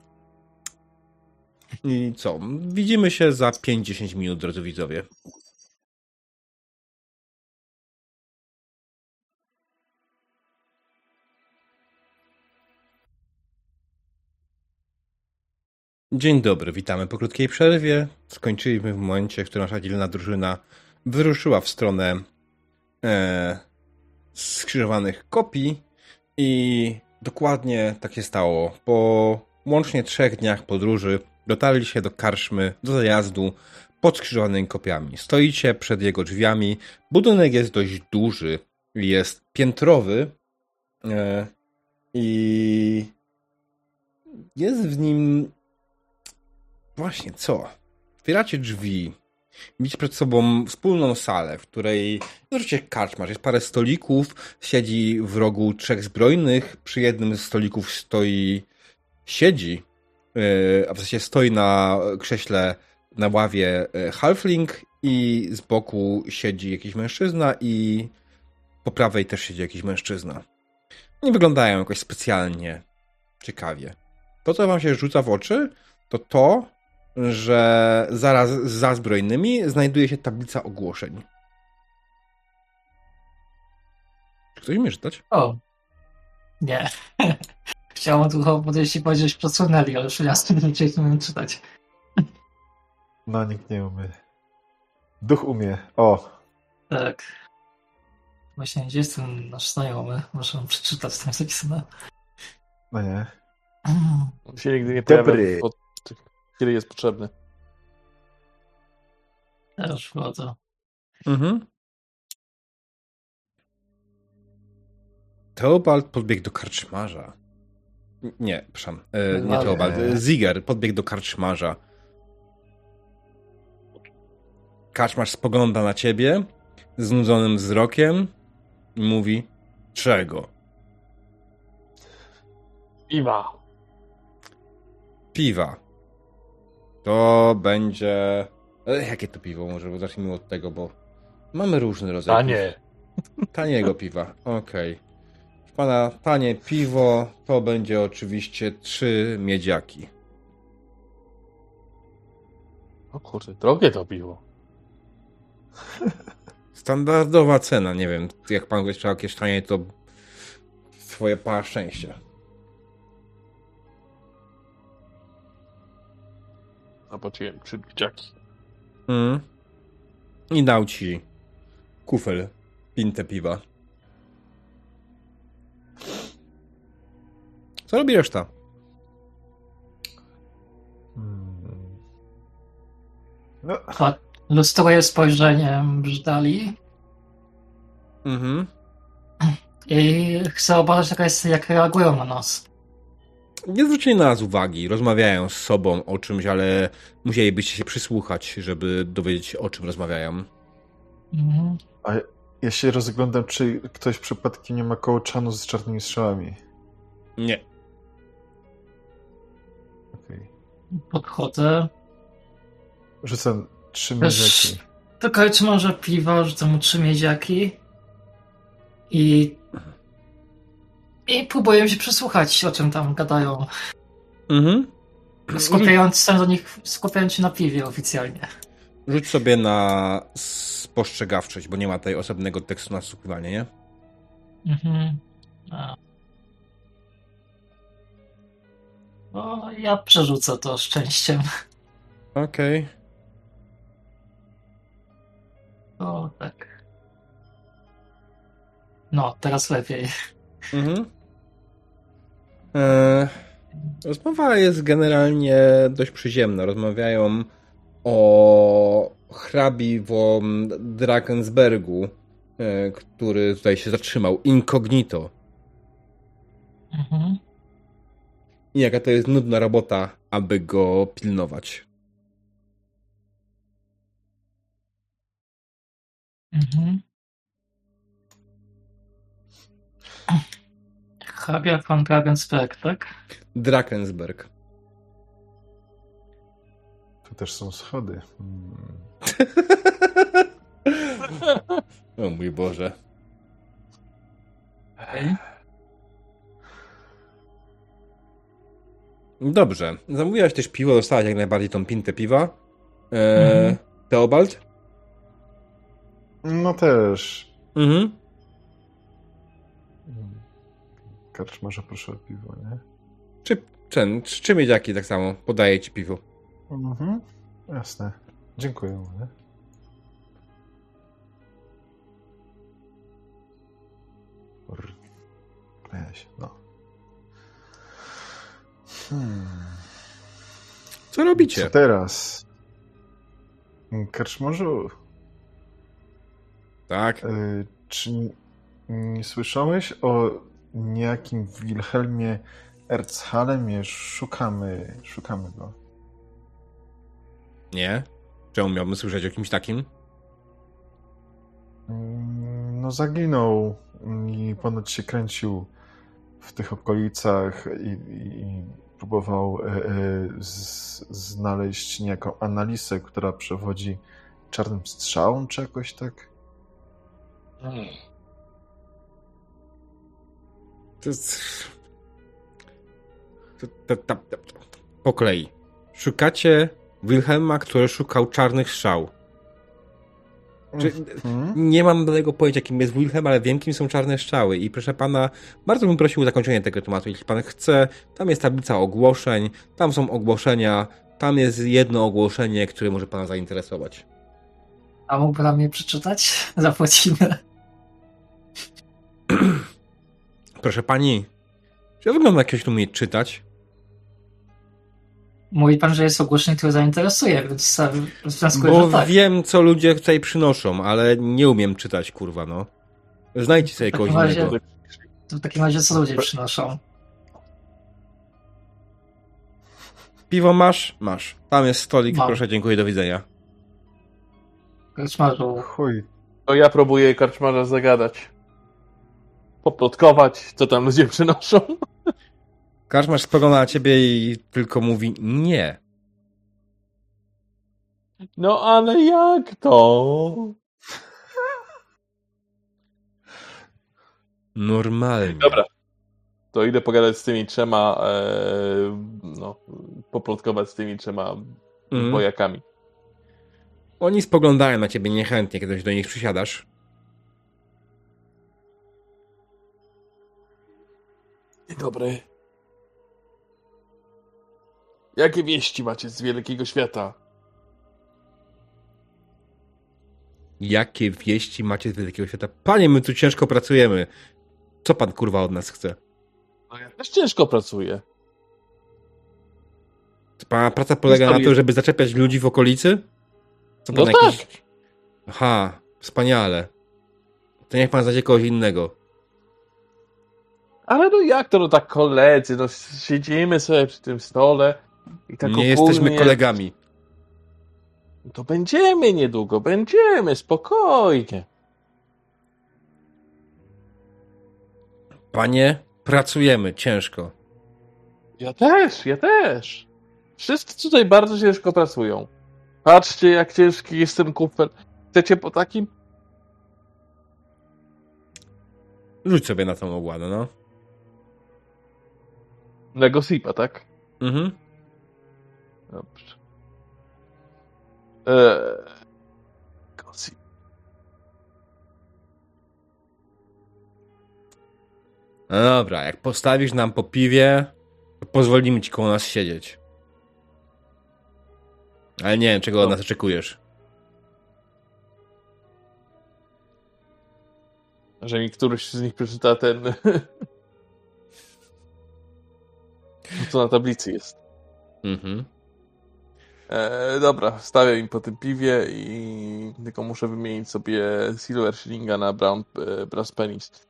I co? Widzimy się za pięć do dziesięciu minut, drodzy widzowie. Dzień dobry, witamy po krótkiej przerwie. Skończyliśmy w momencie, w którym nasza dzielna drużyna wyruszyła w stronę e, skrzyżowanych kopii i dokładnie tak się stało. Po łącznie trzech dniach podróży dotarliście do karczmy, do zajazdu pod skrzyżowanymi kopiami. Stoicie przed jego drzwiami. Budynek jest dość duży, jest piętrowy e, i jest w nim właśnie co? Otwieracie drzwi. Widzicie przed sobą wspólną salę, w której oczywiście karczma, jest parę stolików, siedzi w rogu trzech zbrojnych, przy jednym z stolików stoi, siedzi, a w zasadzie stoi na krześle, na ławie halfling i z boku siedzi jakiś mężczyzna i po prawej też siedzi jakiś mężczyzna. Nie wyglądają jakoś specjalnie ciekawie. To, co wam się rzuca w oczy, to to, że zaraz za zbrojnymi znajduje się tablica ogłoszeń. Czy ktoś umie czytać? O. Nie. Chciałem tylko podejść i powiedzieć, że przesunęli, ale już jasno nie umiem czytać. No, nikt nie umie. Duch umie. O. Tak. Właśnie, gdzie jest ten nasz znajomy? Muszę przeczytać, tam zapisane. No nie. On się nigdy nie Dobry. pojawia, od tych, kiedy jest potrzebny. Teraz wchodzę. Mhm. Teobald podbiegł do karczmarza. Nie, przepraszam. E, nie Ale- Teobald. Ziger podbiegł do karczmarza. Karczmarz spogląda na ciebie znudzonym wzrokiem i mówi: czego? Iwa. Piwa. To będzie... E, jakie to piwo? Może zacznijmy od tego, bo mamy różny rodzaj A piw. nie. Taniego piwa, okej. Proszę pana, tanie piwo to będzie oczywiście trzy miedziaki. O kurde, drogie to piwo. Standardowa cena, nie wiem, jak pan go chciał jakieś tanie, to swoje pana szczęście. Zobaczyłem trzy dzieciaki. Mm. I dał ci kufel, pintę piwa. Co robi reszta? Hmm. No, Tak. Lustruję spojrzeniem Brzdali Mhm. i chcę obejrzeć, jaka jest, jak reagują na nas. Nie zwrócili na nas uwagi, rozmawiają z sobą o czymś, ale musielibyście się przysłuchać, żeby dowiedzieć się, o czym rozmawiają. Mhm. a ja się rozglądam, czy ktoś przypadkiem nie ma kołczanu z czarnymi strzałami. Nie. Okej. Podchodzę. Rzucam trzy Też miedziaki. do karczmarza piwa, rzucam mu trzy miedziaki i i próbuję się przysłuchać, o czym tam gadają. Mhm. Skupiając się do nich, skupiając się na piwie oficjalnie. Rzuć sobie na spostrzegawczość, bo nie ma tutaj osobnego tekstu na słuchiwanie, nie? Mhm. A. O, ja przerzucę to szczęściem. Okej. O, tak. No, teraz lepiej. Mhm. Eee, Rozmowa jest generalnie dość przyziemna. Rozmawiają o hrabi von Drakensbergu, e, który tutaj się zatrzymał incognito. Mhm. I jaka to jest nudna robota, aby go pilnować. Mhm. Hrabia von Drakensberg, tak? Drakensberg. Tu też są schody. Hmm. O mój Boże. Okej. Dobrze. Zamówiłaś też piwo, dostałaś jak najbardziej tą pintę piwa. E, Mhm. Teobald? No też. Mhm. Karczmarza, proszę o piwo, nie? Czy, czy, czy miedziaki tak samo? Podaję ci piwo. Mhm. Jasne. Dziękuję. Nie? R- Weź, no. Hmm. Co robicie? Co teraz? Karczmarzu, Tak. y, czy nie słyszałeś o niejakim Wilhelmie Erzhalemie? Szukamy, szukamy go. Nie? Czemu miałbym słyszeć o kimś takim? Mm, No zaginął i ponoć się kręcił w tych okolicach i, i, i próbował e, e, z, znaleźć niejaką Analisę, która przewodzi czarnym strzałom, czy jakoś tak? To jest... To, to, to, to, po kolei. Szukacie Wilhelma, który szukał czarnych strzał. Czy, Mhm. nie mam żadnego pojęcia, kim jest Wilhelm, ale wiem, kim są czarne strzały. I proszę pana, bardzo bym prosił o zakończenie tego tematu. Jeśli pan chce, tam jest tablica ogłoszeń, tam są ogłoszenia, tam jest jedno ogłoszenie, które może pana zainteresować. A mógłby nam je przeczytać? Zapłacimy. Proszę pani, czy ja wyglądam jak ktoś tu umie czytać? Mówi pan, że jest ogłoszenie, które zainteresuje, więc wnioskuję, Bo że tak. wiem, co ludzie tutaj przynoszą, ale nie umiem czytać, kurwa, no. Znajdźcie sobie W takim kogoś razie- innego. To w takim razie co ludzie przynoszą? Piwo masz? Masz. Tam jest stolik, Mam. proszę, dziękuję, do widzenia. Karczmarzu, Chuj. To ja próbuję karczmarza zagadać. Poplotkować, co tam ludzie przynoszą. Karczmarz spogląda na ciebie i tylko mówi nie. No ale jak to? Normalnie. Dobra. To idę pogadać z tymi trzema, e, no, poplotkować z tymi trzema Mhm. wojakami. Oni spoglądają na ciebie niechętnie, kiedy do nich przysiadasz. Dzień dobry. Jakie wieści macie z wielkiego świata? Jakie wieści macie z wielkiego świata? Panie, my tu ciężko pracujemy. Co pan, kurwa, od nas chce? No ja też ciężko pracuję. Czy pana praca polega na Historię. tym, żeby zaczepiać ludzi w okolicy? Co No pan tak. jakiś... Aha, wspaniale. To niech pan znajdzie kogoś innego. Ale no jak to, no tak koledzy, no siedzimy sobie przy tym stole i tak Nie jesteśmy ogólnie- kolegami. To będziemy niedługo, będziemy, spokojnie. Panie, pracujemy ciężko. Ja też, ja też. Wszyscy tutaj bardzo ciężko pracują. Patrzcie, jak ciężki jest ten kufel. Chcecie po takim? Rzuć sobie na tą ogładę, no. Negosipa, tak? Mhm. Dobrze. Eee... Negosip. No dobra, jak postawisz nam po piwie, to pozwolimy ci koło nas siedzieć. Ale nie wiem, czego od No. nas oczekujesz. Że mi któryś z nich przeczyta ten... co na tablicy jest. Mhm. E, dobra, stawiam im po tym piwie i tylko muszę wymienić sobie Silver Shillinga na Brown e, Brass Pennies.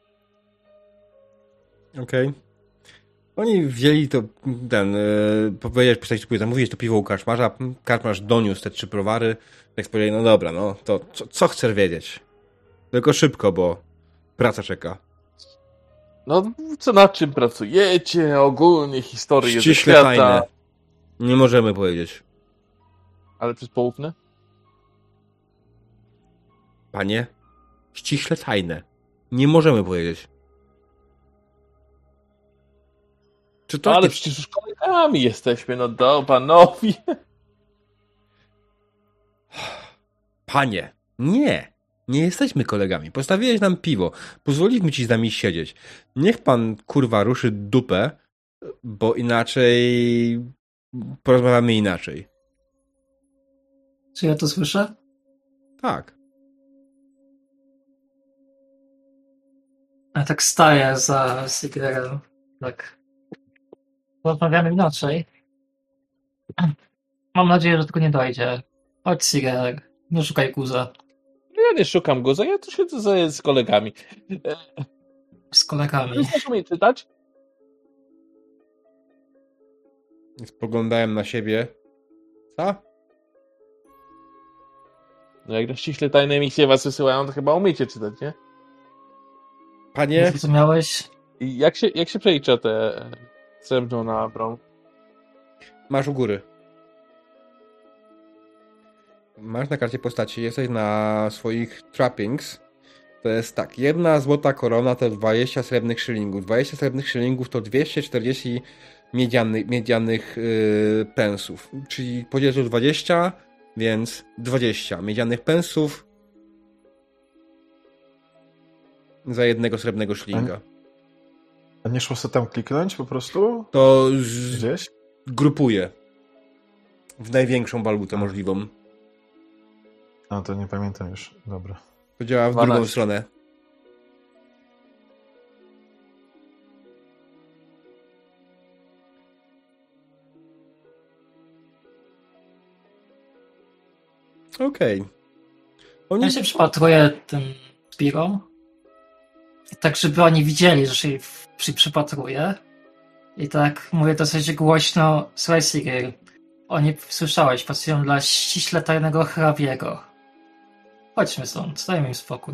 Okej. Okay. Oni wzięli to, ten, yy, powiedziałeś, pisać, zamówiłeś to piwo u karczmarza, karczmarz doniósł te trzy browary, tak powiedzieli, no dobra, no, to co, co chcesz wiedzieć? Tylko szybko, bo praca czeka. No, co nad czym pracujecie, ogólnie historię ze Ściśle świata. tajne. Nie możemy powiedzieć. Ale przez poufne? Panie, ściśle tajne. Nie możemy powiedzieć. Czy to Ale nie... przecież już kolegami jesteśmy, no do panowie. Panie, nie. Nie jesteśmy kolegami. Postawiłeś nam piwo. Pozwoliliśmy ci z nami siedzieć. Niech pan, kurwa, ruszy dupę, bo inaczej porozmawiamy inaczej. Czy ja to słyszę? Tak. Ja tak staję za Sigrem. Tak. Rozmawiamy inaczej. Mam nadzieję, że tylko nie dojdzie. Chodź, Siger. Nie szukaj guza. Ja nie szukam go, ja tu siedzę z, z kolegami. E, Z kolegami. Znasz umie czytać? Spoglądałem na siebie. Co? No jak na ściśle tajne misje was wysyłają, to chyba umiecie czytać, nie? Nie Panie, zrozumiałeś? I jak się, jak się przelicza te srebrną na brown? masz u góry. Masz na karcie postaci, jesteś na swoich trappings. To jest tak, jedna złota korona to dwadzieścia srebrnych szylingów. dwadzieścia srebrnych szylingów to dwieście czterdzieści miedziany, miedzianych yy, pensów. Czyli podzielisz dwadzieścia, więc dwadzieścia miedzianych pensów za jednego srebrnego szylinga. A nie szło sobie tam kliknąć po prostu? To z... Gdzieś? grupuje w największą walutę możliwą. A, to nie pamiętam już. Dobra. To działa w dwanaście. drugą stronę. Okej. Okay. Oni... Ja się przypatruję tym Spiro. Tak, żeby oni widzieli, że się przy, przypatruję. I tak mówię dosyć głośno. Słuchaj, Sigil, oni, słyszałeś, pracują dla ściśle tajnego hrabiego. Chodźmy stąd, dajmy im spokój.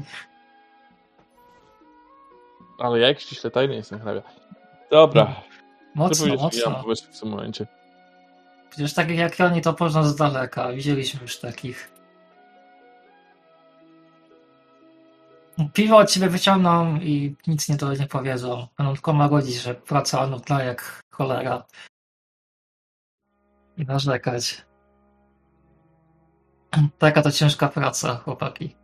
Ale jak ściśle tajny jestem hrabia. Dobra. No, mocno, ja mocno. mam pomysł w tym momencie. Przecież tak jak oni to poznają z daleka. Widzieliśmy już takich. Piwo od ciebie wyciągną i nic nie to nie powiedzą. Będą tylko magodzić, że praca nudna jak cholera. I narzekać. Taka to ciężka praca, chłopaki.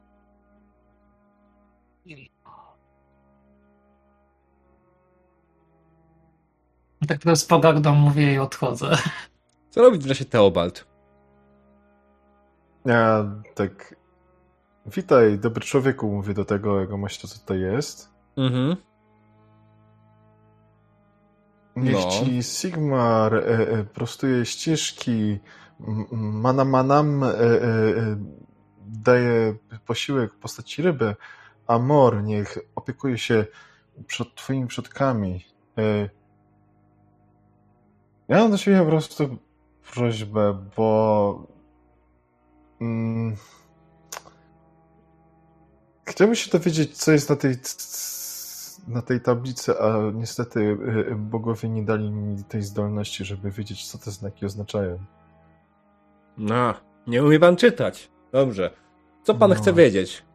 Tak trochę z pogardą mówię i odchodzę. Co robi w lesie Teobald? Ja tak... Witaj, dobry człowieku, mówię do tego jegomościa, co tutaj jest. Mhm. Niech No. ci Sigmar e, e, prostuje ścieżki, m- mana manam e, e, e, daje posiłek w postaci ryby, a Mor niech opiekuje się przed twoimi przodkami. E, ja mam do ciebie po prostu prośbę, bo mm, chciałbym się dowiedzieć, co jest na tej na tej tablicy, a niestety y, bogowie nie dali mi tej zdolności, żeby wiedzieć, co te znaki oznaczają. No, nie umie pan czytać. Dobrze. Co pan No. chce wiedzieć?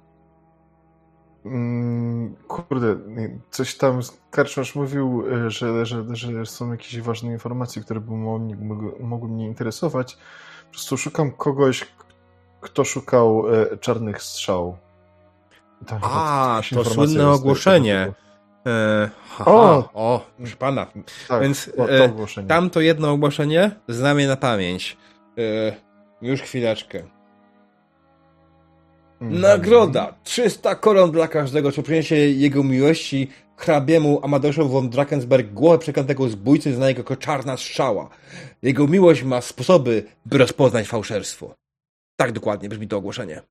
Mm, kurde, coś tam karczmarz mówił, y, że, że, że są jakieś ważne informacje, które by mogły, mogły mnie interesować. Po prostu szukam kogoś, kto szukał y, czarnych strzał. Tam chyba A, jakaś to informacja słynne jest ogłoszenie. tego E, haha, O! o, proszę pana. typu. Tak, Więc to, to e, ogłoszenie. tamto jedno ogłoszenie znam je na pamięć. E, już chwileczkę. Nagroda! trzysta koron dla każdego, co przyniesie jego miłości hrabiemu Amadeuszowi von Drakensberg głowę przeklętego zbójcy znanego jako Czarna Strzała. Jego miłość ma sposoby, by rozpoznać fałszerstwo. Tak dokładnie brzmi to ogłoszenie.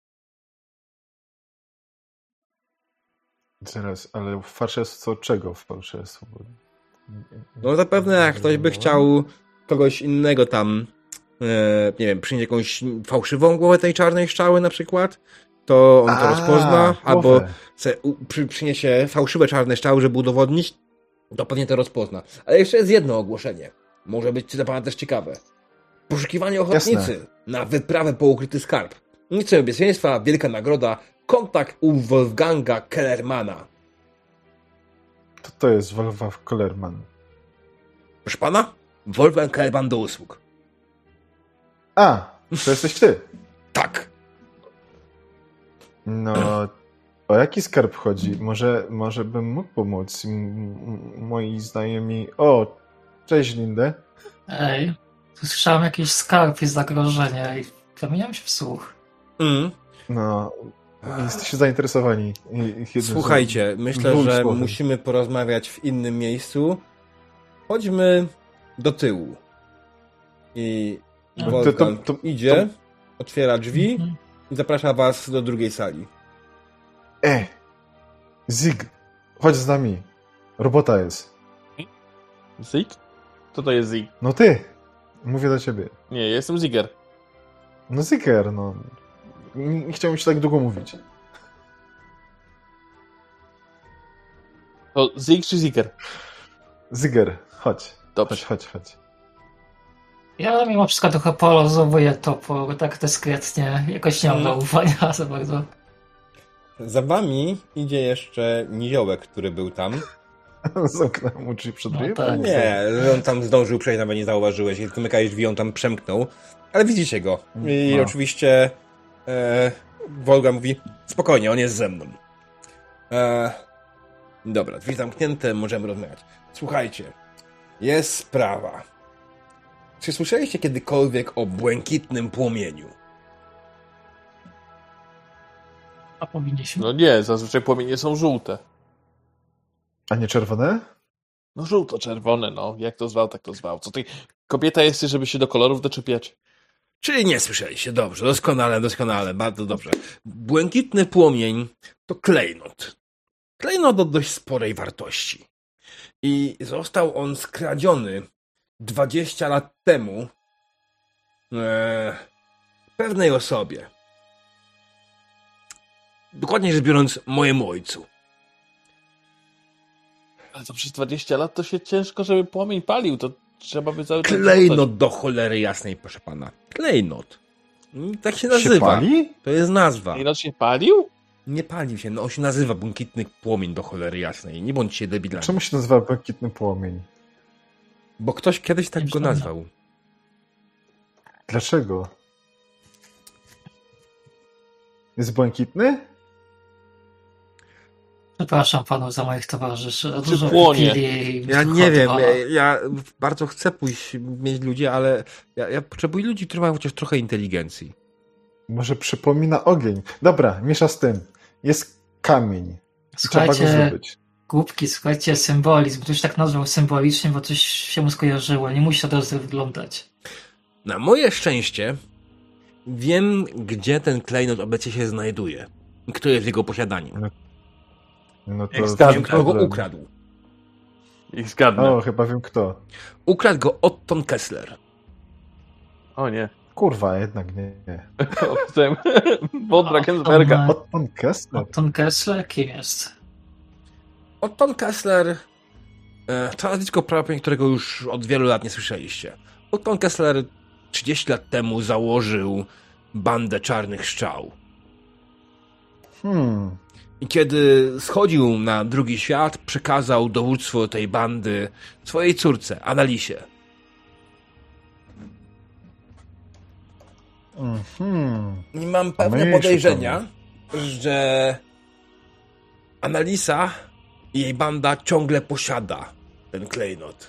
Zaraz, ale fałszerstwo czego fałszerstwo? No zapewne jak ktoś by chciał kogoś innego tam, e, nie wiem, przynieść jakąś fałszywą głowę tej Czarnej Strzały na przykład, to on to A, rozpozna, głowę. albo se, u, przy, przyniesie fałszywe Czarne Strzały, żeby udowodnić, to pewnie to rozpozna. Ale jeszcze jest jedno ogłoszenie. Może być dla pana też ciekawe. Poszukiwanie ochotnicy Jasne. na wyprawę po ukryty skarb. Nic bezpieczeństwa, wielka nagroda, kontakt u Wolfganga Kellermana. To to jest Wolfgang Kellerman. Proszę pana? Wolfgang Kellerman do usług. A, to jesteś ty. Tak. No, o jaki skarb chodzi? Może, może bym mógł pomóc. M- m- moi znajomi... O, cześć Lindę. Ej, tu słyszałem jakiś skarb i zagrożenie i zamieniam się w słuch. Mm. No, jesteście zainteresowani. I- i jednym Słuchajcie, myślę, dwóm że słowem. musimy porozmawiać w innym miejscu. Chodźmy do tyłu. I No. Wolfgang To- to- to- idzie, otwiera drzwi Mhm. i zaprasza was do drugiej sali. E, Zig, chodź z nami. Robota jest. Zig? Co to jest Zig? No ty, mówię do ciebie. Nie, ja jestem Ziger. No Ziger, no. Nie nie chciałem ci tak długo mówić. To Zig czy Ziger? Ziger, chodź. Dobrze. Chodź, chodź, chodź. Ja mimo wszystko trochę polozowuję to, bo tak dyskretnie jakoś nie mam zaufania za bardzo. Za wami idzie jeszcze niziołek, który był tam. Zamknąłem mu drzwi przed No ryjem? tak. Nie, on tam zdążył przejść, nawet nie zauważyłeś. Jak zamykałeś drzwi, on tam przemknął. Ale widzicie go. I No. oczywiście e, Wolga mówi, spokojnie, on jest ze mną. E, dobra, drzwi zamknięte, możemy rozmawiać. Słuchajcie, jest sprawa. Czy słyszeliście kiedykolwiek o błękitnym płomieniu? A powinniśmy. No nie, zazwyczaj płomienie są żółte. A nie czerwone? No żółto-czerwone, no. Jak to zwał, tak to zwał. Co ty, kobieta jesteś, żeby się do kolorów doczepiać? Czyli nie słyszeliście. Dobrze, doskonale, doskonale, bardzo dobrze. Błękitny płomień to klejnot. Klejnot o dość sporej wartości. I został on skradziony dwadzieścia lat temu e, pewnej osobie. Dokładnie rzecz biorąc, mojemu ojcu. Ale to przez dwadzieścia lat to się ciężko, żeby płomień palił. To trzeba by cały czas... Klejnot do cholery jasnej, proszę pana. Klejnot. Mm, Tak się nazywa. Się pali? To jest nazwa. Klejnot się palił? Nie palił się, no on się nazywa błękitny płomień do cholery jasnej. Nie bądźcie debilami. Czemu się nazywa błękitny płomień? Bo ktoś kiedyś tak Nie go przypomnę. nazwał. Dlaczego? Jest błękitny? Przepraszam panów za moich towarzyszy. Czy Dużo płonie? wypili i Ja ducha nie wiem, odwala. ja, ja bardzo chcę pójść mieć ludzi, ale ja, ja potrzebuję ludzi, którzy mają chociaż trochę inteligencji. Może przypomina ogień. Dobra, miesza z tym. Jest kamień. Trzeba go Słuchajcie, zdobyć. głupki, słuchajcie, symbolizm. Ktoś tak nazwał symbolicznie, bo coś się mu skojarzyło. Nie musi to teraz wyglądać. Na moje szczęście wiem, gdzie ten klejnot obecnie się znajduje. I kto jest w jego posiadaniu. No to Jak zgadnę. Wiem, kto go problem. ukradł. Ich zgadnę. O, chyba wiem kto. Ukradł go Otton Kessler. O nie. Kurwa, jednak nie. nie. Chcę. Von Drakensberga. Otton, Otton Kessler? Otton Kessler? Kim jest? Otton Kessler e, to nazwisko prawie, którego już od wielu lat nie słyszeliście. Otton Kessler trzydzieści lat temu założył bandę Czarnych Strzał. Hmm. I kiedy schodził na drugi świat, przekazał dowództwo tej bandy swojej córce, Analisie. Mhm. I mam pewne my podejrzenia, że Analisa i jej banda ciągle posiada ten klejnot.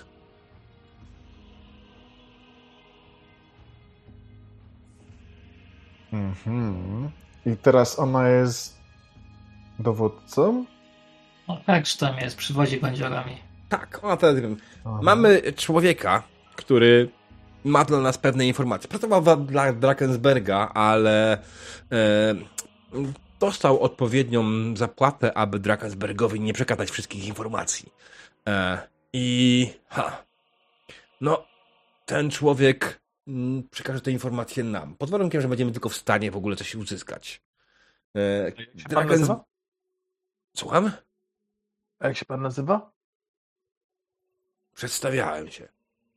Mhm. I teraz ona jest dowódcą? No tak, że tam jest, przywodzi bandziorami. Tak, ona teraz wiem. Aha. Mamy człowieka, który ma dla nas pewne informacje. Pracował dla- dla Drakensberga, ale e, dostał odpowiednią zapłatę, aby Drakensbergowi nie przekazać wszystkich informacji. E, I ha, no, ten człowiek mm, przekaże te informacje nam. Pod warunkiem, że będziemy tylko w stanie w ogóle coś uzyskać. E, Jak się pan nazywa? Słucham? A jak się pan nazywa? Przedstawiałem się.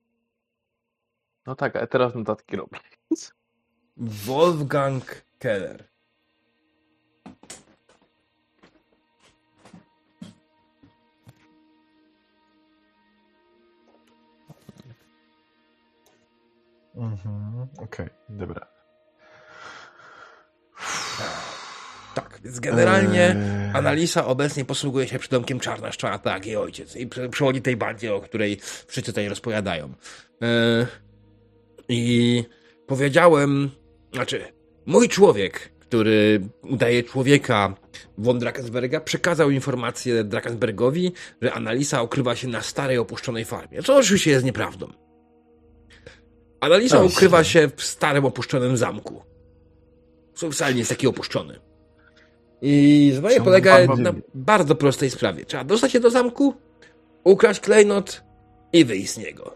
No tak, a teraz notatki robię. Wolfgang Keller. Mhm, okej, dobra. Tak, więc generalnie Eee, Annalisa obecnie posługuje się przydomkiem Czarna Szczała, tak, jej ojciec. I przy- przewodzi tej bandzie, o której wszyscy tutaj rozpowiadają. Eee, I powiedziałem, znaczy, mój człowiek, który udaje człowieka von Drakensberga, przekazał informację Drakensbergowi, że Annalisa ukrywa się na starej, opuszczonej farmie. Co oczywiście jest nieprawdą. Annalisa Oj, ukrywa się. się w starym, opuszczonym zamku. Wcale nie jest taki opuszczony. I zadanie Czemu polega pan na mówi? bardzo prostej sprawie. Trzeba dostać się do zamku, ukraść klejnot i wyjść z niego.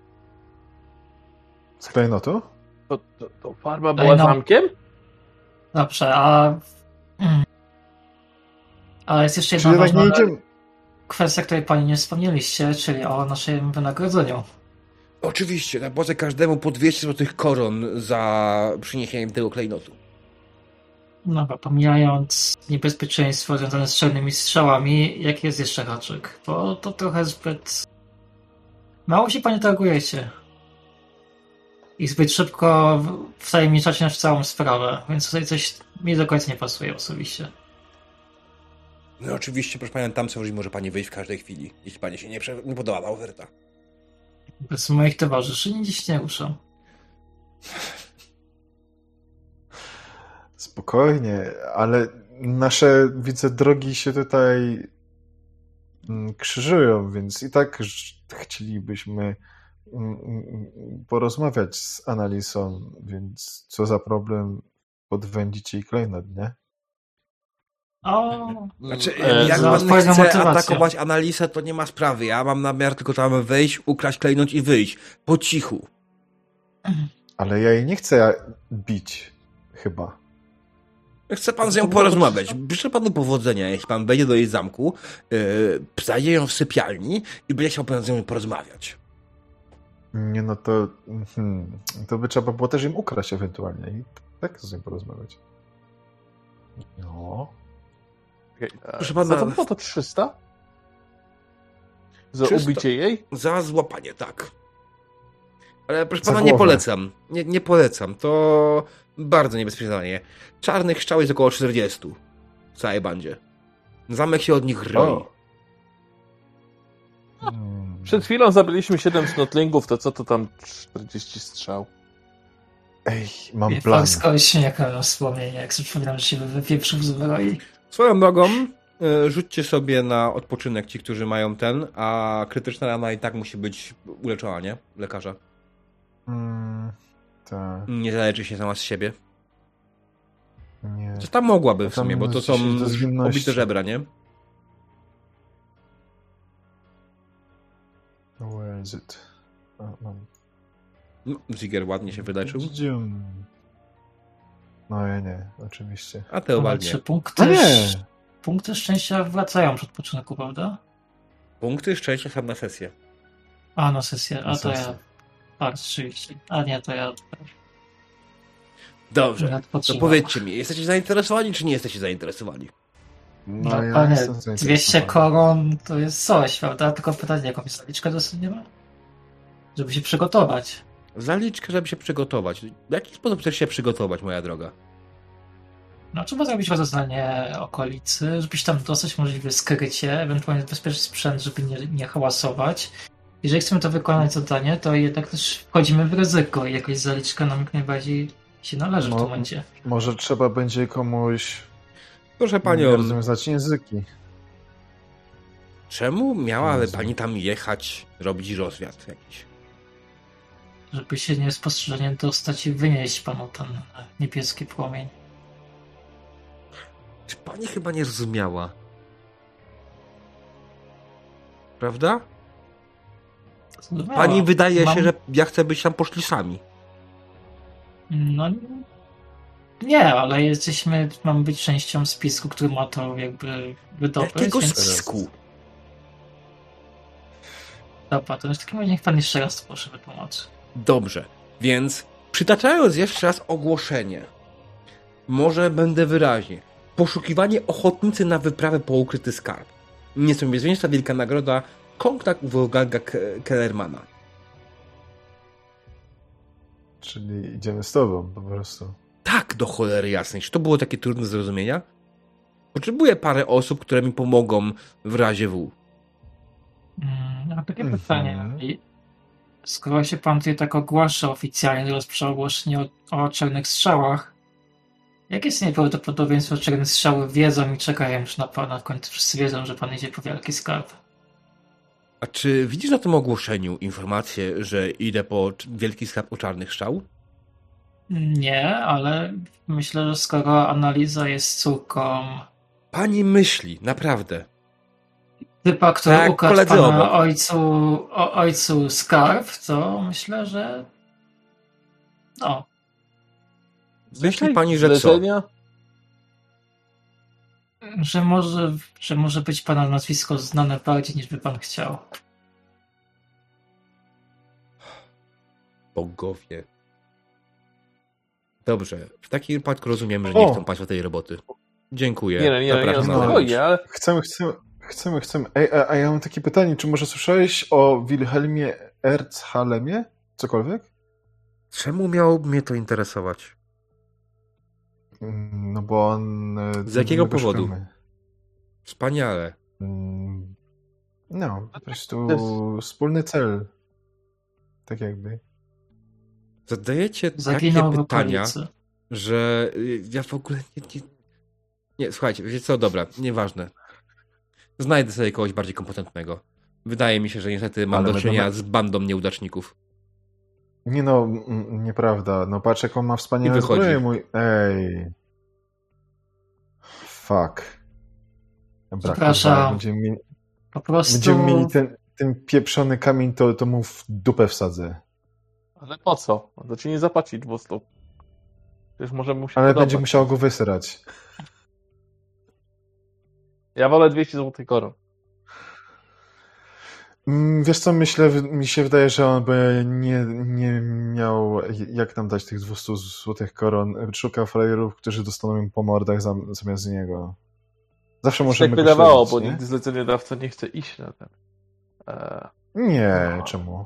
z klejnotu? To, to, to farma była Ej, no. zamkiem? Dobrze, a... Mm. Ale jest jeszcze Czyli jedna jednak nie ważna idziemy... kwestia, której pani nie wspomnieliście, czyli o naszym wynagrodzeniu. Oczywiście, zapłacę każdemu po dwieście złotych koron za przyniesienie tego klejnotu. No, bo pomijając niebezpieczeństwo związane z czarnymi strzałami, jaki jest jeszcze haczyk? Bo to trochę zbyt... Mało się panie targujecie. I zbyt szybko w- wtajemniczacie nas w całą sprawę, więc tutaj coś mi do końca nie pasuje osobiście. No oczywiście, proszę panią, tam są, może pani wyjść w każdej chwili, jeśli pani się nie, prze- nie podoba oferta. Bez moich towarzyszy nigdzie się nie ruszam. Spokojnie, ale nasze, widzę, drogi się tutaj mm, krzyżują, więc i tak ż- chcielibyśmy mm, mm, porozmawiać z Annalisą, więc co za problem podwędzić jej klejnot, nie? O, Znaczy, E, jak za pan odpowiednią chce motywację. atakować Annalisę, to nie ma sprawy. Ja mam namiar tylko tam wejść, ukraść klejnot i wyjść. Po cichu. Ale ja jej nie chcę bić, chyba. Chce pan z nią porozmawiać. Życzę panu powodzenia, jeśli pan wejdzie do jej zamku, yy, zajdzie ją w sypialni i będzie chciał pan z nią porozmawiać. Nie, no to hmm, to by trzeba było też im ukraść ewentualnie i tak z nią porozmawiać. No. Okej, a Proszę pana- Za to było to trzysta? Za trzysta? ubicie jej? Za złapanie, tak. Ale proszę Za pana, nie głowę. polecam. Nie, nie polecam. To bardzo niebezpieczne zadanie. Czarnych strzał jest około czterdziestu w całej bandzie. Zamek się od nich roi. O. Hmm. Przed chwilą zabiliśmy siedem snotlingów, to co to tam czterdzieści strzał? Ej, mam Wie plan. pan skąd śmieka na wspomnienie, jak sobie przypominam, że się wypieprzył z zbroi. Swoją drogą, y, rzućcie sobie na odpoczynek ci, którzy mają ten, a krytyczna rana i tak musi być uleczona, nie? Lekarza. Mm, tak, Nie zaleczy się sama z siebie. nie. To tam mogłaby w Tam sumie, bo to jest są się do zwinności. obite żebra, nie? Where is it? O, mam. No, Ziger ładnie się wyleczył. Dzium. No ja nie, oczywiście. A ty ładnie. Trzy A punkty, nie! punkty szczęścia wracają przed odpoczynku, prawda? Punkty szczęścia sam na sesję. A, na sesję, a Na to ja... sesję. Tak, rzeczywiście. A nie, to ja... Dobrze. ja To odpoczywam. powiedzcie mi, jesteście zainteresowani, czy nie jesteście zainteresowani? No, No ja panie, jestem dwieście zainteresowany. koron to jest coś, prawda? Tylko pytanie, jaką jest zaliczkę dostaniemy? Żeby się przygotować. Zaliczkę, żeby się przygotować. W jaki sposób chcesz się przygotować, moja droga? No, trzeba zrobić rozeznanie okolicy, żebyś tam dostać możliwe skrycie, ewentualnie bezpieczny sprzęt, żeby nie, nie hałasować. Jeżeli chcemy to wykonać zadanie, to jednak też wchodzimy w ryzyko i jakaś zaliczka nam jak najbardziej się należy w No. tym momencie. Może trzeba będzie komuś Proszę nie panią, rozwiązać języki. czemu miałaby Jezu. pani tam jechać, robić rozwiad jakiś? Żeby się niespostrzeżenie dostać i wynieść panu ten niebieski płomień. Czy pani chyba nie rozumiała? Prawda? Zrozumiałam. Pani wydaje Mam- się, że ja chcę być tam poszli sami. No nie, ale jesteśmy, mamy być częścią spisku, który ma to jakby wydobyć, Jakiego więc... spisku? Dobra, to już w takim razie niech pan jeszcze raz proszę wytłumaczy. Dobrze, więc przytaczając jeszcze raz ogłoszenie, może będę wyraźnie. Poszukiwanie ochotnicy na wyprawę po ukryty skarb. Niesumierna wielka nagroda, kontakt u Wolfganga K- Kellermana. Czyli idziemy z tobą po prostu. Tak, do cholery jasnej. Czy to było takie trudne do zrozumienia? Potrzebuję parę osób, które mi pomogą w razie W. Mm, a takie Mhm. pytanie. I skoro się pan tutaj tak ogłasza oficjalnie, teraz przy ogłoszeniu o, o czarnych strzałach, jakie jest nieprawdopodobieństwo, że czarne strzały wiedzą i czekają już na pana, w końcu wszyscy wiedzą, że pan idzie po wielki skarb? A czy widzisz na tym ogłoszeniu informację, że idę po cz- wielki skarb o czarnych strzał? Nie, ale myślę, że skoro analiza jest córką Pani myśli, naprawdę. typa, który Tak, ukradł koledzy pana obok. ojcu, o, ojcu skarb, to myślę, że no, Myśli pani, że co? Zlecenia? że może, że może być pana nazwisko znane bardziej niż by pan chciał. Bogowie. Dobrze, w takim wypadku rozumiem, że nie O! chcą państwo tej roboty. Dziękuję. Nie, no, nie, no, nie, Zapraszam no, na no. zewnątrz. spokojnie, ale Chcemy, chcemy, chcemy, chcemy. Ej, a, a ja mam takie pytanie, czy może słyszałeś o Wilhelmie Erzhalemie? Cokolwiek? Czemu miałoby mnie to interesować? Mm, No bo on... e, Z jakiego my go powodu? szukamy. Wspaniale. Mm, No, po prostu To jest- wspólny cel. Tak jakby. Zadajecie Zaginął takie w pytania, okolicy. że y, ja w ogóle nie, nie... Nie, słuchajcie, wiecie co, dobra, nieważne. Znajdę sobie kogoś bardziej kompetentnego. Wydaje mi się, że niestety mam Ale do my czynienia damy- z bandą nieudaczników. Nie no, mm, nieprawda. No patrz, jak on ma I wspaniałe wychodzi. zbroje, mój... Ej. Fuck. Dobra, Przepraszam. kurwa, jak będziemy mieli, Po prostu będziemy mieli ten, ten pieprzony kamień, to, to mu w dupę wsadzę. ale po co? To ci nie zapłaci dwustu. Przecież możemy mu się Ale podobać. będzie musiał go wysrać. Ja wolę dwieście złotych koron. Mm, Wiesz co, myślę, mi się wydaje, że on by nie, nie miał jak nam dać tych dwieście złotych koron. Szuka frajerów, którzy dostaną im po mordach zam- zamiast niego. Zawsze Tak możemy go wydawało, śledzić, bo nie? nigdy zleceniodawca nie chce iść na ten. Eee, Nie, No. czemu?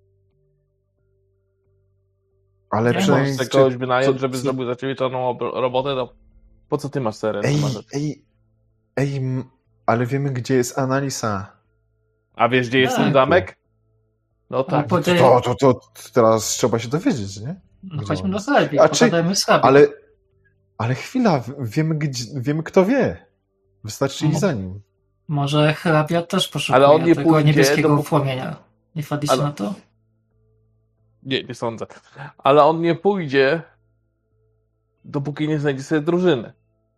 Ale Nie przynajmniej... Możesz czy- kogoś wynająć, co- żeby co- zrobił za ciebie czarną ob- robotę, to po co ty masz teren? Ej, Masz- ej, ej, m- ale wiemy, gdzie jest Analisa. A wiesz, gdzie jest ten Tak. zamek? No A tak. po tej- To, to, to teraz trzeba się dowiedzieć, nie? no, chodźmy do sklepu, A czy- pogadajmy z Habib. Ale, ale chwila, w- wiemy, gdzie, wiemy kto wie. Wystarczy iść No. za nim. Może hrabia też poszukuje Ale on nie tego pójdzie niebieskiego do- płomienia. Nie wpadliście Ale- na to? Nie, nie sądzę. Ale on nie pójdzie, dopóki nie znajdzie sobie drużyny.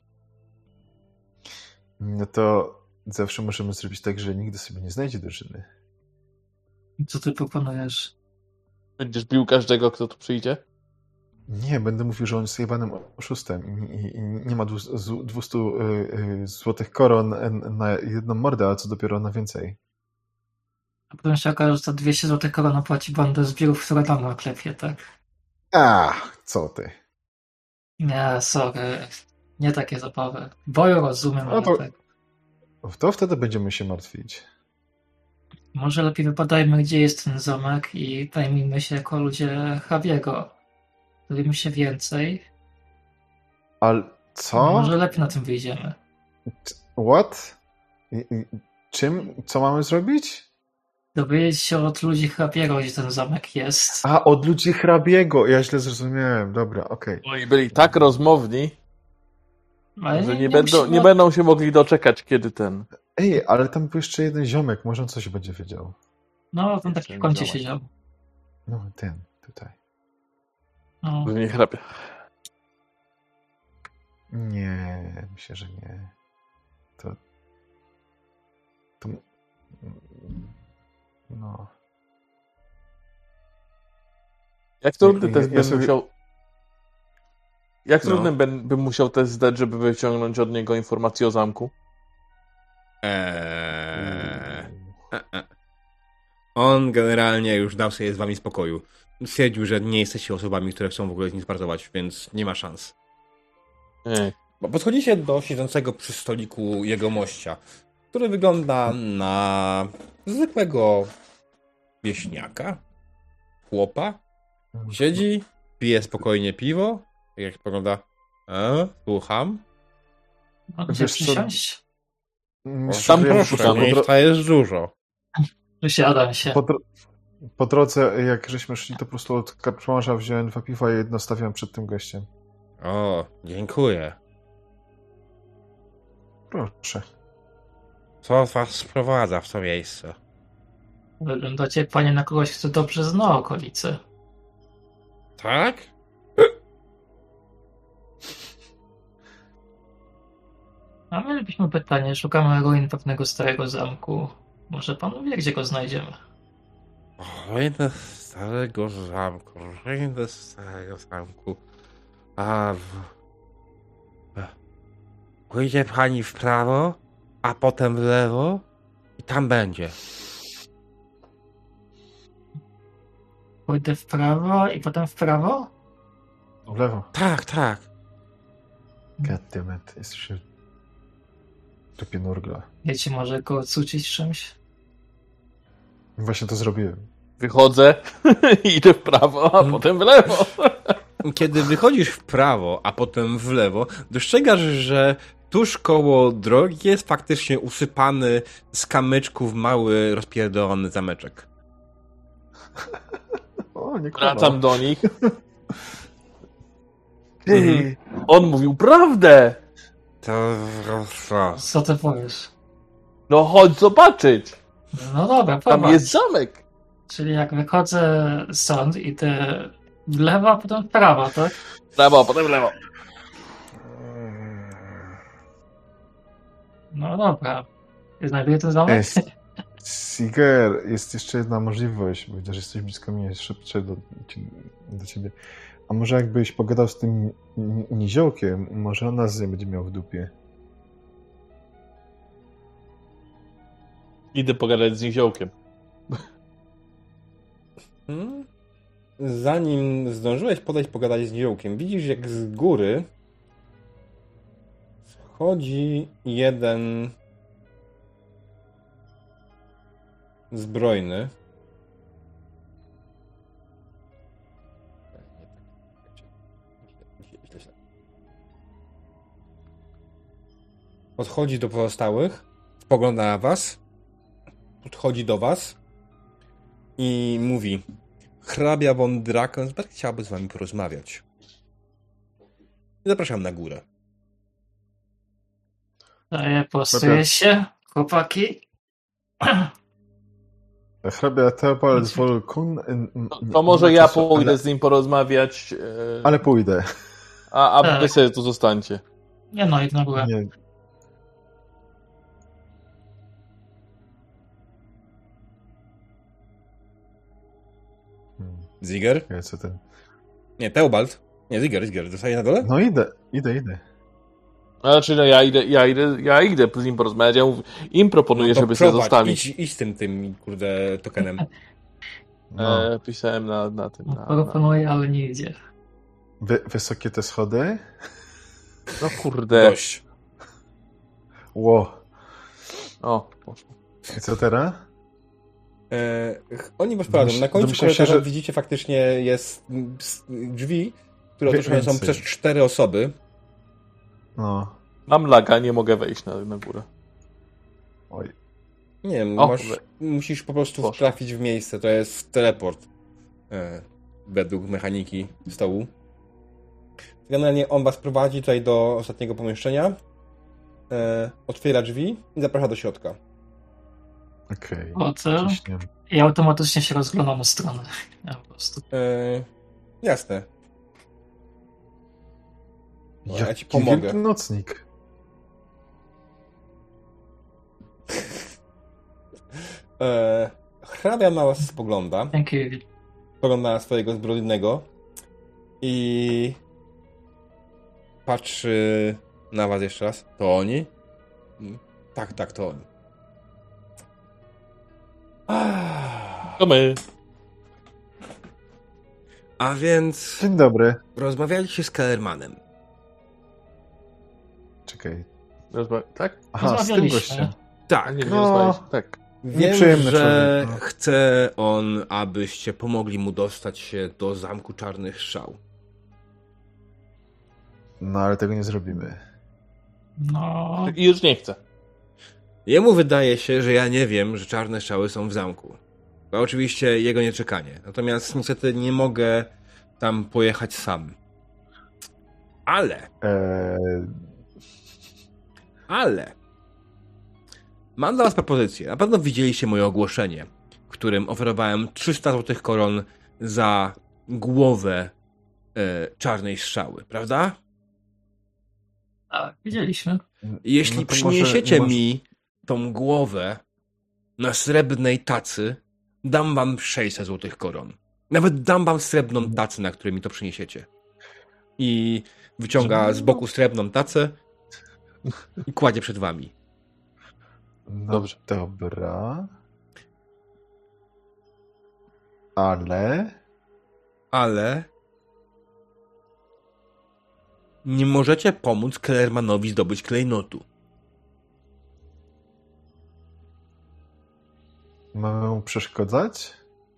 No to zawsze możemy zrobić tak, że nigdy sobie nie znajdzie drużyny. Co ty proponujesz? Będziesz bił każdego, kto tu przyjdzie? Nie, będę mówił, że on jest jebanym oszustem i, i, i nie ma dwieście y, y, złotych koron na jedną mordę, a co dopiero na więcej. A potem się okaże, że za dwieście złotych koron płaci bandę zbiorów, która tam na klepie, tak? A, co ty? Nie, sorry. Nie takie zabawy. Boju rozumiem, No ale to- tak. To wtedy będziemy się martwić. Może lepiej wypadajmy, gdzie jest ten zamek i zajmijmy się jako ludzie hrabiego. Dowiemy się więcej. Ale co? Może lepiej na tym wyjdziemy. What? I, i, czym? Co mamy zrobić? Dowiedzieć się od ludzi hrabiego, gdzie ten zamek jest. A, od ludzi hrabiego. Ja źle zrozumiałem. Dobra, okej. Oni byli tak rozmowni, Ale że nie, nie będą, musimy- nie będą się mogli doczekać, kiedy ten... Ej, ale tam był jeszcze jeden ziomek. Może on coś będzie wiedział. No, ten taki w kącie Ziomek. siedział. No, ten tutaj. No. Że nie hrabia. Nie, myślę, że nie. To... To... No... Jak trudny Ja- test ja bym sobie- musiał... Jak No. trudny bym, bym musiał test zdać, żeby wyciągnąć od niego informację o zamku? Eee, e, e. On generalnie już dał sobie z wami spokoju. Stwierdził, że nie jesteście osobami, które chcą w ogóle z nim współpracować, więc nie ma szans. Ej. Bo podchodzicie do siedzącego przy stoliku jegomościa, który wygląda na zwykłego wieśniaka, chłopa. Siedzi, pije spokojnie piwo. Jak spogląda, e, słucham. No, gdzie Wiesz co? przysiąść? Myślę, Tam że ja proszę, po, tam. po, dro- Miejsca jest dużo. Wysiadam się. po, dro- po drodze, jak żeśmy szli, to po prostu od karczmarza wziąłem dwa piwa i jedno stawiam przed tym gościem. O, dziękuję. Proszę. Co was sprowadza w to miejsce? Wyglądacie, panie, na kogoś, kto dobrze zna okolice. Tak? A mielibyśmy pytanie, szukamy ruin pewnego starego zamku. Może pan wie, gdzie go znajdziemy? Ruiny starego zamku, ruiny starego zamku. A w... Pójdzie pani w prawo, a potem w lewo i tam będzie. Pójdę w prawo i potem w prawo? W lewo. Tak, tak. Goddammit, jest się... Tupie nurgla. Wiecie, może go odsucić czymś? Właśnie to zrobiłem. Wychodzę, idę w prawo, a Hmm. potem w lewo. Kiedy wychodzisz w prawo, a potem w lewo, dostrzegasz, że tuż koło drogi jest faktycznie usypany z kamyczków mały, rozpierdolony zameczek. O, nie kłamał. Wracam do nich. Mhm. Ej, on mówił prawdę. To... to. Co ty powiesz? No chodź zobaczyć. No dobra, Tam popatrz. jest zamek. Czyli jak wychodzę stąd, idę w lewo, a potem w prawo, tak? W prawo, potem w lewo. No dobra. Znajduję ten zamek? Jest. Siger, jest jeszcze jedna możliwość, bo widzę, że jesteś blisko mnie, szybciej do, do ciebie. A może jakbyś pogadał z tym ni- niziołkiem, może on nas nie będzie miał w dupie. Idę pogadać z niziołkiem. Hmm? Zanim zdążyłeś podejść pogadać z niziołkiem, widzisz jak z góry schodzi jeden zbrojny. Podchodzi do pozostałych, spogląda na was, podchodzi do was i mówi: hrabia von Drakensberg chciałby z wami porozmawiać. Zapraszam na górę. Daję, prostuję się, chłopaki. Hrabia Teobald Volkun... To, to może ja pójdę ale, z nim porozmawiać, e, ale pójdę. a, a Tak. wy sobie tu zostańcie. Nie no, idę na górę. Nie. Hmm, Ziger? ja co ten... Nie, Teobald. Nie, Ziger, Ziger. Zostaje na dole? No idę, idę, idę. Znaczy, no ja idę, ja idę, ja idę z nim porozmawiać. Ja mówię, im proponuję, No to żeby sobie prowadź, zostali. Idź, idź tym, tym, kurde, tokenem. No. E, pisałem na, na tym. Na, na... Proponuję, ale nie idzie. Wy, wysokie te schody? No kurde. Dość. Ło. O, poszło. I co teraz? E, oni was prowadzą. Na końcu Domyślam się, korytarza że- widzicie faktycznie jest mm, s- drzwi, które Wie- otoczone są więcej. przez cztery osoby. No. Mam laga, nie mogę wejść na, na górę. Oj. Nie wiem, O, masz, we- musisz po prostu Boże. trafić w miejsce. To jest teleport. E, według mechaniki stołu. Generalnie on was prowadzi tutaj do ostatniego pomieszczenia. E, otwiera drzwi i zaprasza do środka. Okej. Hotel. Ciśniemy. I automatycznie się rozglądam na stronę. Ja po prostu. E, jasne. No, ja ci Jaki pomogę. wielki nocnik. E, hrabia na was spogląda. Dzięki. Spogląda na swojego zbrojnego i patrzy na was jeszcze raz. To oni? Mm, Tak, tak, to oni. Ah. To my. A więc Dzień dobry. rozmawialiście z Kellermanem. Czekaj. Rozma- tak? Aha, z tym Rozmawialiśmy. gościem. A Tak. nie, nie No. rozmawialiśmy. Tak. Wiem, Nieprzyjemny że człowiek, no. chce on, abyście pomogli mu dostać się do Zamku Czarnych Strzał. No ale tego nie zrobimy. No. I już nie chcę. Jemu wydaje się, że ja nie wiem, że Czarne Strzały są w zamku. To oczywiście jego nieczekanie. Natomiast niestety nie mogę tam pojechać sam. Ale, Eee, ale mam dla was propozycję. Na pewno widzieliście moje ogłoszenie, w którym oferowałem trzysta złotych koron za głowę e, Czarnej Strzały, prawda? Tak, widzieliśmy. Jeśli no to przyniesiecie może- mi tą głowę na srebrnej tacy, dam wam sześćset złotych koron. Nawet dam wam srebrną tacę, na której mi to przyniesiecie. I wyciąga z boku srebrną tacę i kładzie przed wami. No Dobrze. dobra. Ale... Ale nie możecie pomóc Kellermanowi zdobyć klejnotu. Mamy mu przeszkadzać?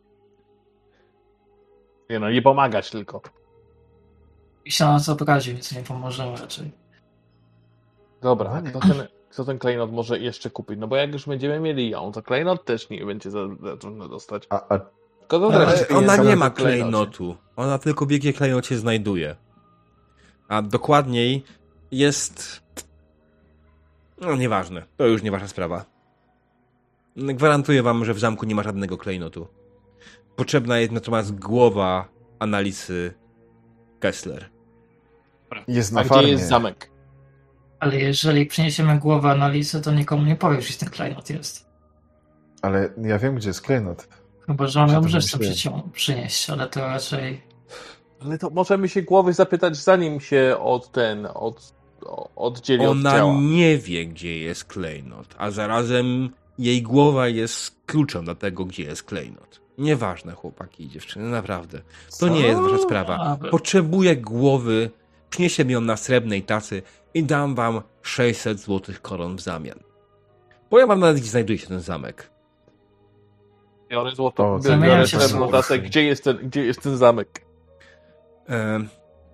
Nie no, nie pomagać tylko. I się na nas obraził, więc nie pomożemy raczej. Dobra, No nie. kto ten, kto ten klejnot może jeszcze kupić? No bo jak już będziemy mieli ją, to klejnot też nie będzie za, za trudno dostać. A, a Tylko to Ale też ona pieniędzy nie na ma tym klejnocie. klejnotu. Ona tylko wie, gdzie klejnot się znajduje. A dokładniej jest... No nieważne. To już nie wasza sprawa. Gwarantuję wam, że w zamku nie ma żadnego klejnotu. Potrzebna jest natomiast głowa analizy Kessler. jest na A farmie. gdzie jest zamek? Ale jeżeli przyniesiemy głowę analizy, to nikomu nie powiesz, że ten klejnot jest. Ale ja wiem, gdzie jest klejnot. Chyba, że mamy Się ją to żywcem myślałem. przyci- przynieść, ale to raczej... Ale to możemy się głowy zapytać, zanim się od ten, od, o- oddzieli od Ona ciała. nie wie, gdzie jest klejnot, a zarazem jej głowa jest kluczem do tego, gdzie jest klejnot. Nieważne, chłopaki i dziewczyny, naprawdę. To Co? nie jest wasza sprawa. A, Potrzebuję głowy, przyniesie mi ją na srebrnej tacy i dam wam sześćset złotych koron w zamian. Powiem wam nawet, gdzie znajduje się ten zamek. Biorę złoto, O, biorę zamieniam się srebrną w tacę. słówki. Gdzie jest ten, gdzie jest ten zamek? Ehm.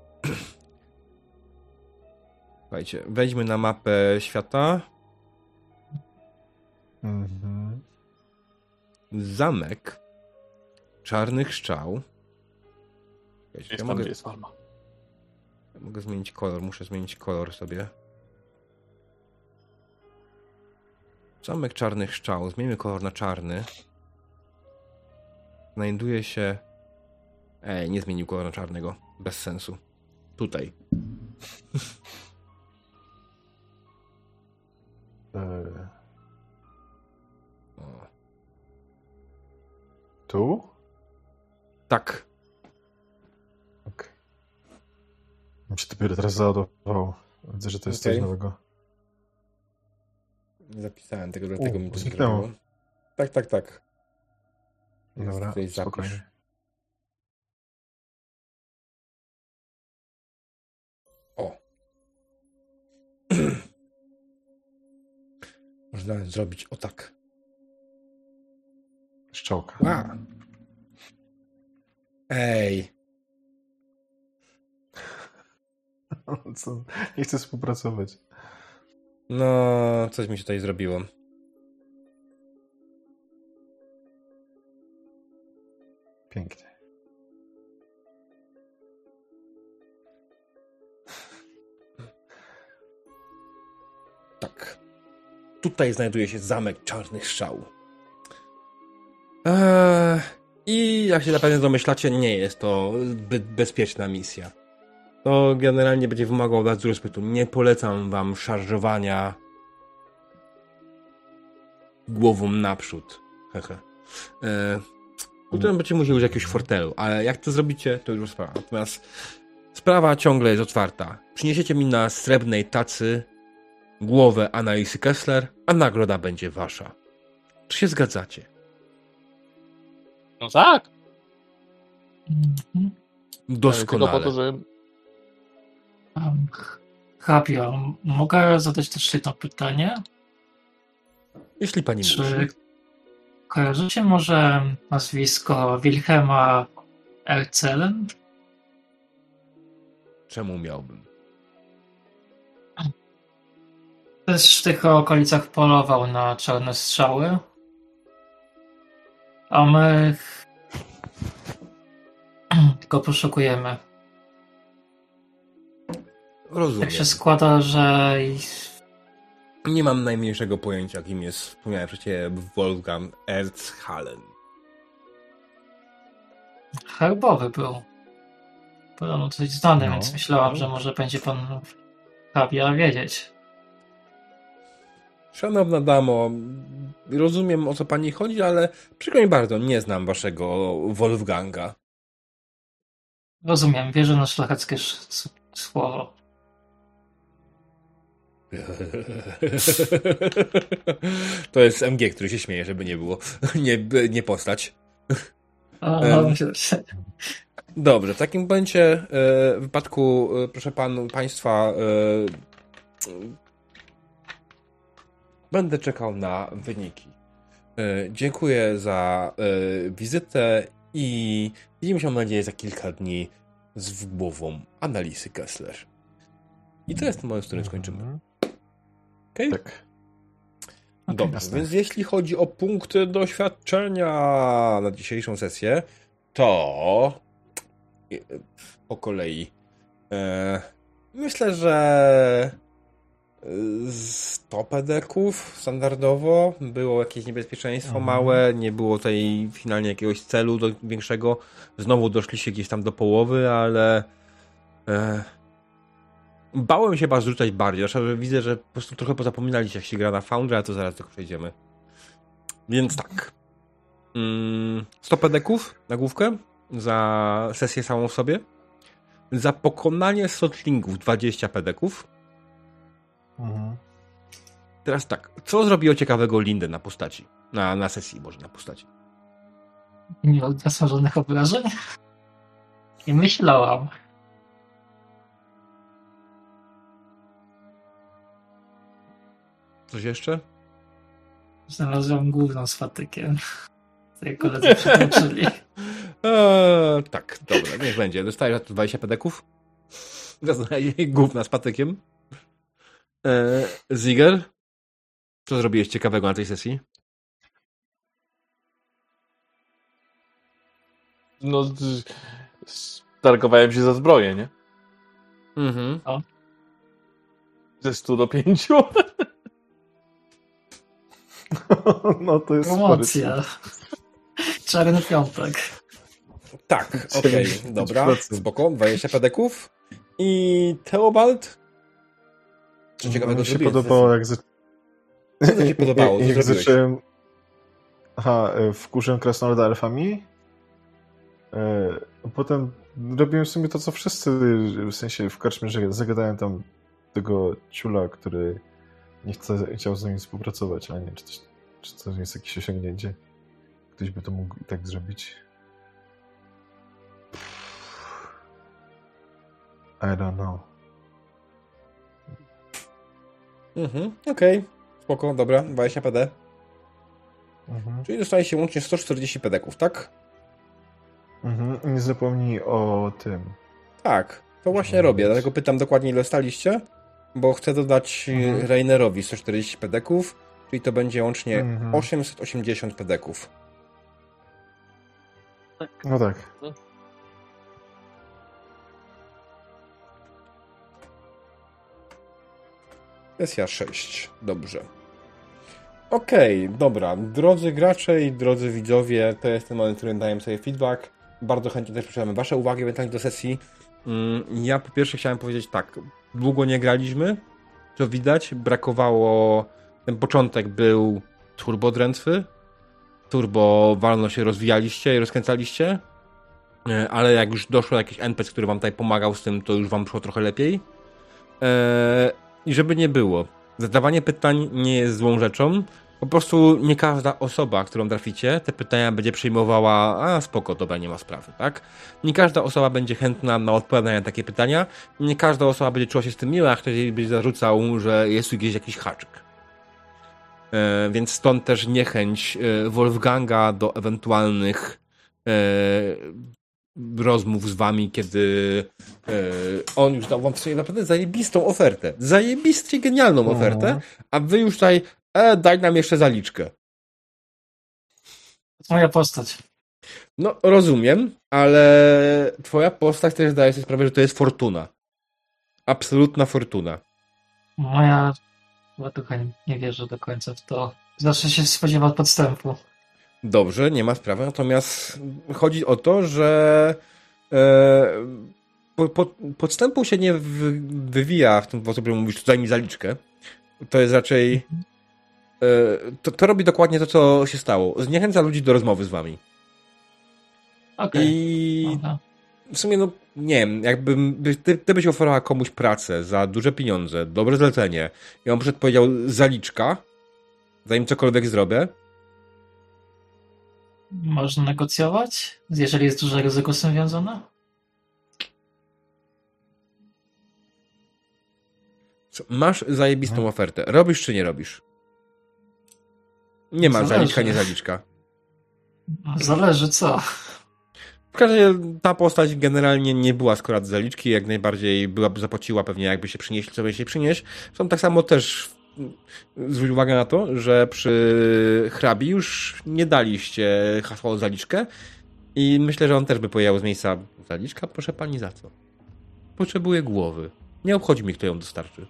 Słuchajcie, wejdźmy na mapę świata. Mhm. Zamek Czarnych Strzał. Słuchajcie, Jest ja tam, mogę, gdzie jest farma. ja mogę zmienić kolor, muszę zmienić kolor sobie. Zamek Czarnych Strzał. Zmieńmy kolor na czarny. Znajduje się... Ej, nie zmienił koloru na czarnego. Bez sensu. Tutaj. Eee, O. tu? Tak. Okej. Mi się dopiero teraz załadowało. Widzę, że to jest Okej. coś nowego. Nie zapisałem tego, U, dlatego mi to zniknęło. zrobiło. Tak, tak, tak. Jest Dobra, tutaj zapisz. spokojnie. O. Można nawet zrobić o tak. Szczołka. Wow. Ej. Co? Nie chcę współpracować. No, coś mi się tutaj zrobiło. Pięknie. Tak. Tutaj znajduje się zamek Czarnych Strzał. Eee, I jak się zapewne domyślacie, nie jest to zbyt bezpieczna misja. To generalnie będzie wymagało bardzo respektu. Nie polecam wam szarżowania głową naprzód. Hehe. Eee, potem będziecie musieli użyć jakiegoś fortelu, ale jak to zrobicie, to już sprawa. Natomiast sprawa ciągle jest otwarta. Przyniesiecie mi na srebrnej tacy głowę Analisy Kessler, a nagroda będzie wasza. Czy się zgadzacie? No tak. Mhm. Doskonale. Tylko po to, że Um, Hrabio, mogę zadać też jedno pytanie? Jeśli pani Czy musi. kojarzycie może nazwisko Wilhelma Erzelen? Czemu miałbym? Też w tych okolicach polował na czarne strzały. A my tylko poszukujemy. Rozumiem. Tak się składa, że Nie mam najmniejszego pojęcia, kim jest wspomniany przecież Wolfgang Erzhalen. herbowy był. Podobno dosyć znany, No, więc myślałam, no. że może będzie pan hrabia wiedzieć. Szanowna damo, rozumiem, o co pani chodzi, ale przykro mi bardzo, nie znam waszego Wolfganga. Rozumiem, wierzę na szlacheckie sz- słowo. To jest M G, który się śmieje, żeby nie było. Nie, nie postać. A, Em. myślę, że- Dobrze, w takim momencie e, w wypadku, e, proszę panu, państwa, e, będę czekał na wyniki. E, dziękuję za e, wizytę i widzimy się, mam nadzieję, za kilka dni z głową Analisy Kessler. I to jest ten moment, w którym skończymy. Mhm. Okej? Tak. Dobrze, jasne. więc jeśli chodzi o punkty doświadczenia na dzisiejszą sesję, to po kolei e, myślę, że sto pedeków standardowo było jakieś niebezpieczeństwo Mhm. małe, nie było tutaj finalnie jakiegoś celu do, większego. Znowu doszliście gdzieś tam do połowy, ale e, bałem się was rzucać bardziej, zwłaszcza, że widzę, że po prostu trochę pozapominaliście, jak się gra na Foundry, a to zaraz tylko przejdziemy. Więc tak. Mm, sto pedeków na główkę za sesję samą w sobie. Za pokonanie sotlingów dwadzieścia pedeków. Mhm. Teraz tak, co zrobiło ciekawego Lindę na postaci? Na, na sesji, może na postaci. Nie odniosłam żadnych obrażeń. I myślałam. Coś jeszcze? Znalazłam gówno z fatykiem. Tej koledzy przetłumaczyli. Eee, tak, dobra, niech będzie. Dostajesz za to dwadzieścia pedeków. Za znalezienie gówna z patykiem. Eee, Ziger? Co zrobiłeś ciekawego na tej sesji? no, z- stargowałem się za zbroję, nie? Mhm. Ze stu do pięciu. No to jest Promocja. Czarny piątek. Tak, okej, dziewięćdziesiąt dobra, procent. spoko, dwadzieścia pedeków. I Theobald? Co ciekawego Mi się zrobiłeś na podobało, sesji? jak, za... Co ci się podobało? Co jak zrobiłeś? zacząłem... Aha, e, wkurzyłem krasnoluda elfami. E, Potem robiłem w sumie to, co wszyscy, w sensie w karczmie, że zagadałem tam tego ciula, który nie chce, chciał z nami współpracować, a nie, czy, coś, czy to jest jakieś osiągnięcie. Ktoś by to mógł i tak zrobić. I don't know. Mhm, okej, spoko, dobra, dwadzieścia pd. Mhm. Czyli dostaje się łącznie sto czterdzieści pedeków, tak? Mhm. Nie zapomnij o tym. Tak, to właśnie Może robię, być. dlatego pytam dokładnie, ile dostaliście, bo chcę dodać Mhm. Reinerowi sto czterdzieści pedeków, czyli to będzie łącznie Mhm. osiemset osiemdziesiąt pedeków. No tak. Sesja sześć. Dobrze. Okej, okay, dobra. Drodzy gracze i drodzy widzowie, to jest ten moment, w którym daję sobie feedback. Bardzo chętnie też przyjmujemy wasze uwagi ewentualnie do sesji. Ja po pierwsze chciałem powiedzieć tak. Długo nie graliśmy, to widać. Brakowało... Ten początek był turbo drętwy. Turbo walno się rozwijaliście i rozkręcaliście. Ale jak już doszło jakiś N P C, który wam tutaj pomagał z tym, to już wam szło trochę lepiej. Eee, I żeby nie było. Zadawanie pytań nie jest złą rzeczą. Po prostu nie każda osoba, którą traficie, te pytania będzie przyjmowała, a spoko, dobra, nie ma sprawy, tak? Nie każda osoba będzie chętna na odpowiadanie na takie pytania. Nie każda osoba będzie czuła się z tym miła, a ktoś jej będzie zarzucał, że jest tu gdzieś jakiś haczyk. Eee, więc stąd też niechęć e, Wolfganga do ewentualnych e, rozmów z wami, kiedy e, on już dał wam w sobie naprawdę zajebistą ofertę. Zajebiście genialną ofertę, a wy już tutaj e, daj nam jeszcze zaliczkę. To moja postać. No, rozumiem, ale twoja postać też zdaje sobie sprawę, że to jest fortuna. Absolutna fortuna. Moja łatucha nie wierzy do końca w to. Zawsze się spodziewa podstępu. Dobrze, nie ma sprawy, natomiast chodzi o to, że e, po, po, podstępu się nie w, wywija w tym sposób, że mówisz, daj mi zaliczkę. To jest raczej e, to, to robi dokładnie to, co się stało. Zniechęca ludzi do rozmowy z wami. Okay. I Aha. w sumie, no nie wiem, jakby by, ty, ty byś oferowała komuś pracę za duże pieniądze, dobre zlecenie i on przyszedł powiedział zaliczka, zanim cokolwiek zrobię. Można negocjować, jeżeli jest duże ryzyko z tym związane? Co, masz zajebistą hmm. ofertę. Robisz czy nie robisz? Nie ma Zależy. zaliczka, nie zaliczka. Zależy co. W każdym razie ta postać generalnie nie była skoro z zaliczki, jak najbardziej byłaby zapłaciła pewnie jakby się przynieśli, co by się przynieść. Są tak samo też zwróć uwagę na to, że przy hrabi już nie daliście hasła o zaliczkę i myślę, że on też by pojechał z miejsca zaliczka, proszę pani za co? Potrzebuję głowy. Nie obchodzi mnie, kto ją dostarczy.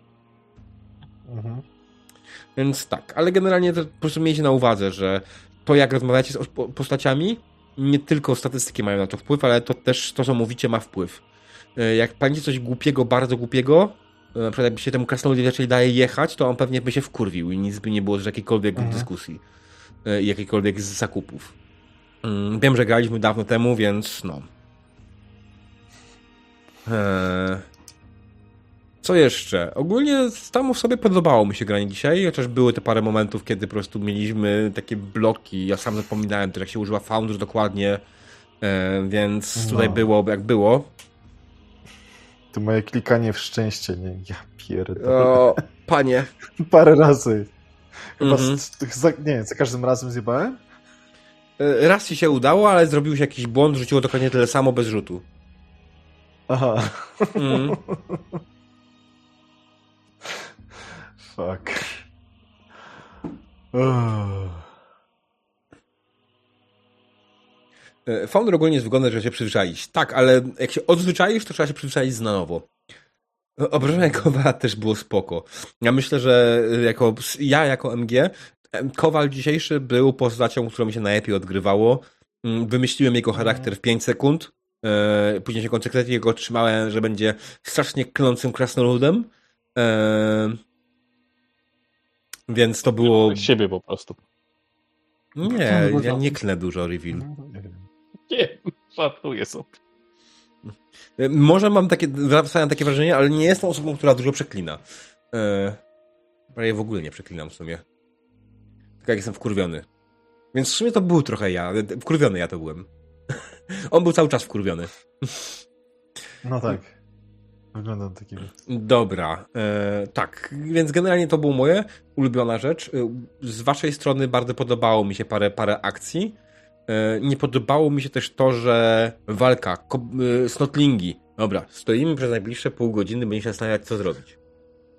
Mhm. Więc tak, ale generalnie to po prostu miejcie na uwadze, że to jak rozmawiacie z postaciami, nie tylko statystyki mają na to wpływ, ale to też to, co mówicie, ma wpływ. Jak pamiętacie coś głupiego, bardzo głupiego, na przykład jakby się temu krasnoludowi zaczęli daje jechać, to on pewnie by się wkurwił i nic by nie było z jakiejkolwiek mhm. dyskusji, jakiejkolwiek z zakupów. Wiem, że graliśmy dawno temu, więc no. Eee... Co jeszcze? Ogólnie tam w sobie podobało mi się granie dzisiaj, chociaż były te parę momentów, kiedy po prostu mieliśmy takie bloki. Ja sam zapominałem też, jak się używa Foundry dokładnie, eee, więc no. Tutaj było jak było. To moje klikanie w szczęście, nie? Ja pierdolę. O, panie. Parę razy. Chyba mhm. z, za, nie, za każdym razem zjebałem? Raz ci się udało, ale zrobił się jakiś błąd, rzuciło dokładnie tyle samo bez rzutu. Aha. Mm. Fuck. Oh. Founder ogólnie jest wygodny, żeby się przyzwyczaić. Tak, ale jak się odzwyczaisz, to trzeba się przyzwyczaić na nowo. Obrażenie Kowala też było spoko. Ja myślę, że jako ja jako M G, Kowal dzisiejszy był postacią, którą mi się najlepiej odgrywało. Wymyśliłem jego charakter w pięć sekund. Później się konsekwentnie go trzymałem, że będzie strasznie klnącym krasnoludem. Więc to było... siebie po prostu. Nie, ja nie klnę dużo reveal. Nie, żartuję sobie. Może mam takie, mam takie wrażenie, ale nie jestem osobą, która dużo przeklina. Eee, prawie w ogóle nie przeklinam w sumie. Tylko jak jestem wkurwiony. Więc w sumie to był trochę ja. Wkurwiony ja to byłem. On był cały czas wkurwiony. No tak. Wyglądam takiego. Dobra. E, tak, więc generalnie to była moja ulubiona rzecz. Z waszej strony bardzo podobało mi się parę, parę akcji. E, nie podobało mi się też to, że walka, ko- e, snotlingi. Dobra, stoimy przez najbliższe pół godziny, będziemy się zastanawiać, co zrobić.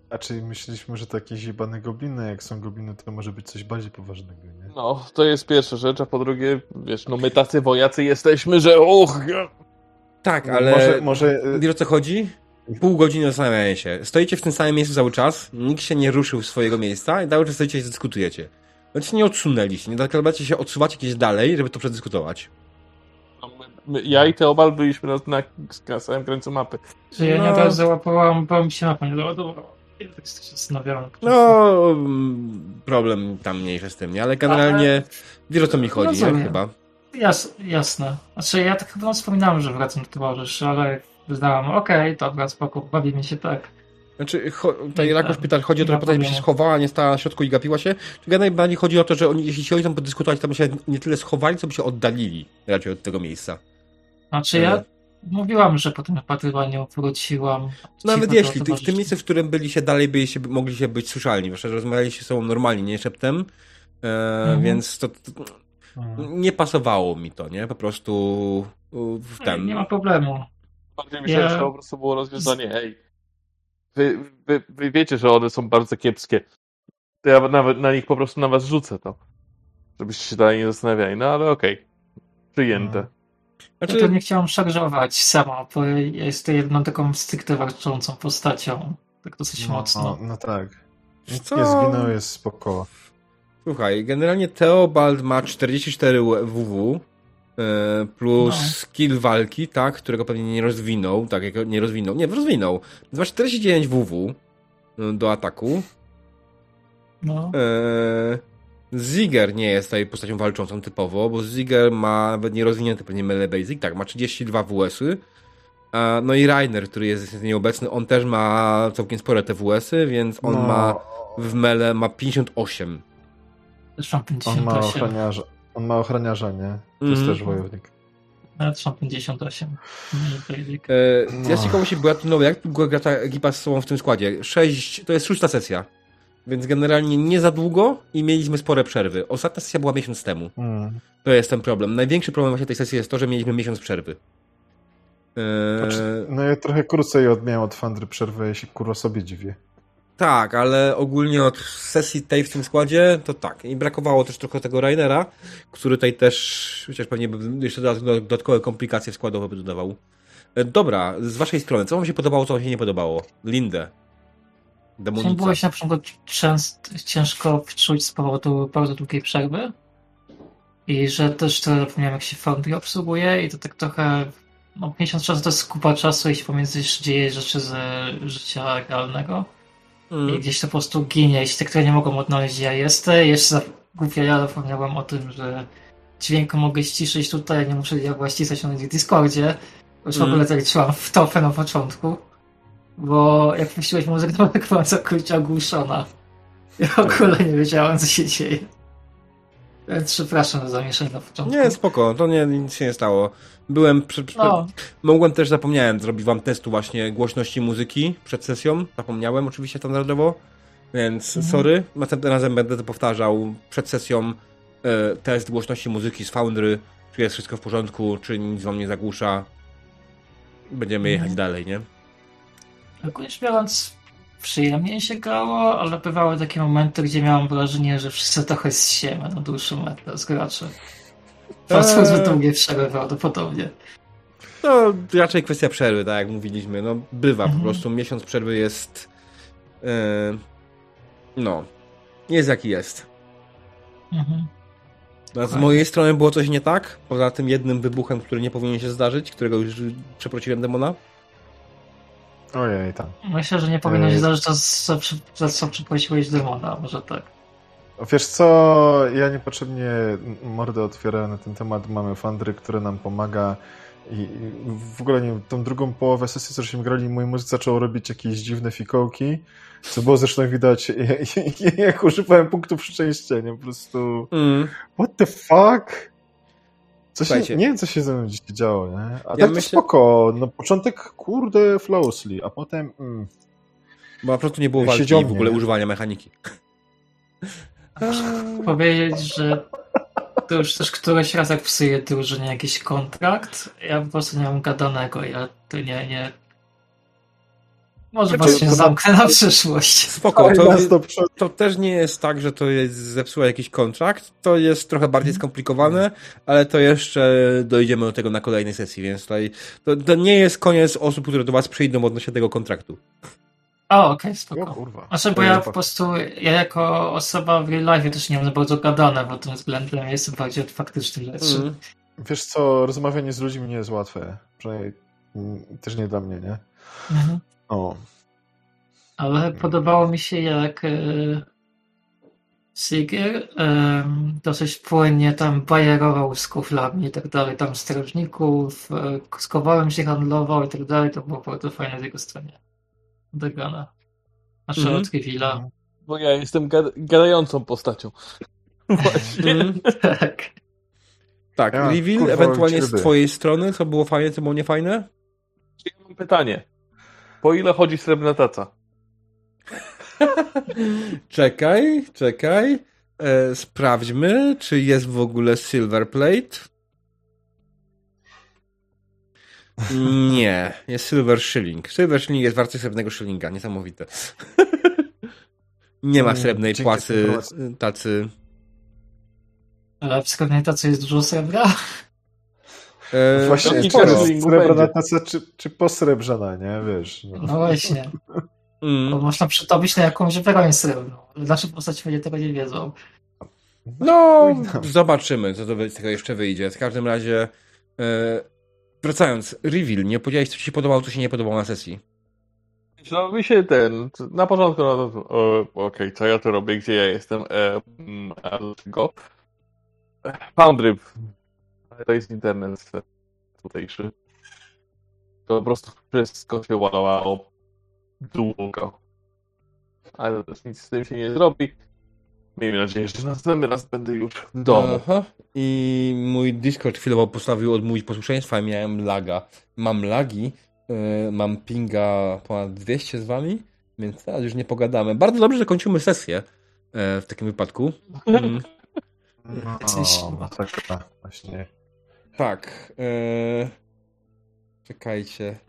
A czy myśleliśmy, że to jakieś jebane gobliny, jak są gobliny, to może być coś bardziej poważnego, nie? No, to jest pierwsza rzecz, a po drugie, wiesz, no my tacy wojacy jesteśmy, że och, ja... Tak, No, ale może- może- wiesz o co chodzi? Pół godziny zastanawiania się. Stoicie w tym samym miejscu cały czas, nikt się nie ruszył z swojego miejsca i cały czas stoicie i dyskutujecie. Więc nie odsunęliście, nie nakrabacie się odsuwać gdzieś dalej, żeby to przedyskutować. No, my, my, ja i Teobald byliśmy na, na, na samym krańcu mapy. Że ja No. nie raz załapałam, bo mi się mapa nie załadowała. Ja tak się zastanawiałam. No, mm, problem tam mniejszy z tym, nie? Ale generalnie wiesz o co mi chodzi, nie? Rozumiem. Chyba. Jas, jasne. Znaczy ja tak chyba wspominałem, że wracam do towarzyszy, ale wyznałam, okej, dobra, spoko, bawimy się tak. Znaczy, cho- tutaj Nie, Rakosz tak. pyta, chodzi o to, Nie że ma potem się problemu. schowała, nie stała na środku i gapiła się? Czy najbardziej chodzi o to, że oni, jeśli się oni tam podyskutować, to by się nie tyle schowali, co by się oddalili raczej od tego miejsca. Znaczy E. ja mówiłam, że po tym wypatrywaniu wróciłam. Nawet cicho jeśli, do ty, w tym towarzyszy. miejscu, w którym byli się dalej, byli się, mogli się być słyszalni, zwłaszcza, że rozmawialiście ze sobą normalnie, nie szeptem, e, Mhm. więc to, to Mhm. nie pasowało mi to, nie? Po prostu u, w Nie, ten... nie ma problemu. Bardziej myślałem, Ja- że to po prostu było rozwiązanie, ej, wy, wy, wy wiecie, że one są bardzo kiepskie. To ja nawet na nich po prostu na was rzucę to. Żebyście się dalej nie zastanawiali. No ale okej. Przyjęte. Ja Znaczy, to nie chciałam szarżować sama, bo ja jestem jedną taką stricte walczącą postacią. Tak dosyć No, mocno. no tak. Nikt Co? nie zginął, jest spoko. słuchaj, generalnie Teobald ma czterdzieści cztery W W e, plus No. skill walki, tak, którego pewnie nie rozwinął, tak, jak nie rozwinął, nie, rozwinął. Ma czterdzieści dziewięć W W e, do ataku. No. E, Ziger nie jest tutaj postacią walczącą typowo, bo Ziger ma nawet nierozwinięty pewnie melee basic, tak, ma trzydzieści dwa W S-y. A, no i Rainer, który jest nieobecny, on też ma całkiem spore T W S-y, więc on No, ma w melee ma pięćdziesiąt osiem. Też mam On pięćdziesiąt ma osiem. ochroniarza. On ma ochroniarza, nie? To jest Mhm. też wojownik. Ja też mam pięćdziesiąt osiem. Nie basic. E, No. Ja z ciekawości, bo ja tu no, jak długo gra ta ekipa z sobą w tym składzie? Sześć, to jest szósta sesja. Więc generalnie nie za długo i mieliśmy spore przerwy. Ostatnia sesja była miesiąc temu. Mm. To jest ten problem. Największy problem właśnie tej sesji jest to, że mieliśmy miesiąc przerwy. E, Znaczy, no ja trochę krócej odmiałem od Fandry przerwę, ja się kurwa sobie dziwię. Tak, ale ogólnie od sesji tej w tym składzie to tak. I brakowało też trochę tego Rainera, który tutaj też, chociaż pewnie by jeszcze dodatkowe komplikacje składowe by dodawał. E, Dobra, z waszej strony, co wam się podobało, co wam się nie podobało? Lindę. Nie Demonica. było się na przykład częst, ciężko wczuć z powodu bardzo długiej przerwy. I że też trochę zapomniałem, jak się Foundry obsługuje i to tak trochę... No, miesiąc czasu to jest kupa czasu, jeśli pomiędzy dzieje rzeczy ze życia realnego. I Mm. gdzieś to po prostu ginie. Jeśli te, które nie mogą odnaleźć, gdzie ja jestem. Jeszcze za głupia ja zapomniałem o tym, że dźwięk mogę ściszyć tutaj, a nie muszę diabła ścisać na Discordzie. Już w Mm. ogóle tak czułam w topę na początku. Bo jak puściłeś muzykę, to tak była całkowicie ogłuszona. Ja w ogóle nie wiedziałem, co się dzieje. Więc przepraszam za zamieszanie na początku. Nie, spoko, to nie, nic się nie stało. Byłem, przy, przy, No, mogłem też, zapomniałem, zrobić wam testu właśnie głośności muzyki przed sesją. Zapomniałem oczywiście standardowo, więc Mhm. sorry. Następnym razem będę to powtarzał przed sesją e, test głośności muzyki z Foundry, czy jest wszystko w porządku, czy nic wam nie zagłusza. Będziemy Mhm. jechać dalej, nie? ogólnie rzecz biorąc, przyjemnie się grało, ale bywały takie momenty, gdzie miałem wrażenie, że wszyscy trochę z siebie na dłuższą metę z graczy. Po prostu Eee. zbyt długie przerwy prawdopodobnie. To raczej kwestia przerwy, tak jak mówiliśmy. No, bywa Mhm. po prostu. Miesiąc przerwy jest... E, no. Jest jaki jest. Mhm. No, z Tak. mojej strony było coś nie tak, poza tym jednym wybuchem, który nie powinien się zdarzyć, którego już przeprosiłem demona. Ojej, tam. Myślę, że nie powinno się Eee. zdarzyć to, za, za co przyprosiłeś demona, może tak. Wiesz co, ja niepotrzebnie mordę otwierałem na ten temat. Mamy Fandry, które nam pomaga i i w ogóle nie wiem, tą drugą połowę sesji, co żeśmy grali, mój mózg zaczął robić jakieś dziwne fikołki, co było zresztą widać, jak, jak używałem punktów szczęścia, nie? Po prostu Mm. what the fuck? Co się, Słuchajcie. nie wiem, co się ze mną dzisiaj działo, nie? A tak myślę- to spoko. No początek, kurde, flawlessly, a potem... Mm. Bo po prostu nie było Jak walki się i w ciągnie, ogóle nie? używania mechaniki. Muszę powiedzieć, że to już też któryś raz jak psuję drużynie jakiś kontrakt, ja po prostu nie mam gadanego, ja to nie, nie... Może Znaczy, właśnie to- zamknę na przyszłość. Spoko, to, nas do przodu. to też nie jest tak, że to jest zepsuło jakiś kontrakt, to jest trochę bardziej skomplikowane, ale to jeszcze dojdziemy do tego na kolejnej sesji, więc tutaj to, to nie jest koniec osób, które do was przyjdą odnośnie tego kontraktu. O, okej, O spoko. kurwa. Znaczy, bo ja po prostu, ja jako osoba w real life też nie mam za bardzo gadane pod tym względem, ja jestem bardziej faktyczny lepszy. Mm. Wiesz co, rozmawianie z ludźmi nie jest łatwe. Przynajmniej mm, też nie dla mnie, nie? Mhm. O. Ale podobało mi się, jak e, Sigir e, dosyć płynnie tam bajerował z kuflami i tak dalej, tam strażników, e, z kowalem się handlował i tak dalej, to było bardzo fajne z jego strony. Odegrane. Znaczy Mhm. od Rivila. Bo ja jestem gad- gadającą postacią. Właśnie. Mm. Tak. Tak, Ja, reveal kurwa, ewentualnie z ciebie. twojej strony, co było fajne, co było niefajne? Ja mam pytanie. Po ile chodzi srebrna taca? Czekaj, czekaj. E, sprawdźmy, czy jest w ogóle silver plate. Nie, jest silver shilling. Silver shilling jest warty srebrnego shillinga, niesamowite. Nie ma Mm, srebrnej dzięki płacy informacji. tacy. Ale w skromnej tacy jest dużo srebra. E, Właśnie, to czy kilka jest shillingów srebrna będzie. taca, czy, czy posrebrzana, nie? Wiesz. No. No właśnie. Bo mm. można przytopić na jakąś broń srebrną. Nasze postaci pewnie tego nie wiedzą. No, chuj tam. zobaczymy, co to z tego jeszcze wyjdzie. W każdym razie, e, wracając, reveal, nie powiedziałeś, co ci się podobało, co się nie podobało na sesji. No mi się ten, na początku, no to, o, okej, co ja tu robię, gdzie ja jestem, e, mm, a do tego Foundry, to jest internet tutejszy. To po prostu wszystko się ładowało długo. Ale też nic z tym się nie zrobi. Miejmy nadzieję, że następny raz będę już w domu. Aha. I mój Discord chwilowo postawił odmówić posłuszeństwa i miałem laga. Mam lagi, yy, mam pinga ponad dwieście z wami, więc teraz już nie pogadamy. Bardzo dobrze, że kończymy sesję yy, w takim wypadku. Mm, Coś- No, masakra, właśnie. tak. Yy, czekajcie.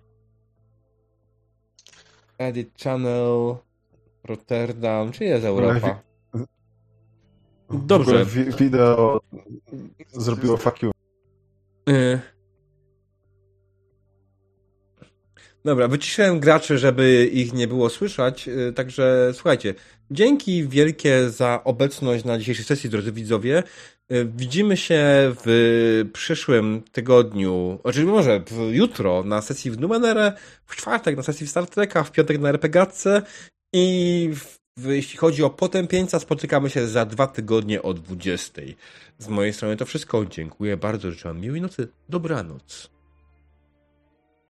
Edit Channel, Rotterdam, czy jest Europa? Dobrze. W ogóle wi- wideo zrobiło fuck you. Yy. Dobra, wyciszyłem graczy, żeby ich nie było słyszać, yy, także słuchajcie, dzięki wielkie za obecność na dzisiejszej sesji, drodzy widzowie. Yy, widzimy się w przyszłym tygodniu, znaczy może w, jutro na sesji w Numenere, w czwartek na sesji w Star Treka, w piątek na RPGatce i w, w, jeśli chodzi o Potępieńca, spotykamy się za dwa tygodnie o dwudziestej. Z mojej strony to wszystko. Dziękuję bardzo, życzę wam miłej nocy. Dobranoc.